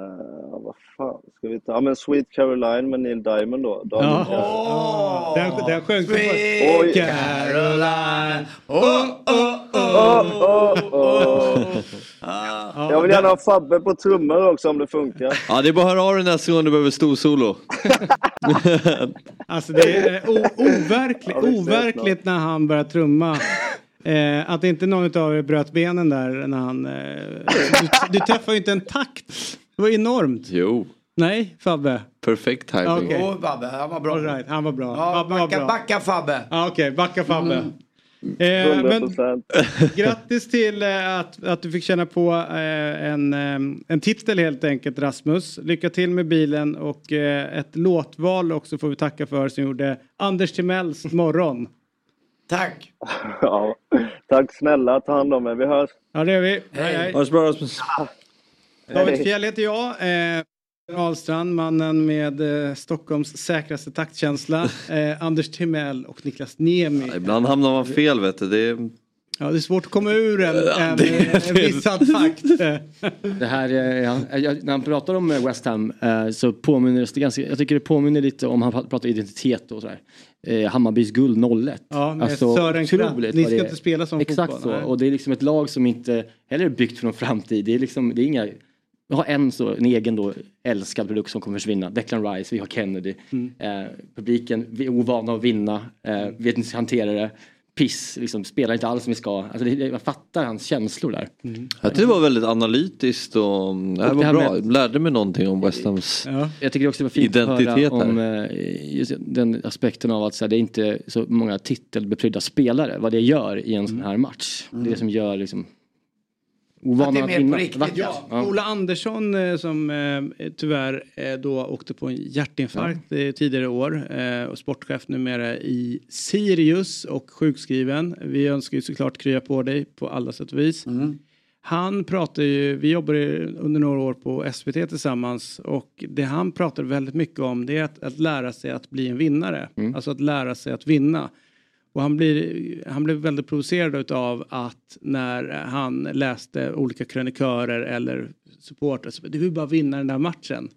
vad fan ska vi ta? Ja men Sweet Caroline med Neil Diamond då. då ja. Oh, den, den sjöng Sweet Oj. Caroline. Oh, oh, oh, oh, oh. Ah. Jag vill gärna ha Fabbe på trummor också om det funkar. Ja, det är bara att höra av dig nästa gång du behöver stor solo. Alltså det är o- overkligt, ja, overkligt när han börjar trumma. Eh, att inte någon av er bröt benen där när han... Eh, du, du träffar ju inte en takt. Det var enormt. Jo. Nej, Fabbe. Perfekt timing. Okej, okay. oh, Fabbe, han var bra. All right, han var bra. Ja, Fabbe backa, var bra. backa Fabbe. Ja, okej, okay, backa Fabbe. Mm. Eh, men, grattis till eh, att, att du fick känna på eh, en, eh, en titel helt enkelt, Rasmus. Lycka till med bilen och eh, ett låtval också får vi tacka för som gjorde Anders Timells morgon. Tack. Ja, tack snälla, ta hand om mig, vi hörs. Ja, det gör vi. Hej, hej. Ha det bra, Rasmus. David Fjäll heter jag. Eh, Ahlstrand, mannen med eh, Stockholms säkraste taktkänsla. Eh, Anders Timell och Niklas Niemi. Ja, ibland hamnar man fel, vet du. Det är... Ja, det är svårt att komma ur en, en, en vissad takt. Det här, ja, när han pratar om West Ham så påminner det ganska, jag tycker det påminner lite om han pratar identitet och sådär. Eh, Hammarbys guld noll ett. Ja, med alltså, Sören Kraft. Ni ska inte spela som exakt fotboll. Exakt så. Och det är liksom ett lag som inte heller är byggt för någon framtid. Det är liksom, det är inga... Vi har en, så, en egen då älskad produkt som kommer försvinna. Declan Rice, vi har Kennedy. Mm. Eh, publiken, vi är ovana att vinna. Eh, vet inte hantera det. Piss, liksom, spelar inte alls som vi ska. Alltså, det, jag fattar hans känslor där. Mm. Jag tycker det var väldigt analytiskt och det här och var det bra. Med, jag lärde mig någonting om West Hams ja. Jag tycker också det var fint att höra om eh, just den aspekten av att så här, det är inte så många titelbeprydda spelare. Vad det gör i en mm. sån här match. Mm. Det är det som gör liksom... Att det är mer på riktigt. Ja. Ja. Ola Andersson eh, som eh, tyvärr eh, då åkte på en hjärtinfarkt ja. eh, tidigare år eh, och sportchef numera i Sirius och sjukskriven. Vi önskar ju såklart krya på dig på alla sätt och vis. Mm. Han pratar ju, vi jobbade under några år på S V T tillsammans och det han pratar väldigt mycket om det är att, att lära sig att bli en vinnare. Mm. Alltså att lära sig att vinna. Och han blir, han blev väldigt provocerad av att när han läste olika krönikörer eller supportrar så du vill bara vinna den där matchen.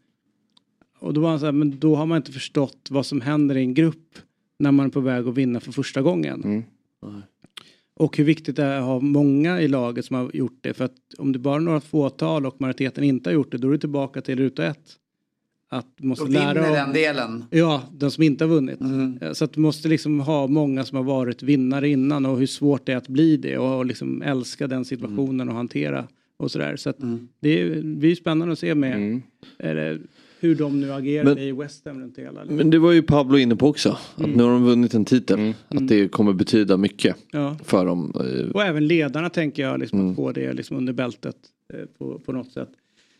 Och då var han så här, men då har man inte förstått vad som händer i en grupp när man är på väg att vinna för första gången. Mm. Mm. Och hur viktigt det är att ha många i laget som har gjort det. För att om det bara är några fåtal och majoriteten inte har gjort det, då är du tillbaka till ruta ett. Att du måste och lära vinner den delen. Ja, de som inte har vunnit. Mm. Så att du måste liksom ha många som har varit vinnare innan och hur svårt det är att bli det och liksom älska den situationen mm. och hantera och sådär. Så att mm. det är, det är spännande att se med mm. eller, hur de nu agerar men, i West Ham runt hela. Men det var ju Pablo inne på också. Att mm. nu har de vunnit en titel. Mm. Att det kommer betyda mycket ja. för dem. Och även ledarna tänker jag liksom, mm. att få det liksom, under bältet på, på något sätt.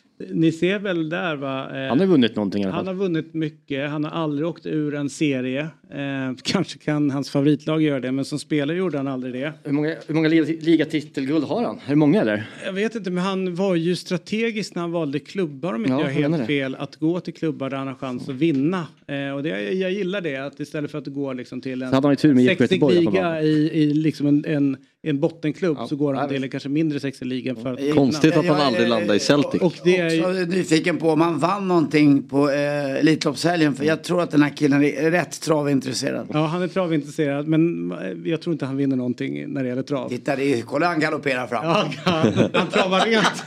Ni ser väl där va? Eh, han har vunnit någonting i alla fall. Han har vunnit mycket. Han har aldrig åkt ur en serie. Eh, kanske kan hans favoritlag göra det. Men som spelare gjorde han aldrig det. Hur många, hur många ligatitelguld har han? Hur många eller? Jag vet inte. Men han var ju strategisk när han valde klubbar. Om inte ja, jag helt det. fel. Att gå till klubbar där han har chans att vinna. Eh, och det, jag gillar det. Att istället för att gå liksom till en sexig liga i, i liksom en, en, en bottenklubb. Ja, så går han till en kanske mindre sexig liga. För att konstigt att han aldrig landade i Celtic. Och det är jag är nyfiken på om han vann någonting på eh, Elitloppshelgen. För jag tror att den här killen är rätt travintresserad. Ja, han är travintresserad. Men jag tror inte han vinner någonting när det gäller trav. Titta, det är, kolla han galopperar fram. Ja, han, han travar rent.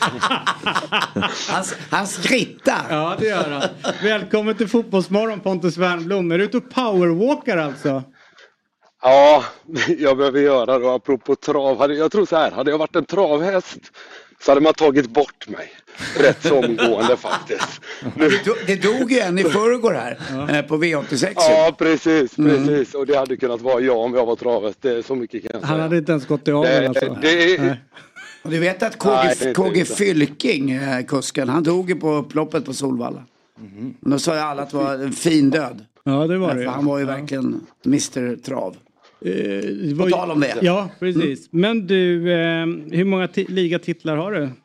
han, han skrittar. Ja, det gör han. Välkommen till Fotbollsmorgon, Pontus Wernbloom. Är du ute och powerwalkar alltså? Ja, jag behöver göra det. Apropå trav. Jag tror så här, hade jag varit en travhäst så hade man tagit bort mig. Rätt så omgående faktiskt. Nu... Det, det dog ju en i förrgår här ja. på V åttiosex. Ja, precis, precis. Mm. Och det hade kunnat vara jag om jag var travhäst. Det är så mycket kan jag säga. Han hade inte ens gått i aveln alltså. Det är... Och du vet att K G Fylking, kusken, han dog ju på upploppet på Solvalla. Mm. Och då sa ju alla att det var en fin död. Ja, det var det. Han var ju ja. verkligen mister Trav. Uh, på tal om det. Ja, precis. Mm. Men du, eh, hur många t- ligatitlar har du?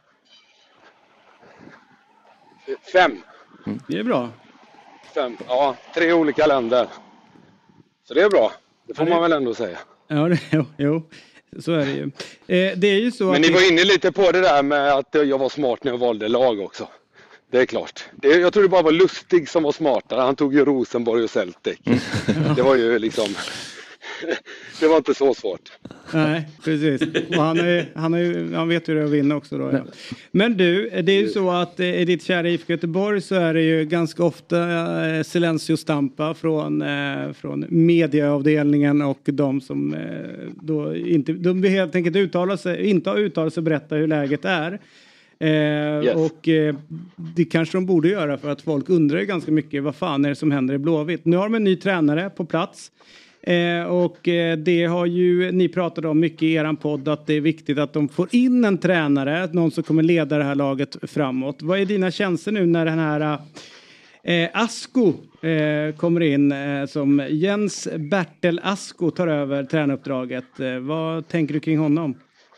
Fem. Mm. Det är bra. Fem, ja. Tre olika länder. Så det är bra. Det får ja, det... man väl ändå säga. Ja, det, jo, jo. Så är det ju. Eh, det är ju så Men att ni vi... var inne lite på det där med att jag var smart när jag valde lag också. Det är klart. Det, jag tror det bara var Lustig som var smartare. Han tog ju Rosenborg och Celtic. Det var ju liksom... Det var inte så svårt. Nej, precis. Och han, är, han, är, han vet hur det är att vinna också då. Ja. Men du, det är ju så att i ditt kära I F K Göteborg så är det ju ganska ofta eh, Silencio Stampa från, eh, från medieavdelningen och de som eh, då inte, de vill helt enkelt uttala sig, inte har uttalat sig och berätta hur läget är. Eh, yes. Och eh, det kanske de borde göra för att folk undrar ganska mycket vad fan är det som händer i Blåvitt. Nu har de en ny tränare på plats. Eh, och eh, det har ju ni pratat om mycket i eran podd att det är viktigt att de får in en tränare, någon som kommer leda det här laget framåt. Vad är dina känslor nu när den här eh, Asko eh, kommer in eh, som Jens Bertel Asko tar över tränaruppdraget? Eh, vad tänker du kring honom?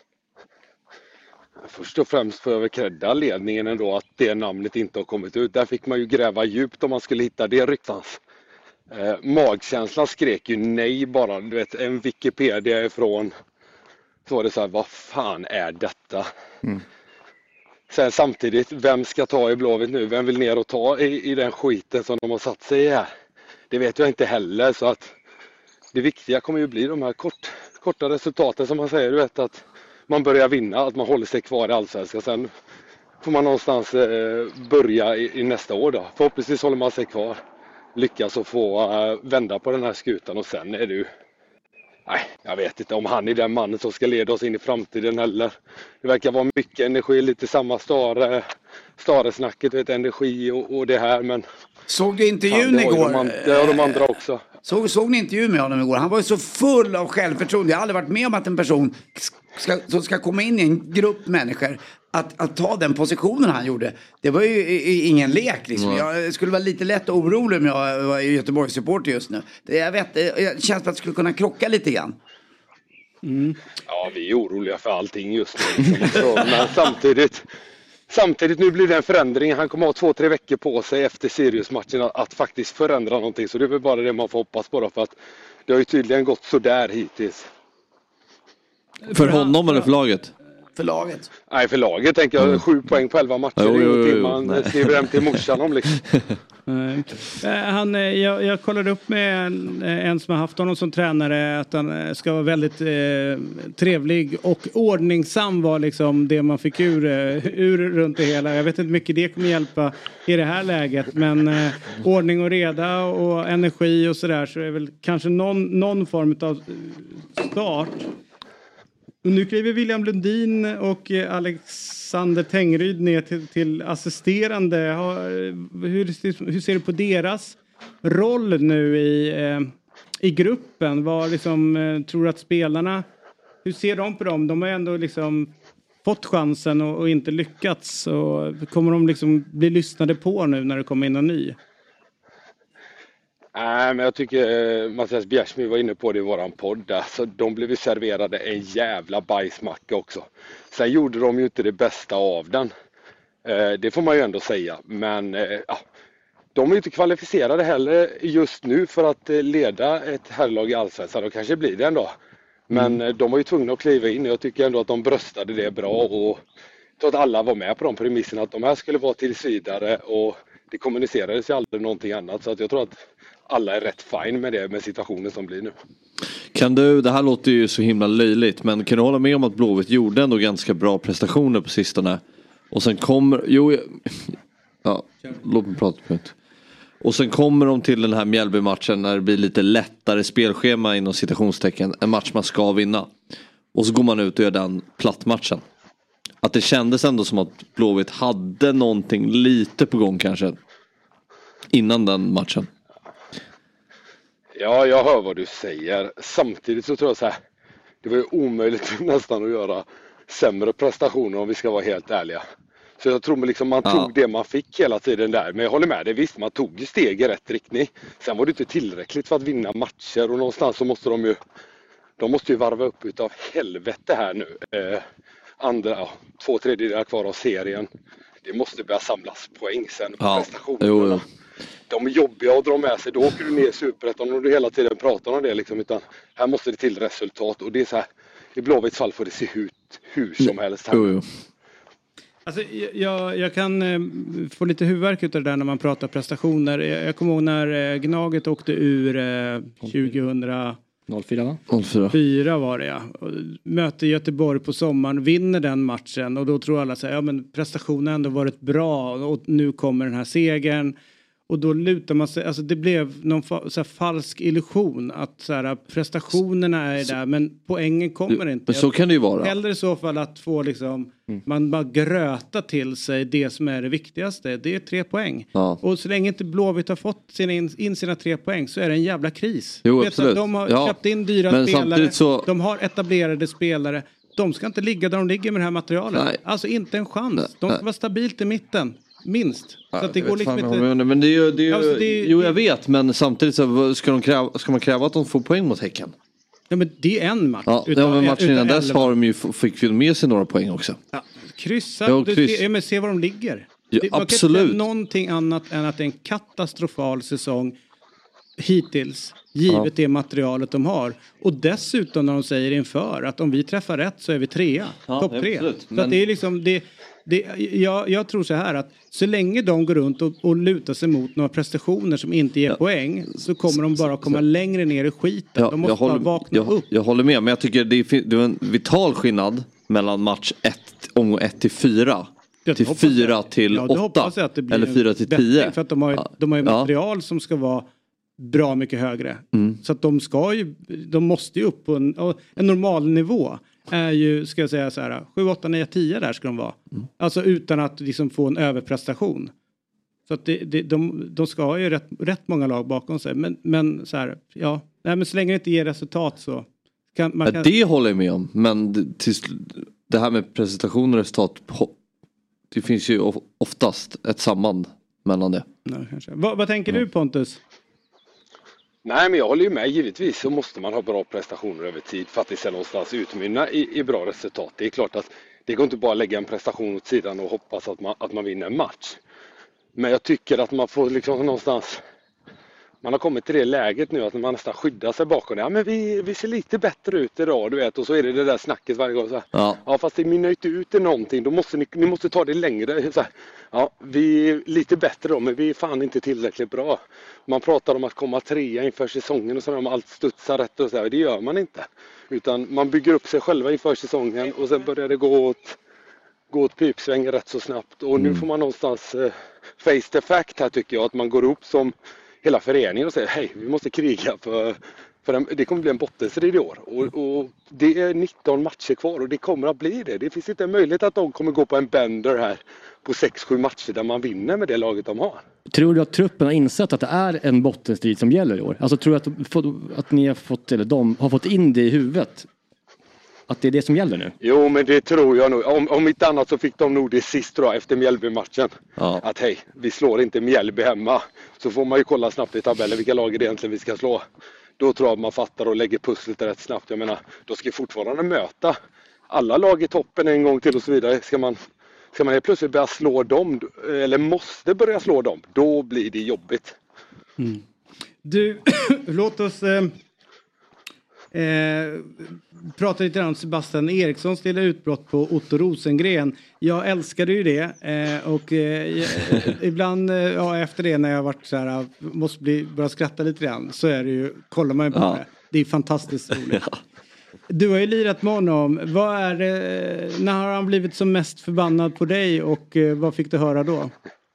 Först och främst får jag väl credda ledningen ändå att det namnet inte har kommit ut. Där fick man ju gräva djupt om man skulle hitta det ryktans. Eh, magkänslan skrek ju nej bara, du vet, en Wikipedia ifrån så var det så här, vad fan är detta? Mm. Sen samtidigt, vem ska ta i Blåvitt nu? Vem vill ner och ta i, i den skiten som de har satt sig i här? Det vet jag inte heller, så att det viktiga kommer ju bli de här kort, korta resultaten som man säger, du vet, att man börjar vinna, att man håller sig kvar i allsvenskan. Sen får man någonstans eh, börja i, i nästa år då. Förhoppningsvis håller man sig kvar. Lyckas att få uh, vända på den här skutan och sen är du... Nej, jag vet inte om han är den mannen som ska leda oss in i framtiden heller. Det verkar vara mycket energi, lite samma stare, staresnacket, vet, energi och, och det här, men... Såg du intervjun fan, igår? De and- det har de andra också. Såg, såg ni intervjun med honom igår? Han var ju så full av självförtroende. Jag har aldrig varit med om att en person ska, som ska komma in i en grupp människor att, att ta den positionen han gjorde. Det var ju ingen lek liksom. Jag skulle vara lite lätt orolig om jag var i Göteborgs supporter just nu. Det, jag vet, det känns som att det skulle kunna krocka lite grann. Mm. Ja, vi är oroliga för allting just nu. Liksom. Men samtidigt... Samtidigt nu blir det en förändring. Han kommer ha två, tre veckor på sig efter Sirius-matchen att, att faktiskt förändra någonting. Så det är väl bara det man får hoppas på då, för att det har ju tydligen gått så där hittills. För honom eller för laget? För laget. Nej, för laget tänker jag. Mm. Sju poäng på elva matcher. Jo, det är ingenting man skriver hem till morsan om liksom. Han, jag, jag kollade upp med en, en som har haft honom som tränare att han ska vara väldigt eh, trevlig och ordningsam var liksom det man fick ur, ur runt det hela. Jag vet inte mycket det kommer hjälpa i det här läget, men eh, ordning och reda och energi och sådär, så är det väl kanske någon, någon form av start. Och nu kliver William Lundin och Alexander Tengryd ner till, till assisterande. Hur, hur ser du på deras roll nu i, eh, i gruppen? Vad liksom, eh, tror du att spelarna, hur ser de på dem? De har ändå liksom fått chansen och, och inte lyckats. Och kommer de liksom bli lyssnade på nu när det kommer in en ny? Nej, men jag tycker eh, Mattias Bjärsmyr var inne på det i våran podd. Alltså, de blev serverade en jävla bajsmacka också. Sen gjorde de ju inte det bästa av den. Eh, det får man ju ändå säga. Men eh, ja, de är ju inte kvalificerade heller just nu för att eh, leda ett herrlag i allsvenskan. Då kanske blir det ändå. Men mm. eh, de var ju tvungna att kliva in. Jag tycker ändå att de bröstade det bra. Och jag tror att alla var med på de premisserna att de här skulle vara tills vidare. Och det kommunicerades ju aldrig någonting annat. Så att jag tror att alla är rätt fine med det, med situationen som blir nu. Kan du, det här låter ju så himla löjligt, men kan du hålla med om att Blåvitt gjorde ändå ganska bra prestationer på sistone? Och sen kommer, jo, ja, låt mig prata på det. Och sen kommer de till den här Mjällby-matchen när det blir lite lättare spelschema inom citationstecken, en match man ska vinna. Och så går man ut och gör den plattmatchen. Att det kändes ändå som att Blåvitt hade någonting lite på gång kanske innan den matchen. Ja, jag hör vad du säger. Samtidigt så tror jag så här, det var ju omöjligt nästan att göra sämre prestationer om vi ska vara helt ärliga. Så jag tror liksom man ja. tog det man fick hela tiden där. Men jag håller med dig, visst, man tog ju steg i rätt riktning. Sen var det inte tillräckligt för att vinna matcher och någonstans så måste de ju, de måste ju varva upp utav helvete här nu. Eh, andra, ja, två tredjedelar kvar av serien. Det måste börja samlas poäng sen på ja. prestationerna. Jo, jo. De är jobbiga att dra med sig. Då åker du ner i Superettan och du hela tiden pratar om det liksom, utan här måste det till resultat och det är så här, i Blåvitts fall får det se ut hur som helst här. Jo, jo. Alltså, jag, jag kan eh, få lite huvudvärk ut av det där när man pratar prestationer. Jag, jag kommer ihåg när eh, Gnaget åkte ur eh, tjugohundrafyra va? Fyra var det, ja. Och möter Göteborg på sommaren, vinner den matchen och då tror alla så här, ja men prestationen har ändå varit bra och nu kommer den här segern. Och då lutar man sig, alltså det blev någon fa- så här falsk illusion att så här, prestationerna är så, där men poängen kommer inte. Men så kan det ju vara. Hellre i så fall att få liksom, mm. man bara gröta till sig det som är det viktigaste. Det är tre poäng. Ja. Och så länge inte Blåvitt har fått sina in, in sina tre poäng så är det en jävla kris. Jo, vet, absolut. de har ja. köpt in dyra men spelare, så... de har etablerade spelare. De ska inte ligga där de ligger med det här materialet. Nej. Alltså inte en chans. Nej. De ska vara stabilt i mitten. Minst. Ja, så att det går liksom inte... Men, men det är ju... Det är ju alltså, det är... Jo, jag vet. Men samtidigt så ska, de kräva, ska man kräva att de får poäng mot Häcken. Ja, men det är en match. Ja, utan, ja men matchen innan dess har de ju, fick ju med sig några poäng också. Ja, kryssa. Ja, kryss. Se, ja, men se var de ligger. Ja, man absolut. kan inte säga någonting annat än att det är en katastrofal säsong hittills. Givet ja. det materialet de har. Och dessutom när de säger inför att om vi träffar rätt så är vi trea. Ja, topp tre. Så men... att det är liksom... Det, det, jag, jag tror så här att så länge de går runt och, och lutar sig mot några prestationer som inte ger ja. poäng så kommer de bara komma så, längre ner i skiten. Ja, de måste bara håller, vakna jag, upp. Jag håller med, men jag tycker det är, det är en vital skillnad mellan match ett, omgång ett till fyra. Ja, till fyra jag, till ja, åtta. Eller fyra till tio. För att de har, ja. de har ju material ja. som ska vara bra mycket högre. Mm. Så att de ska ju, de måste ju upp på en, en normal nivå. Är ju, ska jag säga så här, sju, åtta, nio, tio där ska de vara. Mm. Alltså utan att liksom få en överprestation. Så att det, det, de, de ska ha ju rätt, rätt många lag bakom sig. Men, men så här, ja. Nej, men så länge det inte ger resultat så kan man... Ja, kan... det håller jag med om. Men det, till, det här med presentation och resultat, det finns ju oftast ett samband mellan det. Nej, kanske. Vad, vad tänker ja. du, Pontus? Nej, men jag håller ju med. Givetvis så måste man ha bra prestationer över tid för att det ska någonstans utmynna i, i bra resultat. Det är klart att det går inte bara att lägga en prestation åt sidan och hoppas att man, att man vinner en match. Men jag tycker att man får liksom någonstans... Man har kommit till det läget nu att man nästan skyddar sig bakom det. Ja, men vi, vi ser lite bättre ut idag, du vet. Och så är det det där snacket varje gång. Så här. Ja. ja, fast det mynnar inte ut i någonting. Då måste ni, ni måste ta det längre. Så här. Ja, vi är lite bättre då, men vi är fan inte tillräckligt bra. Man pratar om att komma trea inför säsongen och så om allt studsar rätt och så här. Det gör man inte. Utan man bygger upp sig själva inför säsongen och sen börjar det gå åt, gå åt pipsväng rätt så snabbt. Och mm. nu får man någonstans eh, face the fact här, tycker jag. Att man går upp som hela föreningen och säger hej, vi måste kriga för, för en, det kommer bli en bottenstrid i år. Och, och det är nitton matcher kvar och det kommer att bli det. Det finns inte en möjlighet att de kommer gå på en bender här på sex sju matcher där man vinner med det laget de har. Tror du att truppen har insett att det är en bottenstrid som gäller i år? Alltså tror du att, att ni har fått, eller de har fått in det i huvudet? Att det är det som gäller nu? Jo, men det tror jag nog. Om, om inte annat så fick de nog det sist då, efter Mjällby-matchen. Ja. Att hej, vi slår inte Mjällby hemma. Så får man ju kolla snabbt i tabellen vilka lag är det egentligen vi ska slå. Då tror jag att man fattar och lägger pusslet rätt snabbt. Jag menar, då ska fortfarande möta alla lag i toppen en gång till och så vidare. Ska man, ska man helt plötsligt börja slå dem, eller måste börja slå dem, då blir det jobbigt. Mm. Du, låt oss... Eh... Eh, pratar lite om Sebastian Erikssons lilla utbrott på Otto Rosengren. Jag älskade ju det eh, och eh, ibland eh, ja, efter det när jag varit så här måste bli, börja skratta lite grann så är det ju, kollar man ju på ja. det. Det är fantastiskt roligt. Ja. Du har ju lirat med honom. Vad är det, när har han blivit som mest förbannad på dig och eh, vad fick du höra då?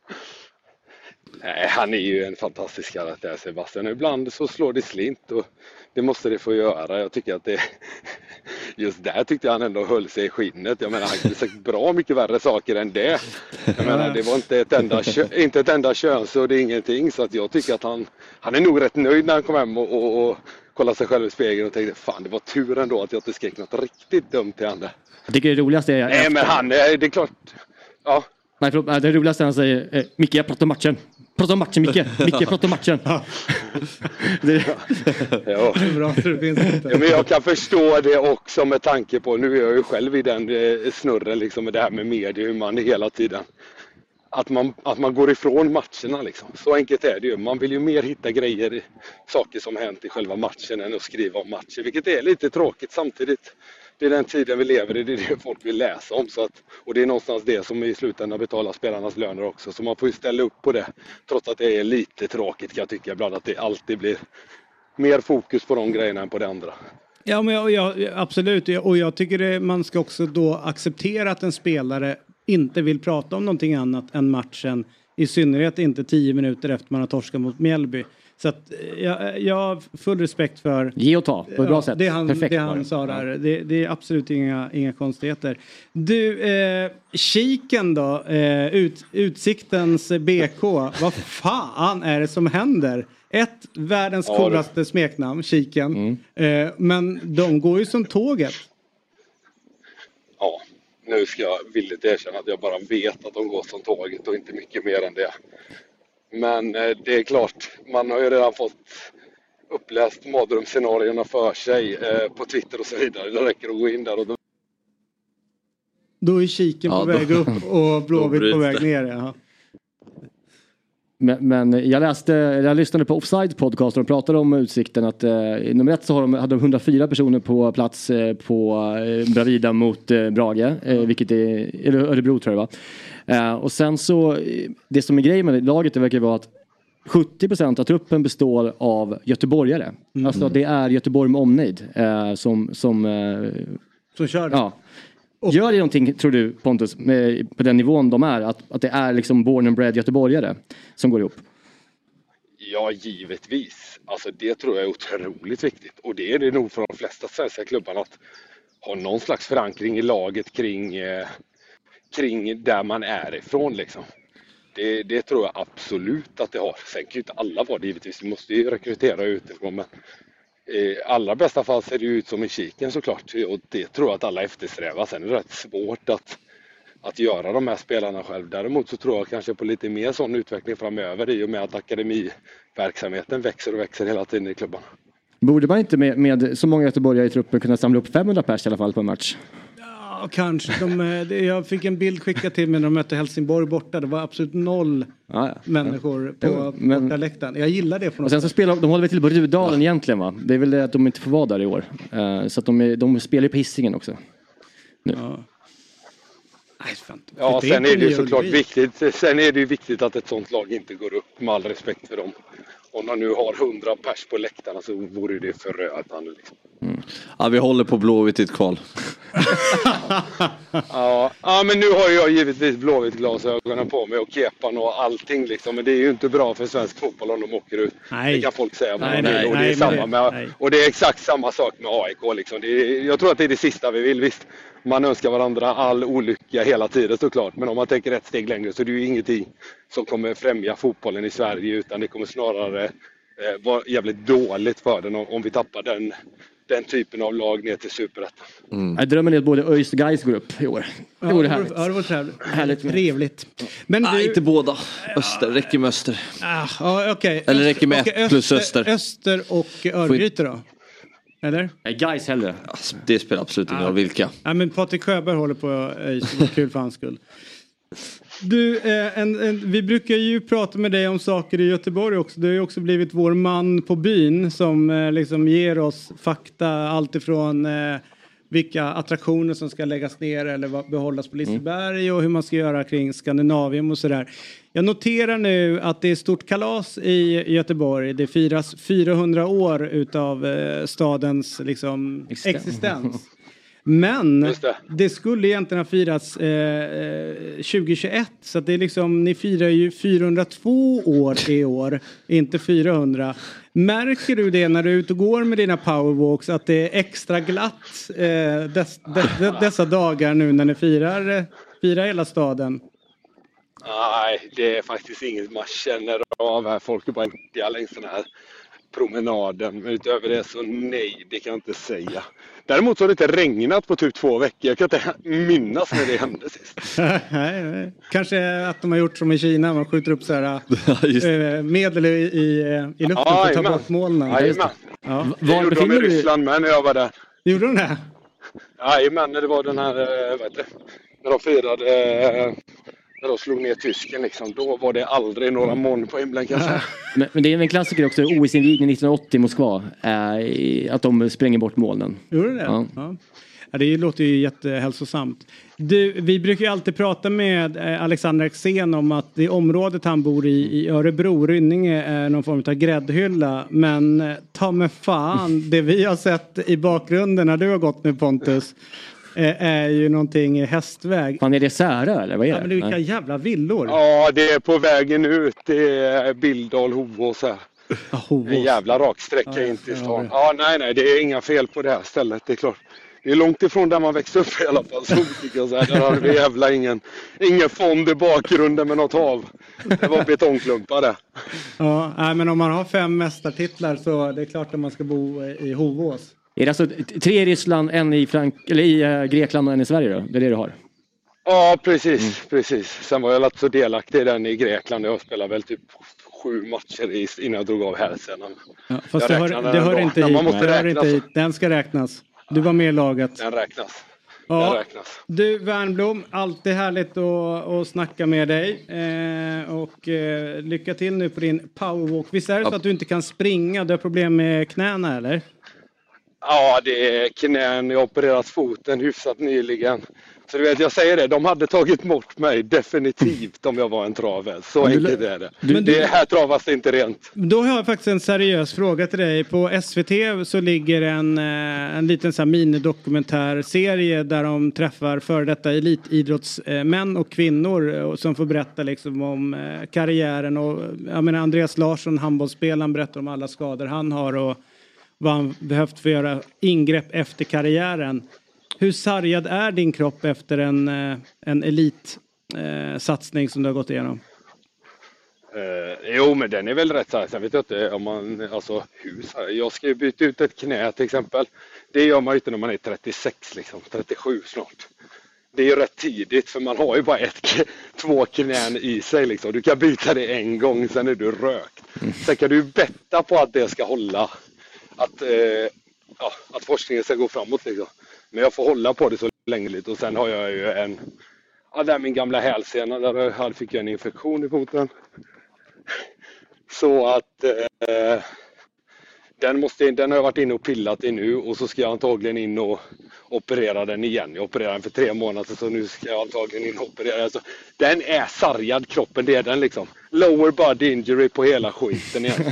Nej, han är ju en fantastisk karaktär, Sebastian. Ibland så slår det slint och det måste det få göra. Jag tycker att det... Just där tyckte jag han ändå höll sig i skinnet. Jag menar, han kunde sagt bra mycket värre saker än det. Jag menar, det var inte ett enda, kö... inte ett enda kön så det är ingenting. Så att jag tycker att han... Han är nog rätt nöjd när han kom hem och, och, och kollade sig själv i spegeln och tänkte, fan det var tur ändå att jag inte skrek något riktigt dumt till henne. Jag tycker det roligaste är... Nej, efter... men han, det är klart... Ja. Nej, förlåt, det roligaste är att han säger, eh, Micke, jag pratar om matchen. Prata om matchen, Micke. Micke, prata om matchen. det... ja. ja, men jag kan förstå det också med tanke på, nu är jag ju själv i den eh, snurren liksom med det här med media, hur man är hela tiden. Att man, att man går ifrån matcherna liksom. Så enkelt är det ju. Man vill ju mer hitta grejer, saker som hänt i själva matchen än att skriva om matchen. Vilket är lite tråkigt samtidigt. det är den tiden vi lever i, det är det folk vill läsa om. Så att, och det är någonstans det som i slutändan betalar spelarnas löner också. Så man får ju ställa upp på det. Trots att det är lite tråkigt kan jag tycka ibland att det alltid blir mer fokus på de grejerna än på det andra. Ja, men jag, jag, absolut. Och jag tycker det, man ska också då acceptera att en spelare inte vill prata om någonting annat än matchen. I synnerhet inte tio minuter efter man har torskat mot Mjällby. Så att jag, jag har full respekt för... Ge och ta på ett bra ja, sätt. Det han, Perfekt det han sa där. Ja. Det, det är absolut inga, inga konstigheter. Du, eh, Kiken då. Eh, ut, Utsiktens B K. Vad fan är det som händer? Ett, världens ja, coolaste det. smeknamn, Kiken. Mm. Eh, men de går ju som tåget. Ja, nu ska jag villigt erkänna att jag bara vet att de går som tåget och inte mycket mer än det. Men eh, det är klart, man har ju redan fått uppläst mardrömsscenarierna för sig eh, på Twitter och så vidare. Det räcker att gå in där och då... Då är Kiken ja, på då... väg upp och Blåvitt på väg ner. Ja. Men, men jag läste, jag lyssnade på Offside podcast och de pratade om Utsikten att eh, nummer ett så har de, hade de hundrafyra personer på plats eh, på eh, Bravida mot eh, Brage, eh, vilket är, eller Örebro tror jag va. Eh, och sen så, det som är grejen med laget det verkar vara att sjuttio procent av truppen består av göteborgare. Mm. Alltså det är Göteborg med omnejd eh, som, som, eh, som kör. Ja. Gör det någonting, tror du Pontus, med, på den nivån de är, att, att det är liksom born and bred göteborgare som går ihop? Ja, givetvis. Alltså det tror jag är otroligt viktigt. Och det är det nog för de flesta svenska klubbarna att ha någon slags förankring i laget kring, eh, kring där man är ifrån liksom. Det, det tror jag absolut att det har. Sen kan ju inte alla vara det givetvis. Vi måste ju rekrytera utifrån, men i allra bästa fall ser det ut som i Kiken såklart, och det tror jag att alla eftersträvar. Sen är det rätt svårt att, att göra de här spelarna själv. Däremot så tror jag kanske på lite mer sån utveckling framöver i och med att akademiverksamheten växer och växer hela tiden i klubban. Borde man inte med, med så många göteborgare i truppen kunna samla upp femhundra pers i alla fall på en match? Ja, kanske. De, jag fick en bild skickad till mig när de mötte Helsingborg borta. Det var absolut noll ah, ja. människor på jo, men, borta läktaren. Jag gillar det på något och sen så spelar de håller väl till på Rudalen ja. egentligen va? Det är väl det att de inte får vara där i år. Uh, så att de, de spelar ju på Hisingen också. Nu. Ja. Ja, sen är det ju såklart viktigt. Sen är det ju viktigt att ett sånt lag inte går upp, med all respekt för dem. Om man nu har hundra pers på läktarna så vore det förödande liksom. Mm. Ja, vi håller på Blåvitt i ett kval. ja, ja, men nu har jag givetvis Blåvitt glasögonen på mig och kepan och allting liksom. Men det är ju inte bra för svensk fotboll om de åker ut. Nej. Det kan folk säga. Nej, nej, och, det är nej, samma med, nej. och det är exakt samma sak med A I K liksom. Det är, jag tror att det är det sista vi vill, visst. Man önskar varandra all olycka hela tiden såklart. Men om man tänker ett steg längre så är det ju ingenting som kommer främja fotbollen i Sverige. Utan det kommer snarare eh, vara jävligt dåligt för den om, om vi tappar den, den typen av lag ner till Superettan. Mm. Jag drömmer är att både ÖIS och Gais går upp i år. Det vore härligt. Ja, det vore trevligt. härligt. Trevligt. Men du... Nej, inte båda. Öster, räcker med Öster. Ah, okay. Eller räcker med ett plus Öster. Öster och Örgryte då? Eller? Nej, Gais hellre. Alltså, det spelar absolut ingen roll ah. vilka. Ja, men Patrik Sjöberg håller på ÖIS. Det var kul för hans skull. Du, eh, en, en, vi brukar ju prata med dig om saker i Göteborg också. Du har ju också blivit vår man på byn som eh, liksom ger oss fakta allt ifrån eh, vilka attraktioner som ska läggas ner eller behållas på Liseberg och hur man ska göra kring Skandinavien och sådär. Jag noterar nu att det är stort kalas i Göteborg. Det firas fyrahundra år utav eh, stadens liksom, existens. Men det. det skulle egentligen ha firats eh, tjugohundratjugoett, så att det är liksom, ni firar ju fyrahundratvå år i år, inte fyrahundra. Märker du det när du är ute och går med dina powerwalks att det är extra glatt eh, des, des, dessa dagar nu när ni firar, firar hela staden? Nej, det är faktiskt inget man känner av här. Folk är bara inte längs den här promenaden. Men utöver det så nej, det kan jag inte säga. Däremot så har det inte regnat på typ två veckor. Jag kan inte minnas när det hände sist. nej, nej. Kanske att de har gjort som i Kina. Man skjuter upp så här äh, medel i, i, i luften ja, för att ta bort molnen. Jajamän. Ja. Det gjorde de i Ryssland med när jag var där. Gjorde de det? Jajamän, när det var den här, vad heter det? När de firade... När de slog ner tysken liksom, då var det aldrig några moln på himlen kan jag säga. Men, men det är en klassiker också, O S-invigning nittonhundraåttio i Moskva, eh, att de spränger bort molnen. Gjorde det? Ja. Ja. Ja, det låter ju jättehälsosamt. Du, vi brukar ju alltid prata med Alexander Axén om att det området han bor i, i Örebro, Rynninge, är någon form av gräddhylla. Men ta med fan, det vi har sett i bakgrunden när du har gått med Pontus är ju någonting i hästväg. Fan, är det Sära eller vad är det? Ja, men det är vilka jävla villor. Ja, det är på vägen ut. Det är Billdal, Hovås här. Ah, Hovås. En jävla raksträcka ja, in till stan. Ja, nej, nej, det är inga fel på det här stället, det är klart. Det är långt ifrån där man växte upp i alla fall. Så tycker jag så här. Där har vi jävla ingen, ingen fond i bakgrunden med något hav. Det var betongklumpar där. Ja, nej, men om man har fem mästartitlar så det är klart att man ska bo i Hovås. Är det alltså tre i Ryssland, en i, Frank- eller i uh, Grekland och en i Sverige då? Det är det du har? Ja, precis. Mm. precis. Sen var jag lite så delaktig i den i Grekland. Jag spelade väl typ sju matcher i, innan jag drog av hälsenan. Ja, fast det hör, det hör inte hit. Man måste räkna, inte hit. Den ska räknas. Du var med i laget. Den räknas. Ja. Den räknas. Du Wernbloom, alltid härligt att, att snacka med dig. Eh, och eh, lycka till nu på din powerwalk. Visst är det så ja. att du inte kan springa? Du har problem med knäna eller? Ja, det är knän. Jag har opererat foten hyfsat nyligen. Så du vet, jag säger det. De hade tagit bort mig definitivt om jag var en travel. Så du, enkelt är det. Du, det här travas inte rent. Då har jag faktiskt en seriös fråga till dig. På S V T så ligger en, en liten så här minidokumentärserie där de träffar före detta elitidrottsmän och kvinnor som får berätta liksom om karriären. Och, jag menar, Andreas Larsson, handbollsspelaren, berättar om alla skador han har och vad han behövt för att göra ingrepp efter karriären. Hur sargad är din kropp efter en, en elitsatsning eh, som du har gått igenom? Eh, jo, men den är väl rätt sargad. Jag vet inte om man, alltså, hur sargad. Jag ska ju byta ut ett knä till exempel. Det gör man ju inte när man är trettiosex, liksom, trettiosju snart. Det är ju rätt tidigt för man har ju bara ett, två knän i sig. Liksom. Du kan byta det en gång, sen är du rökt. Mm. Sen kan du betta på att det ska hålla. Att, eh, ja, att forskningen ska gå framåt liksom. Men jag får hålla på det så länge lite. Och sen har jag ju en, ja, där min gamla hälsena, där jag fick jag en infektion i foten. Så att eh, den, måste, den har jag varit inne och pillat i nu. Och så ska jag antagligen in och operera den igen. Jag opererade den för tre månader så nu ska jag antagligen in och operera. Alltså, den är sargad, kroppen, det är den liksom. Lower body injury på hela skiten igen.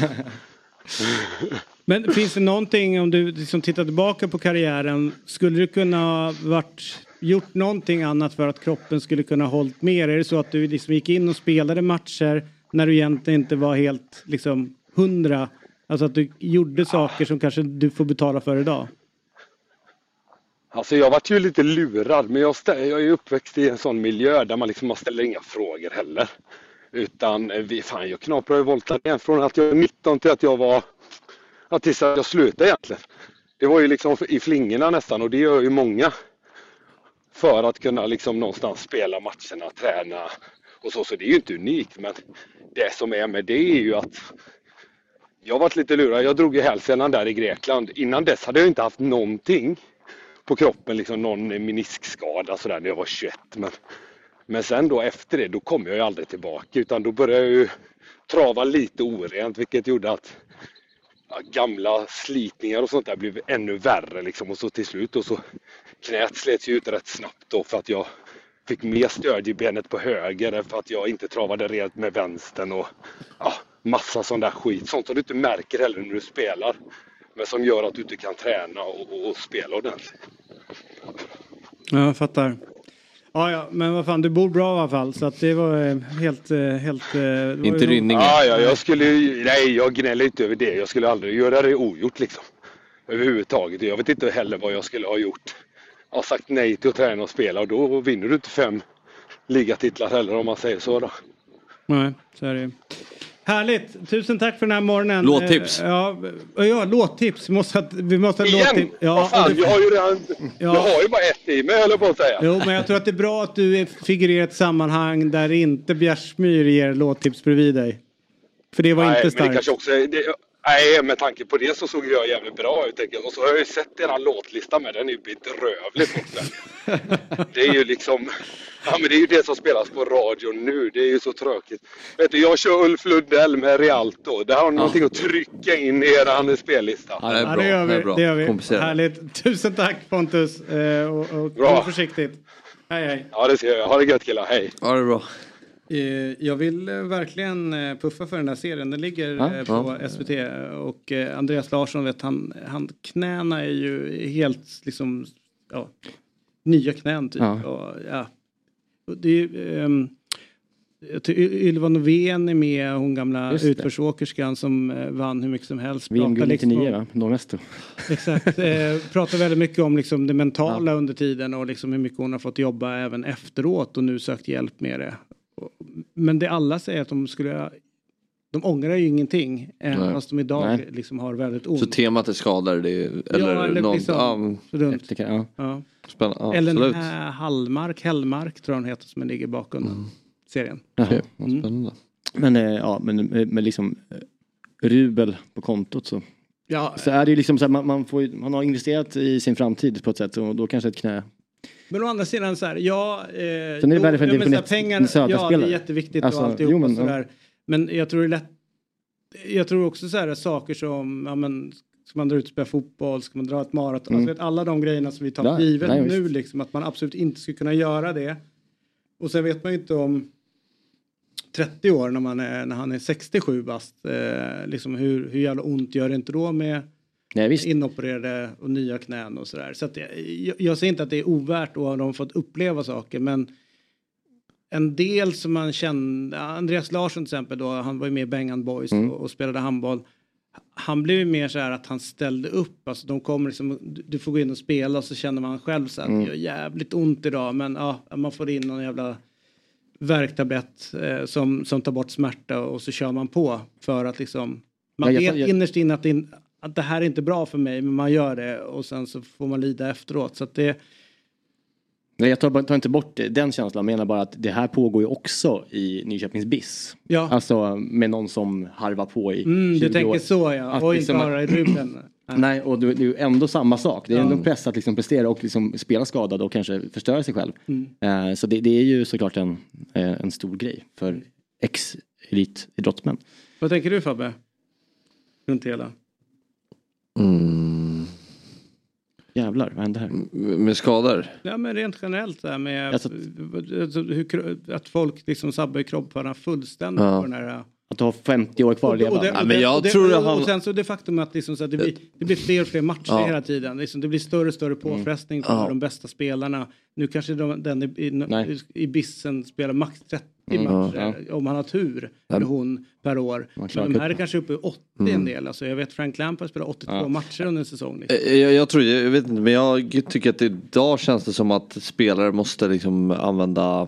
Men finns det någonting, om du liksom tittar tillbaka på karriären, skulle du kunna ha varit, gjort någonting annat för att kroppen skulle kunna hållit mer? Är det så att du liksom gick in och spelade matcher när du egentligen inte var helt liksom hundra? Alltså att du gjorde saker som kanske du får betala för idag? Alltså jag var ju lite lurad, men jag, stä- jag är uppväxt i en sån miljö där man liksom man ställer inga frågor heller. Utan vi, fan, jag knaprar ju voltar igen från att jag var nitton till att jag var, ja, tills jag slutade egentligen. Det var ju liksom i flingorna nästan, och det gör ju många. För att kunna liksom någonstans spela matcherna, träna och så. Så det är ju inte unikt, men det som är med det är ju att jag varit lite lurad. Jag drog i hälsenan där i Grekland. Innan dess hade jag inte haft någonting på kroppen, liksom någon meniskskada sådär när jag var tjugoett. Men, men sen då efter det, då kom jag ju aldrig tillbaka, utan då började jag ju trava lite orent, vilket gjorde att ja, gamla slitningar och sånt där blev ännu värre liksom. Och så till slut och så knät slets ju ut rätt snabbt då, för att jag fick mer stöd i benet på höger för att jag inte travade rent med vänstern och ja, massa sån där skit. Sånt som du inte märker heller när du spelar, men som gör att du inte kan träna och, och, och spela ordentligt. Ja, jag fattar. Ja, ja, men vad fan, du bor bra i alla fall, så att det var helt... helt var inte Rynninge. Ja, ja, jag skulle nej, jag gnäller inte över det. Jag skulle aldrig göra det ogjort liksom. Överhuvudtaget. Jag vet inte heller vad jag skulle ha gjort. Jag har sagt nej till att träna och spela, och då vinner du inte fem ligatitlar heller, om man säger så då. Nej, så är det. Härligt, tusen tack för den här morgonen. Låttips. Ja, ja, låttips. Vi måste ha, vi måste ha låttips. Ja, vad fan, det... jag har ju redan, ja. jag har ju bara ett i mig, eller på att säga. Jo, men jag tror att det är bra att du figurerar i ett sammanhang där inte Bjärsmyr ger låttips bredvid dig. För det var nej, inte starkt. Men det kanske också, det, Nej, med tanke på det så såg jag jävligt bra ut. Och så har jag ju sett er låtlista med, den är ju bedrövligt också. Det är ju liksom, ja men det är ju det som spelas på radion nu. Det är ju så tråkigt. Vet du, jag kör Ulf Lundell med Rialto. Det har ja. någonting att trycka in i er spellista. Ja, det är bra. Ja, det gör vi. Det, är bra. Det gör vi. Härligt. Tusen tack Pontus. Eh, och och bra. Försiktigt. Hej hej. Ja, det ser jag. Ha det gött killar. Hej. Ja, det är bra. Jag vill verkligen puffa för den här serien. Den ligger ja, på ja. S V T. Och Andreas Larsson, vet, han, han knäna är ju helt liksom, ja, nya knän typ. Ja. Och, ja. Det är um, Ylva Novén är med, hon gamla utförsåkerskan som vann hur mycket som helst. V M-guld nittionio, va? Norrmäster. Exakt. Eh, pratar väldigt mycket om liksom det mentala ja. under tiden och liksom hur mycket hon har fått jobba även efteråt och nu sökt hjälp med det. Men det alla säger att de skulle, de ångrar ju ingenting även fast de idag liksom har väldigt ont. Så temat är skador det är, eller, ja, eller någon, liksom, ja, runt. Ja. Ja. Spännande, ja, eller den här Hallmark, Hellmark tror han heter, som ligger bakom mm. serien. Okay. Mm. Spännande. Men ja, men med liksom rubel på kontot så. Ja, så är det ju liksom så här, man, man, får, man har investerat i sin framtid på ett sätt och då kanske ett knä. Men å andra sidan så här, ja, eh, så det är väldigt jo, för men pengar, ja, det är jätteviktigt alltså, och alltihopa jo, men, sådär. Men jag tror det är lätt, jag tror också så här saker som, ja men, ska man dra ut och spela fotboll, ska man dra ett maraton, mm. alltså, alla de grejerna som vi tar ja, givet nej, nu liksom, att man absolut inte skulle kunna göra det. Och sen vet man ju inte om trettio år när man är, när han är sextiosju bast, eh, liksom hur, hur jävla ont gör det inte då med nej, inopererade och nya knän och sådär. Så att jag, jag ser inte att det är ovärt att de fått uppleva saker, men en del som man kände, Andreas Larsson till exempel då, han var ju med i Bengan Boys mm. och, och spelade handboll. Han blev ju mer så här att han ställde upp, alltså de kommer liksom, du får gå in och spela och så känner man själv så att mm. det gör jävligt ont idag, men ja, man får in någon jävla värktablett eh, som, som tar bort smärta och så kör man på för att liksom, man ja, vet jag, innerst in att det, in, att det här är inte bra för mig, men man gör det och sen så får man lida efteråt, så att det. Nej, jag tar, tar inte bort den känslan, jag menar bara att det här pågår ju också i Nyköpings B I S. Ja. Alltså med någon som harvar på i mm, tjugo du tänker år. Så ja, att och liksom, inte bara i ryggen. Nej, och det är ju ändå samma sak. Det är ja. ändå press att liksom prestera och liksom spela skadad och kanske förstöra sig själv. Mm. Uh, så det, det är ju såklart en, en stor grej för ex-elitidrottsmän. Vad tänker du Fabbe? Runt hela. Mm. Jävlar, vad händer här? Med skador? Ja, men rent generellt där med alltså, hur, att folk liksom sabbar kroppsarna fullständigt ja. på den här. Att du har femtio år kvar att leva. Ja, men jag och det, tror och, och, han... och sen så det faktum att, liksom, så att det, blir, det blir fler och fler matcher ja. hela tiden. Liksom, det blir större och större påfrestning för ja. de bästa spelarna. Nu kanske de, den i, i, i bissen spelar max trettio mm. matcher ja. om han har tur. Eller hon per år. Men de här är kanske uppe i åttio mm. en del. Alltså, jag vet Frank Lampard spelar åttiotvå ja. matcher under en säsong. Liksom. Jag, jag tror, jag vet inte, men jag tycker att idag känns det som att spelare måste liksom använda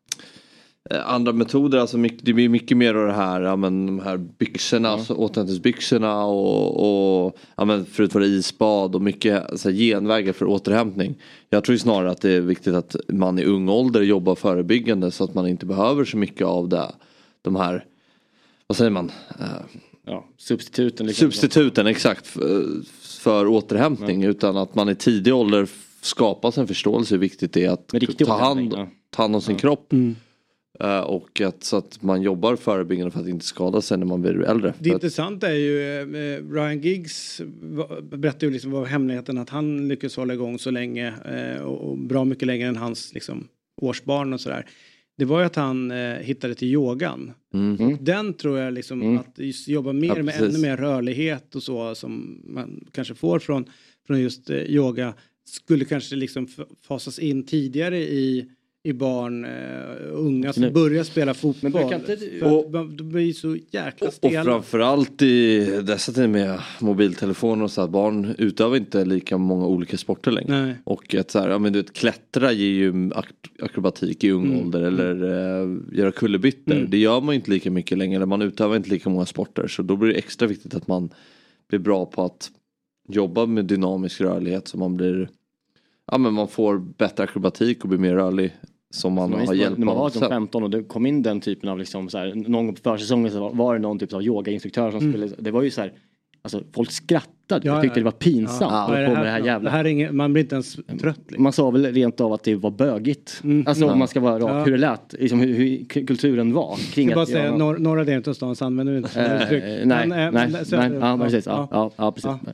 andra metoder, alltså mycket, det blir mycket mer av det här, ja, men de här byxorna, mm. alltså, återhämtningsbyxorna och, och ja, men förut var det isbad och mycket alltså, genvägar för återhämtning. Jag tror snarare att det är viktigt att man i ung ålder jobbar förebyggande så att man inte behöver så mycket av det, de här, vad säger man? Ja, substituten. Liksom. Substituten, exakt, för, för återhämtning, mm. utan att man i tidig ålder skapas en förståelse hur viktigt det är att ta hand, ja. ta hand om sin ja. kropp. Mm. Uh, och att, så att man jobbar förebyggande för att inte skada sig när man blir äldre. Det intressanta är ju eh, Ryan Giggs berättade ju liksom vad hemligheten att han lyckas hålla igång så länge eh, och, och bra mycket längre än hans liksom, årsbarn och sådär. Det var ju att han eh, hittade till yogan. Mm. Den tror jag liksom mm. att jobba mer ja, med ännu mer rörlighet och så som man kanske får från, från just eh, yoga skulle kanske liksom fasas in tidigare i i barn, uh, unga som börjar spela fotboll. Men inte, och, de blir så jäkla stela. Och framförallt i dessa tider med mobiltelefoner och så att barn utövar inte lika många olika sporter längre. Nej. Och att så här, ja men du vet, klättra ger ju akrobatik i ung mm. ålder eller uh, göra kullerbyttor. Mm. Det gör man inte lika mycket längre, eller man utövar inte lika många sporter. Så då blir det extra viktigt att man blir bra på att jobba med dynamisk rörlighet så man blir, ja men man får bättre akrobatik och blir mer rörlig. Som man har hjälpt när man var femton och det kom in den typen av liksom så här, någon på försäsongen så var, var det någon typ av yogainstruktör som mm. skulle, det var ju så här Alltså folk skrattade, Ja, jag tyckte ja. det var pinsamt. Ja. Ja. Vad är På det med här det här för något? jävla. Det här är ingen, man blir inte ens trött. Liksom. Man sa väl rent av att det var bögigt. Mm. Alltså Ja. om man ska vara rak, Ja. hur det lät, liksom, hur, hur kulturen var. Kring Jag bara att säga, jag- norr, norra delen av stan så använder vi inte sådana Eh, uttryck. nej, Men, nej, eh, nej, men- så- nej, ja, precis. Ja, ja, ja, precis. Ja.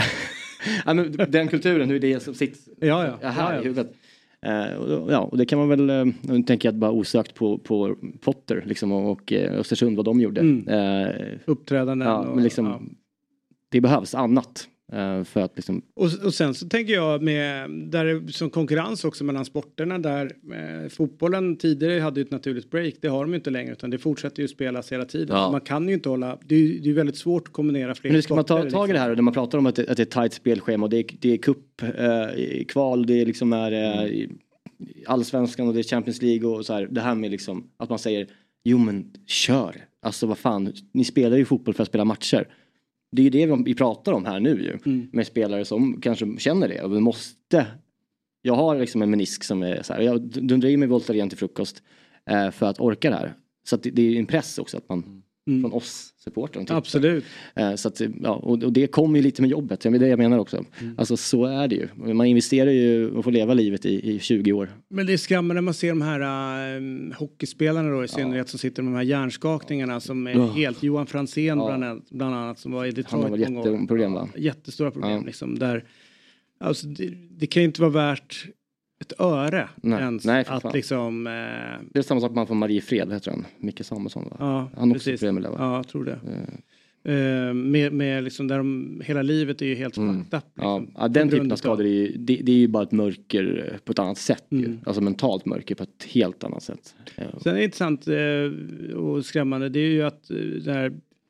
Ja, men den kulturen, hur det är som sitter Ja, ja. här Ja, ja. i huvudet. Eh, och, ja, och det kan man väl, eh, nu tänker jag bara osökt på, på Potter liksom, och, och eh, Östersund, vad de gjorde. Mm. Eh, Uppträdanden ja, och- men liksom, ja. det behövs annat. eh, för att liksom, Och, och sen så tänker jag med där är som konkurrens också mellan sporterna där eh, fotbollen tidigare hade ju ett naturligt break, det har de ju inte längre utan det fortsätter ju spelas hela tiden. Ja. Man kan ju inte hålla, det är ju det är väldigt svårt att kombinera fler men nu ska man ta sporter, tag i det här och när man pratar om att det, att det är ett tajt spelschema och det är, det är cup, eh, kval, det är liksom är eh, allsvenskan och det är Champions League och så här. Det här med liksom att man säger jo men kör, alltså vad fan, ni spelar ju fotboll för att spela matcher. Det är ju det vi pratar om här nu ju. Mm. Med spelare som kanske känner det och vi måste. Jag har liksom en menisk som är så här, jag dundrar i mig Voltaren till frukost eh, för att orka det här. Så att det, det är ju en press också att man Mm. från oss supportrar. Absolut. Eh, så att, ja, och, och det kommer ju lite med jobbet, det är det jag menar också. Mm. Alltså så är det ju. Man investerar ju och får leva livet i, i tjugo år. Men det är skrämmande när man ser de här äh, hockeyspelarna då i synnerhet som sitter med de här hjärnskakningarna som är Ja. helt, Johan Franzén Ja. bland, annat, bland annat som var i Detroit. Han har väl många år. jätteproblem va? Jättestora problem Ja. liksom där, alltså det, det kan ju inte vara värt ett öre Nej. ens Nej, för att fan. liksom eh, Det är samma sak man får Marie Fred, heter han. Micke Samuelsson va? ja, Han har också precis. problem med det va? Ja, jag tror det. Eh, med, med liksom där de, hela livet är ju helt Mm. fucked up. Ja, Liksom, ja, den på grund typen av utav- skador är ju, det, det är ju bara ett mörker på ett annat sätt ju. Mm. Alltså mentalt mörker på ett helt annat sätt. Ja. Sen är det intressant eh, och skrämmande, det är ju att eh, det här,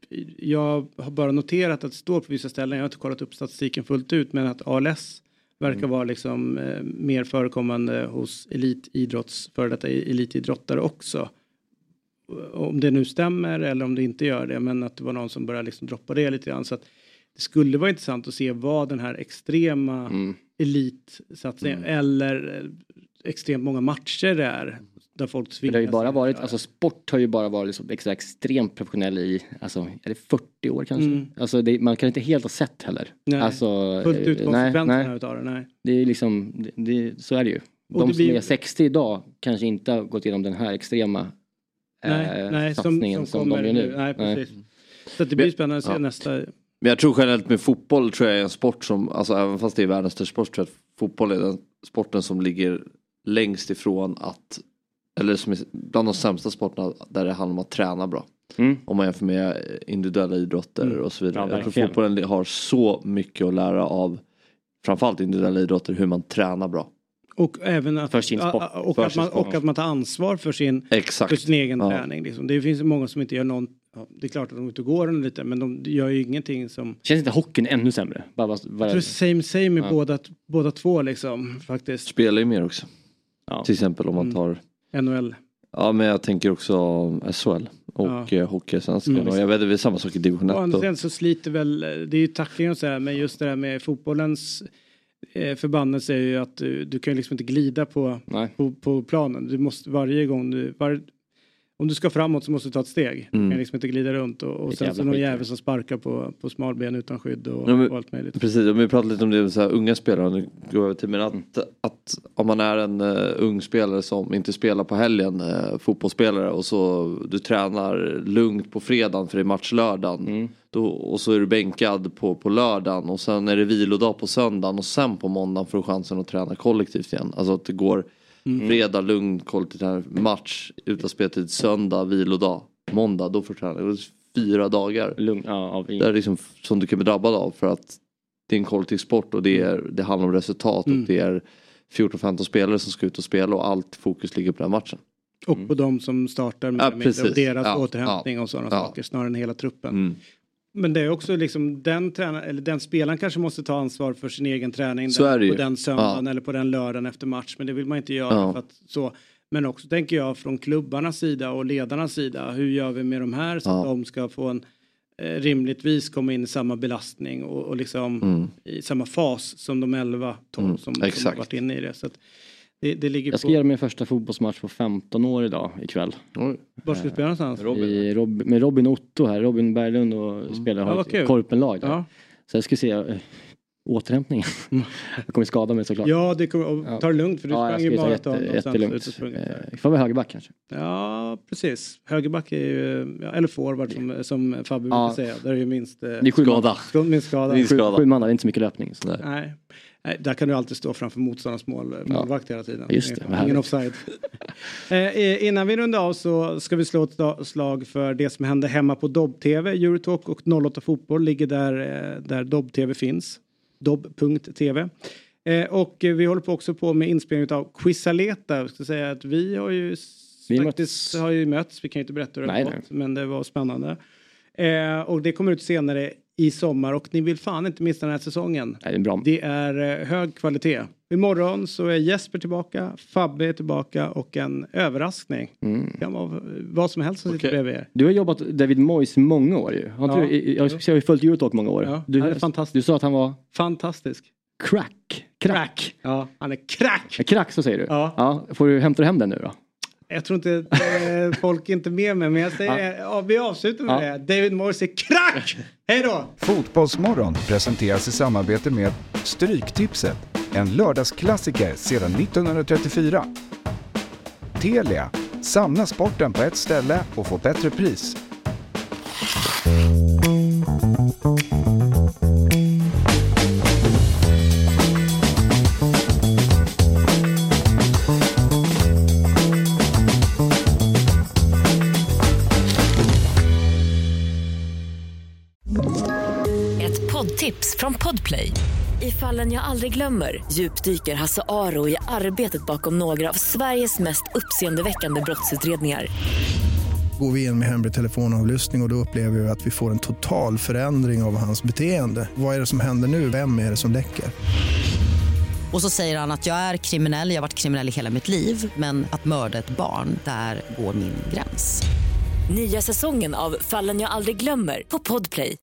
jag har bara noterat att det står på vissa ställen, jag har inte kollat upp statistiken fullt ut, men att A L S verkar Mm. vara liksom eh, mer förekommande hos elitidrotts, före detta elitidrottare också. Om det nu stämmer eller om det inte gör det, men att det var någon som började liksom droppa det lite grann. Så att det skulle vara intressant att se vad den här extrema Mm. elitsatsningen eller eh, extremt många matcher det är där folk För tvingas. det har ju bara varit, alltså sport har ju bara varit liksom extra extremt professionell i, alltså är det fyrtio år kanske? Mm. Alltså det, man kan inte helt ha sett heller. Nej, Alltså, fullt ut eh, konsekvenserna nej, utav det, nej. Det är liksom, det, det, så är det ju. Och De det blir- som är sextio idag kanske inte har gått igenom den här extrema Nej, eh, nej, som, satsningen som, som, kommer de gör nu. Nej, precis. Så att det blir spännande att se Ja. nästa. Men jag tror generellt med fotboll tror jag är en sport som, alltså även fast det är världens största sport, tror jag att fotboll är den sporten som ligger längst ifrån att, eller som är bland de sämsta sporterna där det handlar om att träna bra. Mm. Om man jämför med individuella idrotter Mm. och så vidare. Ja, jag tror verkligen. fotbollen har så mycket att lära av framförallt individuella idrotter, hur man tränar bra. Och även att, För sin sport. a- a- och, För att sin man, sport. och att man tar ansvar för sin, Exakt. för sin egen Ja. träning. Liksom. Det finns många som inte gör någon, ja, det är klart att de är ute och går en lite, men de gör ju ingenting som... Känns inte hockeyn ännu sämre? Bara, bara, bara, Jag tror same same med Ja. båda, båda två liksom, faktiskt. Spelar ju mer också. Ja. Till exempel om man Mm. tar, N H L. ja men jag tänker också S H L och Ja. ja. Hockeysvenskan. Mm. Och jag vet att det är samma sak i division Å andra ett. sidan så sliter väl, det är ju tackling och så här, men just det här med fotbollens eh, förbannelse är ju att du, du kan ju liksom inte glida på, Nej. på, på planen. Du måste varje gång du, var, om du ska framåt så måste du ta ett steg. Du Mm. kan liksom inte glida runt och, och Vilket sen jävla så någon skit. jävel som sparkar på, på smalben utan skydd och, Ja, men- och allt möjligt. Precis, och vi pratade lite om det, så här, unga spelare, nu går jag över till, men att, Mm. att om man är en uh, ung spelare som inte spelar på helgen, uh, fotbollsspelare, och så du tränar lugnt på fredagen för det är match lördagen, Mm. då, och så är du bänkad på, på lördagen och sen är det vilodag på söndagen och sen på måndagen får du chansen att träna kollektivt igen. Alltså att det går Mm. fredag, lugn, kollektivt träning, match, utan speltid, söndag, vilodag, måndag, då får du träna. Det är fyra dagar. Lugn, ja, av Det är liksom som du kan bli drabbad av för att det är en kollektiv sport och det, är, det handlar om resultat Mm. och det är fjorton femton spelare som ska ut och spela och allt fokus ligger på den matchen. Och på de som startar med, Ja, med precis. och deras Ja, återhämtning ja, och sådana ja. saker snarare än hela truppen. Mm. Men det är också liksom den tränaren, eller den spelaren kanske måste ta ansvar för sin egen träning Så den, är det ju. på den söndagen Ja. eller på den lördagen efter match. Men det vill man inte göra Ja. för att så. Men också tänker jag från klubbarnas sida och ledarnas sida. Hur gör vi med de här så Ja. att de ska få en eh, rimligtvis komma in i samma belastning och, och liksom Mm. i samma fas som de elva tolv Mm, som, som har exakt. varit inne i det. Så att Det, det ligger jag ska på... göra min första fotbollsmatch på femton år idag ikväll. Var ska du spela någonstans? I Rob, med Robin Otto här. Robin Berglund och mm. spelar ja, har ett korpenlag där. Ja. Så jag ska se äh, återhämtningen. Jag kommer skada mig såklart. Ja, det kommer, ta det lugnt för du ja, sprang ju bara jätte, jättelugnt. Eh, får vara högerback kanske. Ja, precis. Högerback är ju, ja, eller forward som, som Fabbe ja. brukar säga. Där är ju minst... Eh, det är sju skada. Minst skada. Minst skada. Sju, sju man, det är inte så mycket löpning. Så Nej. Nej, där kan du alltid stå framför motståndarnas mål, målvakt hela tiden. Just det, ingen offside. eh, innan vi rundar av så ska vi slå ett slag för det som hände hemma på Dobb T V. Eurotalk och noll åtta Fotboll ligger där, eh, där Dobb T V finns. dobb punkt t v. Eh, och vi håller på också på med inspelning av Quizaleta. Jag ska säga att vi har ju vi faktiskt möts. har ju mötts. Vi kan ju inte berätta hur det har gått, men det var spännande. Eh, och det kommer ut senare i sommar och ni vill fan inte missa den här säsongen. Nej, det är bra. Det är eh, hög kvalitet. Imorgon så är Jesper tillbaka, Fabbe är tillbaka och en överraskning. Mm. Det kan vara vad som helst som okay. sitter bredvid er. Du har jobbat David Moyes många år ju. Har ja. du, jag, jag har ju följt Eurotalk många år. Ja, du, han är fantastisk. Du sa att han var... Fantastisk. Crack. Crack. Ja, han är crack. Crack, så säger du. Ja. ja. Får du hämta hem den nu då? Jag tror inte eh, folk är inte med mig, men jag säger, ja. Ja, vi avslutar med ja. det. David Moyes är crack! Hej då! Fotbollsmorgon presenteras i samarbete med Stryktipset, en lördagsklassiker sedan nittonhundratrettiofyra. Telia, samla sporten på ett ställe och få bättre pris. Tips från Podplay. I Fallen jag aldrig glömmer djupdyker Hasse Aro i arbetet bakom några av Sveriges mest uppseendeväckande brottsutredningar. Går vi in med hemlig telefonavlyssning och då upplever vi att vi får en total förändring av hans beteende. Vad är det som händer nu? Vem är det som läcker? Och så säger han att jag är kriminell, jag har varit kriminell i hela mitt liv, men att mörda ett barn, där går min gräns. Nya säsongen av Fallen jag aldrig glömmer på Podplay.